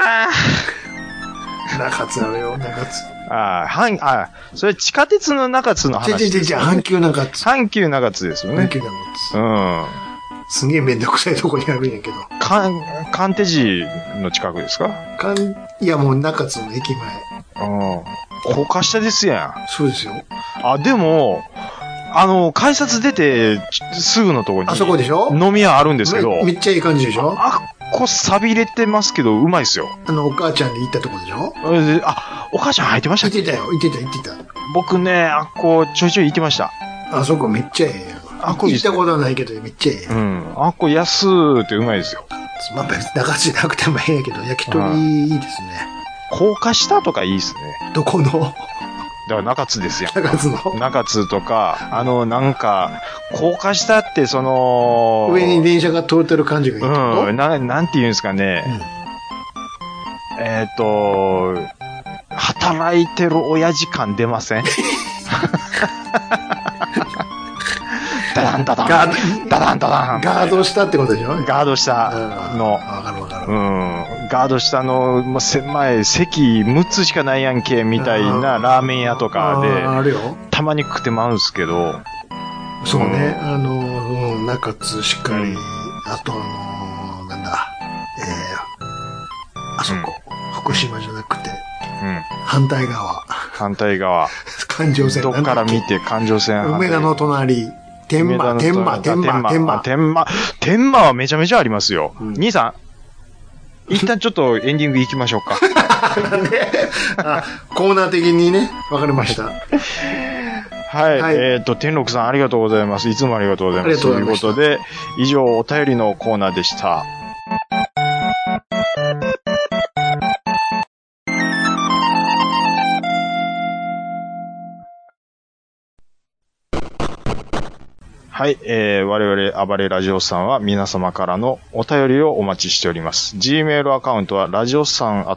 中津あるよ、中津。 それ地下鉄の中津の話。 阪急中津。 阪急中津ですよね。 阪急中津。すげえめんどくさいとこにあるんやけど。 関手寺の近くですか？ いや、もう中津の駅前。高架下ですやん。 そうですよ。 でも、改札出て、すぐのところに。 あそこでしょ？ 飲み屋あるんですけど。 めっちゃいい感じでしょ？ 錆びれてますけど、うまいっすよ。 お母ちゃんで行ったとこでしょ？ お母ちゃん入ってましたっけ？ 行ってた。 僕ね、ちょいちょい行ってました。 あそこめっちゃええやん。 あっこいい行ったことはないけど、めっちゃええ。 あっこ安ーってうまいですよ。 まあ別に中津じゃなくてもええんやけど、焼き鳥いいですね。 高架下とかいいですね。 どこの？ だから中津ですよ。 中津の中津とか、なんか、高架下ってその、 上に電車が通ってる感じがいいってこと？ なんて言うんですかね。働いてる親父感出ません？ダダンダダン。ダダンダダン。 ガード下ってことでしょ？ ガード下の。 わかる。 ガード下の、もう狭い席6つしかないやんけ、みたいなラーメン屋とかで、 あるよ。 たまに食ってまうんすけど。 そうね。中津しっかり、あとなんだ、あそこ、福島じゃなくて、反対側。環状線。 どっから見て環状線。 梅田の隣。天満はめちゃめちゃありますよ。兄さん、一旦ちょっとエンディング行きましょうか。 コーナー的にね、わかりました。 はい。天禄さんありがとうございます。いつもありがとうございます。ということで、以上お便りのコーナーでした。はい、我々暴れラジオさんは皆様からのお便りをお待ちしております。Gmail アカウントはラジオさん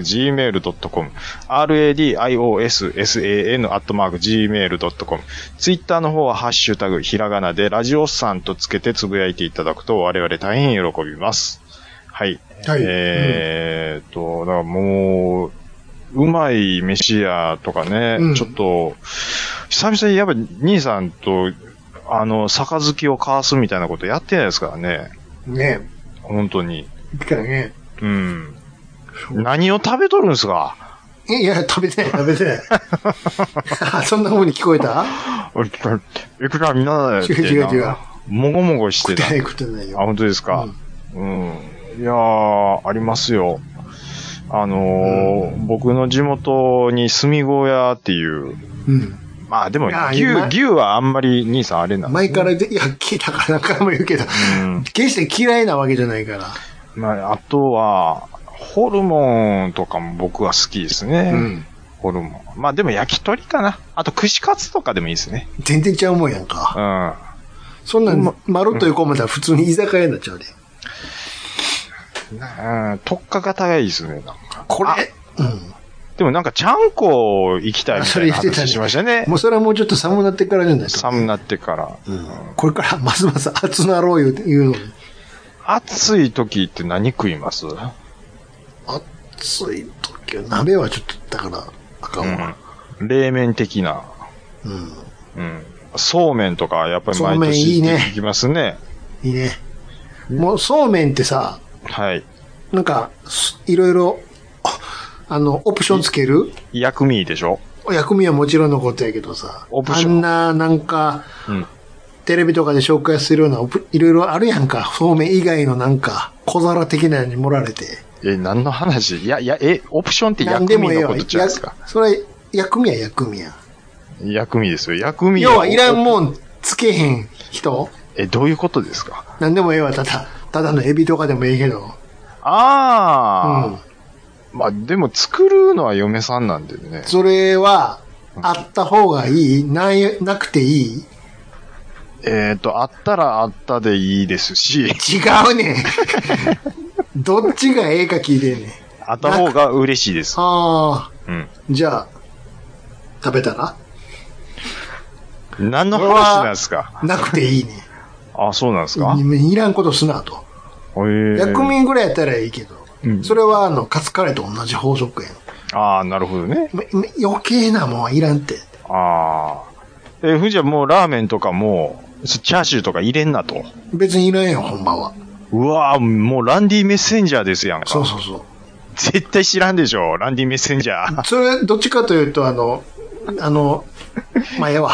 @gmail.com、radiossan@gmail.com、Twitter の方はハッシュタグひらがなでラジオさんとつけてつぶやいていただくと我々大変喜びます。はい。はい。だからもう、うまい飯屋とかね、ちょっと、久々にやっぱ兄さんと、杯を交わすみたいなことやってないですからね。 ねえ。 本当に。 だからね。 何を食べとるんですか？ いや、食べてない。そんな風に聞こえた？ いくらみんなで。違う。もごもごしてた。 食ってないよ。 あ、本当ですか？いやー、ありますよ。僕の地元に住小屋っていう、まあでも牛はあんまり兄さんあれなんですね。 前から聞いたから何回も言うけど、決して嫌いなわけじゃないから。 まあ、あとは、ホルモンとかも僕は好きですね。ホルモン。まあでも焼き鳥かな。あと串カツとかでもいいですね。 全然ちゃうもんやんか。そんなんまるっと横またら普通に居酒屋になっちゃうで。 特化型がいいですね。なんかこれ、 でもなんかちゃんこ行きたいみたいな話しましたね。 もうそれはもうちょっと寒なってからじゃないと。 寒なってから。 これからますます暑なろういうのに。 暑い時って何食います？ 暑い時は鍋はちょっとだからあかんわ。 冷麺的な。そうめんとかやっぱり毎年行きますね。 いいね。もうそうめんってさ、 はい。 なんかいろいろオプションつける？ 薬味でしょ？ 薬味はもちろんのことやけどさ、あんななんか、テレビとかで紹介するようないろいろあるやんか。そうめん以外のなんか小皿的なのに盛られて。 何の話？オプションって薬味のことちゃうんですか？ それ薬味や。薬味ですよ。薬味。 要はいらんもんつけへん人？ どういうことですか？ 何でもええわ。ただのエビとかでもええけど。 まあでも作るのは嫁さんなんでね。 それは、あった方がいい？なくていい？ あったらあったでいいですし。違うねん。どっちがええか聞いてんねん。 あった方が嬉しいです。 じゃあ、食べたら？ 何の話なんですか？ なくていいね。 そうなんですか？ いらんことすなと。薬味ぐらいやったらいいけど。それはカツカレーと同じ法則やん。 なるほどね。 余計なもんはいらんって。 ふじゃもうラーメンとかも、チャーシューとか入れんなと。 別にいらんよ、ほんまは。 うわもうランディメッセンジャーですやんか。 そう。 絶対知らんでしょ、ランディメッセンジャー。 それ、どっちかというと、まあ、ええわ。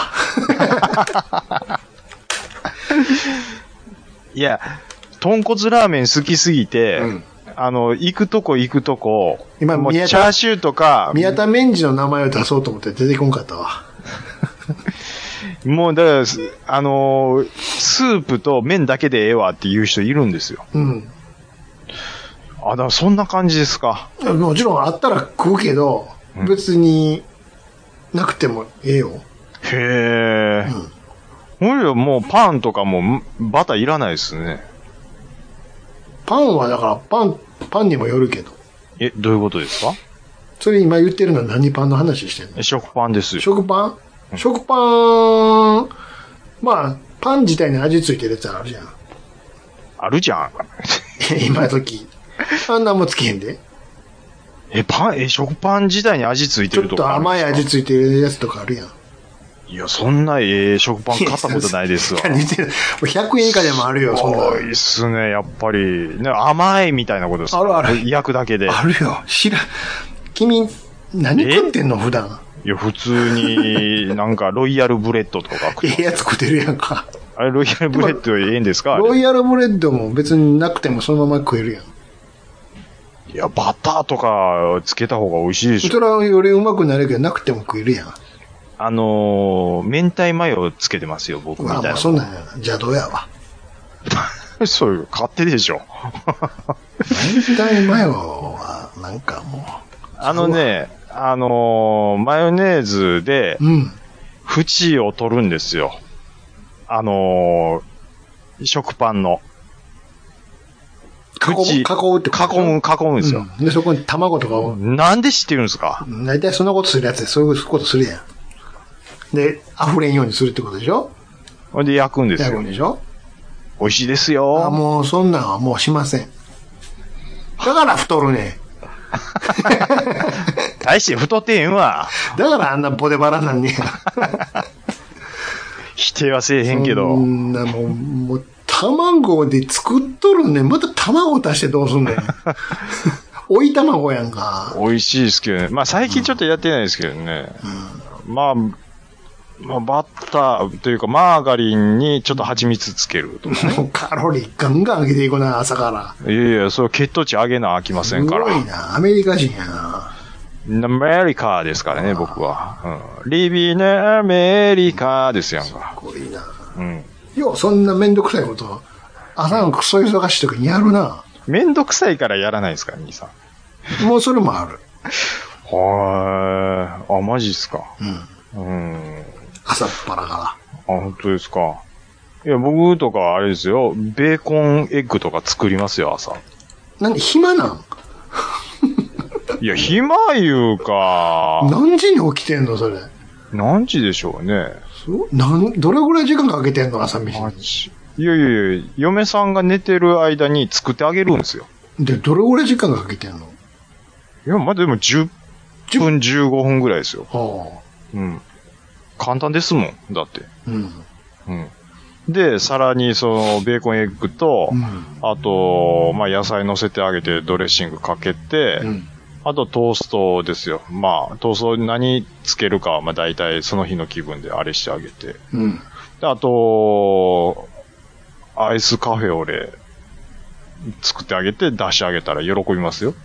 いや、豚骨ラーメン好きすぎて、行くとこ、今、もうチャーシューとか、 宮田麺児の名前を出そうと思って出てこんかったわ。 もう、だから、スープと麺だけでええわっていう人いるんですよ。うん。だからそんな感じですか。 もちろんあったら食うけど、別になくてもええよ。 へえ。もうパンとかもバターいらないですね。 パンはだからパンにもよるけど。 どういうことですか？ それ今言ってるのは何パンの話してんの？ 食パンですよ。 食パン、まあ、パン自体に味ついてるやつあるじゃん。 あるじゃん。 今時。あんなもんつけへんで。 食パン自体に味ついてるとか。 ちょっと甘い味ついてるやつとかあるやん。 いや、そんな食パン買ったことないですわ。 100円以下でもあるよ、そんな。 多いっすね、やっぱり。甘いみたいなことですか？ ある。 焼くだけで。 あるよ。君、何食ってんの普段。 いや、普通に、なんか、ロイヤルブレッドとか食って。 やつ食ってるやんか。 あれ、ロイヤルブレッドええんですか？ ロイヤルブレッドも別になくてもそのまま食えるやん。 いや、バターとかつけた方が美味しいでしょ。 それはよりうまくなるけど、なくても食えるやん。 明太マヨつけてますよ、僕みたいな。 そんなんやな。邪道やわ。 そういう、勝手でしょ。 明太マヨは、なんかもう。 マヨネーズで、縁を取るんですよ。食パンの。 囲うってこと囲むんですよ。 で、そこに卵とかを。 なんで知ってるんですか？ 大体そんなことするやつで、そういうことするやん。で、溢れんようにするってことでしょ？ ほんで焼くんですよ。 焼くんでしょ？ 美味しいですよ。 もうそんなんはもうしません。だから太るね。 大して太ってへんわ。 だからあんなボデバラなんねや。 否定はせえへんけど。 そんなもう卵で作っとるんね。また卵足してどうすんねん。追い卵やんか。 美味しいですけどね。まあ最近ちょっとやってないですけどね。まあ、バッターというかマーガリンにちょっと蜂蜜つけるとか、ね。 もうカロリーガンガン上げていくな、朝から。 いや、そう血糖値上げなあきませんから。 すごいな、アメリカ人やな。 アメリカですからね、僕は。リビネアメリカですやんか。 すごいな。よう、そんなめんどくさいこと、朝のクソ忙しい時にやるな。 めんどくさいからやらないですか、兄さん。もうそれもある。 マジっすか。 朝っぱらから。 本当ですか。いや、僕とかあれですよ、ベーコンエッグとか作りますよ、朝。 暇なん？ いや、暇いうか。 何時に起きてんの、それ。 何時でしょうね。 どれぐらい時間かけてんの、朝飯に。 いや、嫁さんが寝てる間に作ってあげるんですよ。 で、どれぐらい時間かけてんの？ いや、まあ、でも10分15分ぐらいですよ。簡単ですもん、だって。で、さらにそのベーコンエッグと、あと、まあ野菜乗せてあげてドレッシングかけて、あとトーストですよ。まあ、トーストに何つけるかは、まあ大体その日の気分であれしてあげて。で、あと、アイスカフェオレ作ってあげて出してあげたら喜びますよ。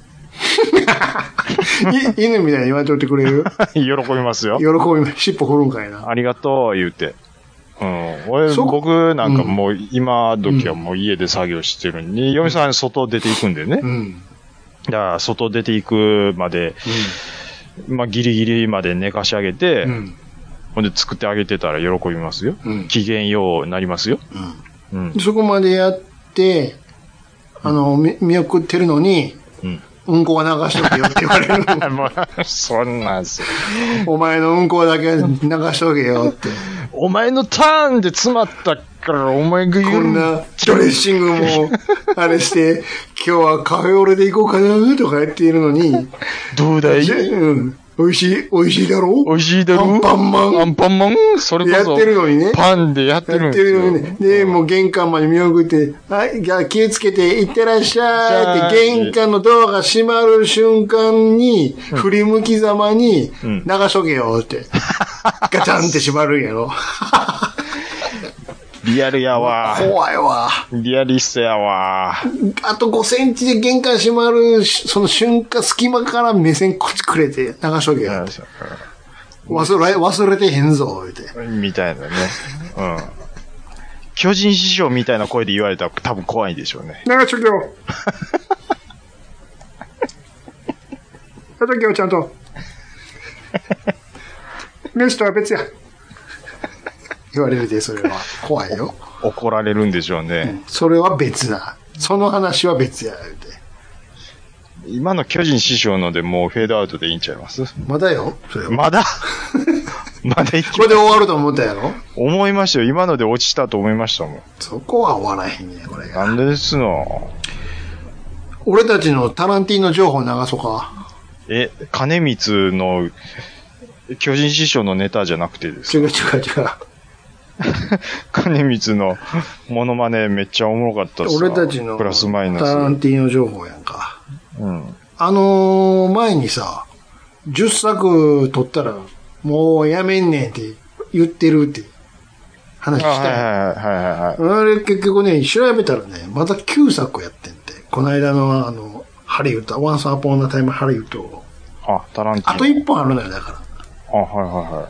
犬みたいに言われといてくれる？ 喜びますよ。 喜びます。尻尾振るんかいな。 ありがとう、言うて。僕なんかもう今時はもう家で作業してるのに、嫁さん外出ていくんでね。だから外出ていくまで、まあギリギリまで寝かし上げて、ほんで作ってあげてたら喜びますよ。機嫌ようなりますよ。 そこまでやって、見送ってるのに、うんこは流しとけよって言われる。 もうそんなんすよ。 お前のうんこだけ流しとけよって。 お前のターンで詰まったからお前が言う。 こんなドレッシングもあれして、今日はカフェオレで行こうかなとか言っているのに。 どうだい？ 美味しいだろ？ 美味しいだろ？ アンパンマンそれこそ。 やってるのにね。 パンでやってるんですよ。 やってるのにね。で、もう玄関まで見送って、はい、じゃあ気をつけて行ってらっしゃいって玄関のドアが閉まる瞬間に、振り向きざまに、流しとけよって。ガチャンって閉まるんやろ。 リアルやわ。 怖いわ。 リアリストやわ。 あと5センチで玄関閉まる、その瞬間、隙間から目線こっちくれて流しとけよ。 忘れてへんぞ、言うて。 みたいなね。うん。巨人師匠みたいな声で言われたら多分怖いでしょうね。 長ちょきょ。長ちょきょちゃんと。飯とは別や。言われるで、それは。怖いよ。 怒られるんでしょうね。 それは別だ。その話は別や、言うて。 今の巨人師匠のでもうフェードアウトでいいんちゃいます？ まだよ、それは。 まだまだこれで終わると思ったやろ？ 思いましたよ。今ので落ちたと思いましたもん。 そこは終わらへんね、これが。 なんでですの？ 俺たちのタランティーノ情報流そうか。 金光の巨人師匠のネタじゃなくてですか？ 違う。 金光のモノマネめっちゃおもろかったっす。 俺たちのプラスマイナス。 タランティーノ情報やんか。 うん。 前にさ、10作撮ったらもうやめんねんって言ってるって話したやん。 はい。 あれ結局ね、調べたらね、まだ9作やってんて。この間のハリウッド、Once Upon a Time ハリウッド。 タランティーノ。 あと1本あるのよ、だから。 はい。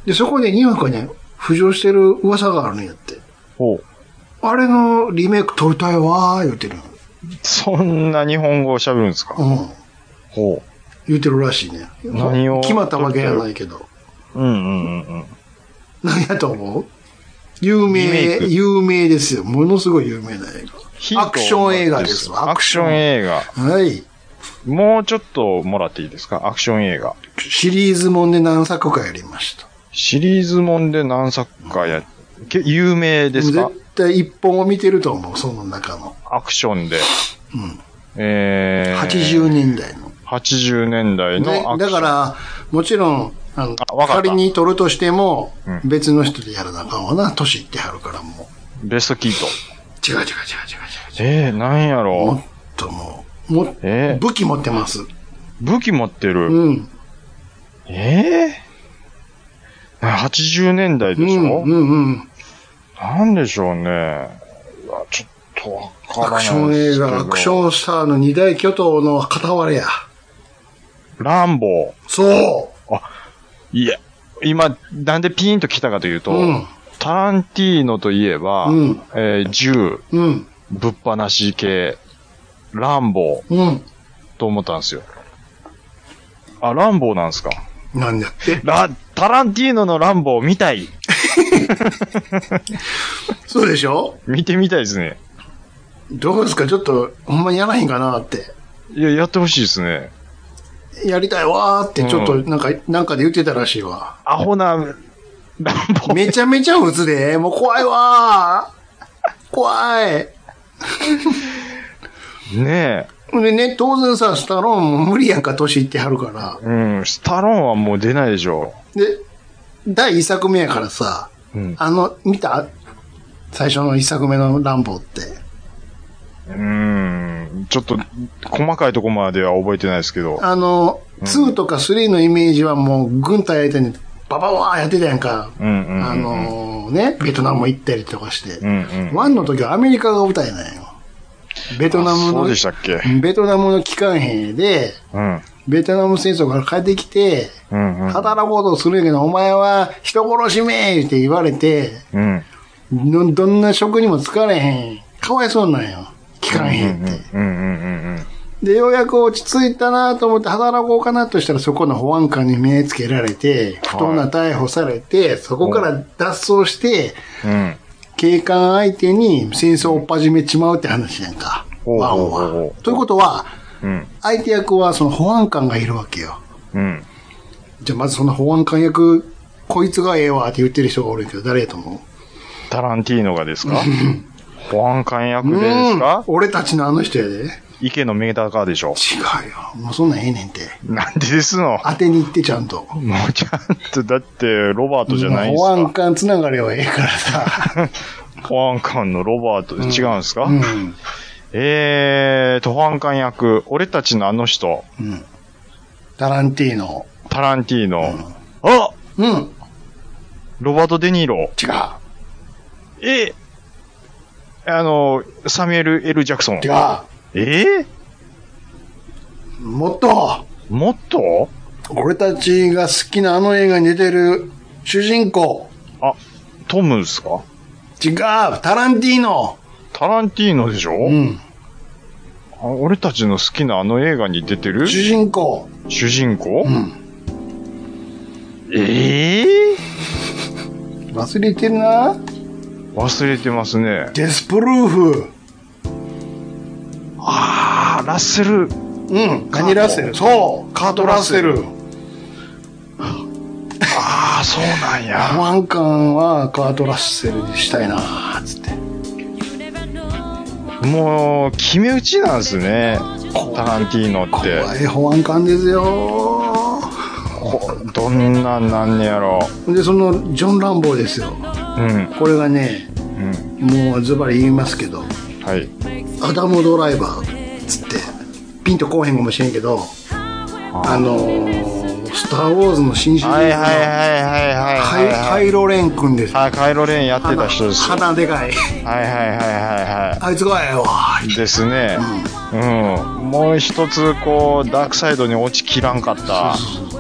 で、そこで2枠ね、浮上してる噂があるんやって。 ほう。 あれのリメイク撮りたいわー、言うてる。 そんな日本語を喋るんですか？ うん。 ほう。 言うてるらしいね。 何を決まったわけじゃないけど。 何やと思う？有名ですよ。ものすごい有名な映画。アクション映画ですわ。 アクション映画。 はい。 もうちょっともらっていいですか？アクション映画。 シリーズもんで何作かやりました。 シリーズもんで何作か有名ですか？ 絶対一本を見てると思う、その中の。 アクションで。 うん。80年代の。 80年代のアクション。 だから、もちろん、仮に撮るとしても、別の人でやらなあかんわな、年いってはるからもう。ベストキート。 違う。 なんやろう。 もっと武器持ってます。 武器持ってる。 うん。 80年代でしょ？なんでしょうね。ちょっとわからない。 アクション映画、アクションスターの二大巨頭の片割れや。 ランボー。 そう。 いや、今、なんでピーンと来たかというと、タランティーノといえば、銃、ぶっ放し系、ランボー、と思ったんですよ。ランボーなんですか？ なんだってタランティーノのランボー見たい。 そうでしょ？ 見てみたいですね。 どうですか？ちょっと、ほんまにやらへんかなって。 いや、やってほしいですね。 やりたいわーってちょっとなんかで言ってたらしいわ。 アホな、ランボー。 めちゃめちゃ撃つで。もう怖いわー。怖い。 ねえ。 でね、当然さ、スタローンも無理やんか、年いってはるから。 スタローンはもう出ないでしょ。 で、第一作目やからさ、見た？最初の一作目のランボーって。 ちょっと、細かいとこまでは覚えてないですけど。 2とか3のイメージはもう、軍隊相手にバババーやってたやんか。ベトナム行ったりとかして。1の時はアメリカが舞台なんよ。ベトナムの、 そうでしたっけ？ ベトナムの機関兵で、ベトナム戦争から帰ってきて、働こうとするんやけど、お前は人殺しめーって言われて、どんな職にも疲れへん。かわいそうなんよ。機関兵って。で、ようやく落ち着いたなと思って働こうかなとしたら、そこの保安官に目つけられて、不当な逮捕されて、そこから脱走して、警官相手に戦争を始めちまうって話やんか。ワンは。ということは、相手役はその保安官がいるわけよ。じゃあまずその保安官役、こいつがええわって言ってる人がおるけど、誰やと思う？ タランティーノがですか？保安官役でですか？ 俺たちのあの人やで。 池のメダカでしょ？ 違うよ。もうそんなんええねんて。 なんでですの？ 当てに行ってちゃんと。 もうちゃんと、だってロバートじゃないんですか？ 保安官つながりはええからさ。 保安官のロバート、違うんですか？保安官役、俺たちのあの人。 タランティーノ。 ロバート・デ・ニーロ。 違う。 サミュエル・L・ジャクソン。 違う。もっと俺たちが好きなあの映画に出てる主人公。 あ、トムですか？ 違う、タランティーノ。 タランティーノでしょ？うん。俺たちの好きなあの映画に出てる主人公。 主人公？うん。 忘れてるな？ 忘れてますね。 デスプルーフ。 ラッセル。 うん。何ラッセル？そう。カート・ラッセル。 そうなんや。 保安官はカート・ラッセルにしたいなーつって。 もう、決め打ちなんですね。タランティーノって。 怖い保安官ですよ。 どんなんなんねやろ。 で、その、ジョン・ランボーですよ。うん。これがね、もうズバリ言いますけど。はい。アダム・ドライバーつって、ピンとこうへんかもしれんけど、スター・ウォーズの新シリーズのカイロレン君です。 カイロレンやってた人です。 鼻でかい。あいつがええわ。 ですね。うん。もう一つ、こう、ダークサイドに落ちきらんかった。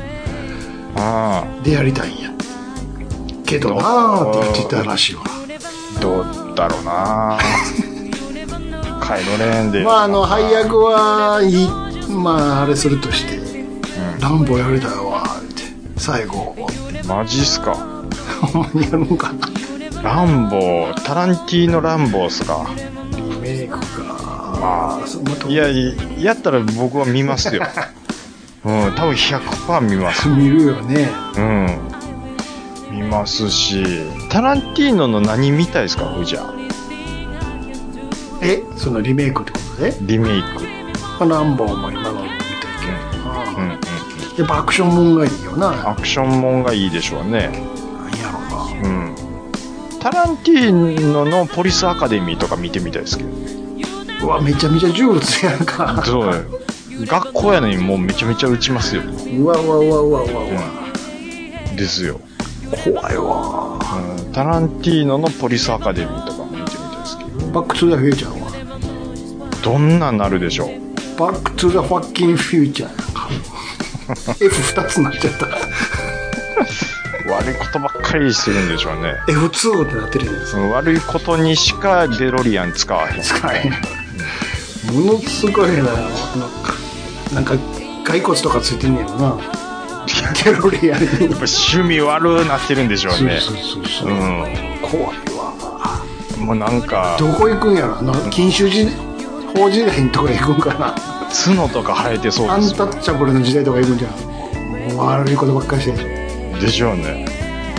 でやりたいんや。けどなーって言ってたらしいわ。 どうだろうなカイロレンで。 配役はいい、あれするとして。ランボーやりたいわって最後マジっすか？ ほんまにやるんかな。 ランボー、タランティーノランボーっすか？ リメイクか。 いややったら僕は見ますよ。うん、多分 100% 見ます。 見るよね。 うん、見ますし、タランティーノの何見たいですか？じゃあそのリメイクってことで？ リメイク。 ランボーも今の見たいけど。やっぱアクションもんがいいよな。 アクションもんがいいでしょうね。 なんやろうな。うん。 タランティーノのポリスアカデミーとか見てみたいですけど。 うわ、めちゃめちゃ銃撃つやんか。 そう。学校やのにもうめちゃめちゃ撃ちますよ。 うわ。 ですよ。 怖いわ。 タランティーノのポリスアカデミーとか見てみたいですけど。 バックトゥザフューチャーはどんなんなるでしょう。 バックトゥザファッキンフューチャーやんか。F2 つになっちゃった。 悪いことばっかりしてるんでしょうね。 F2 ってなってるんです。 悪いことにしかデロリアン使わへん。 ものすごいなんか骸骨とかついてんねやろな。デロリアンに。やっぱ趣味悪なってるんでしょうね。 そう。怖いわ。 もうなんか。 どこ行くんやろな。禁酒法時代のとこ行くんかな。 角とか生えてそうですよ。 アンタッチャブルの時代とか行くんじゃん。悪いことばっかりしてるでしょうね。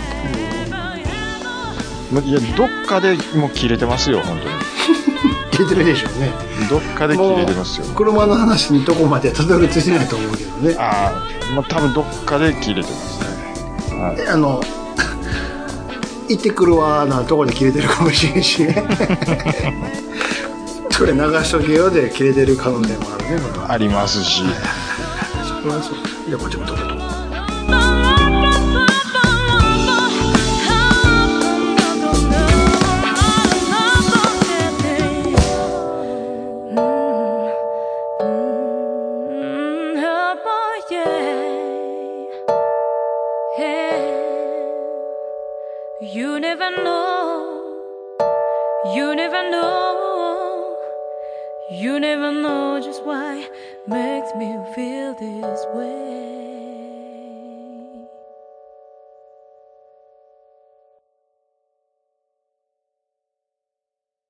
いや、どっかでもう切れてますよ、本当に。 切れてるでしょうね。 どっかで切れてますよ。 車の話にとこまでたどり着いてないと思うけどね。 多分どっかで切れてますね。はい、 行ってくるわーなとこで切れてるかもしれんしね。それ流しとけよで切れてる可能性もあるね、これは。 ありますし。 それはそう。じゃあこっちもどうぞ。 You never know, you never know, you never know just why makes me feel this way.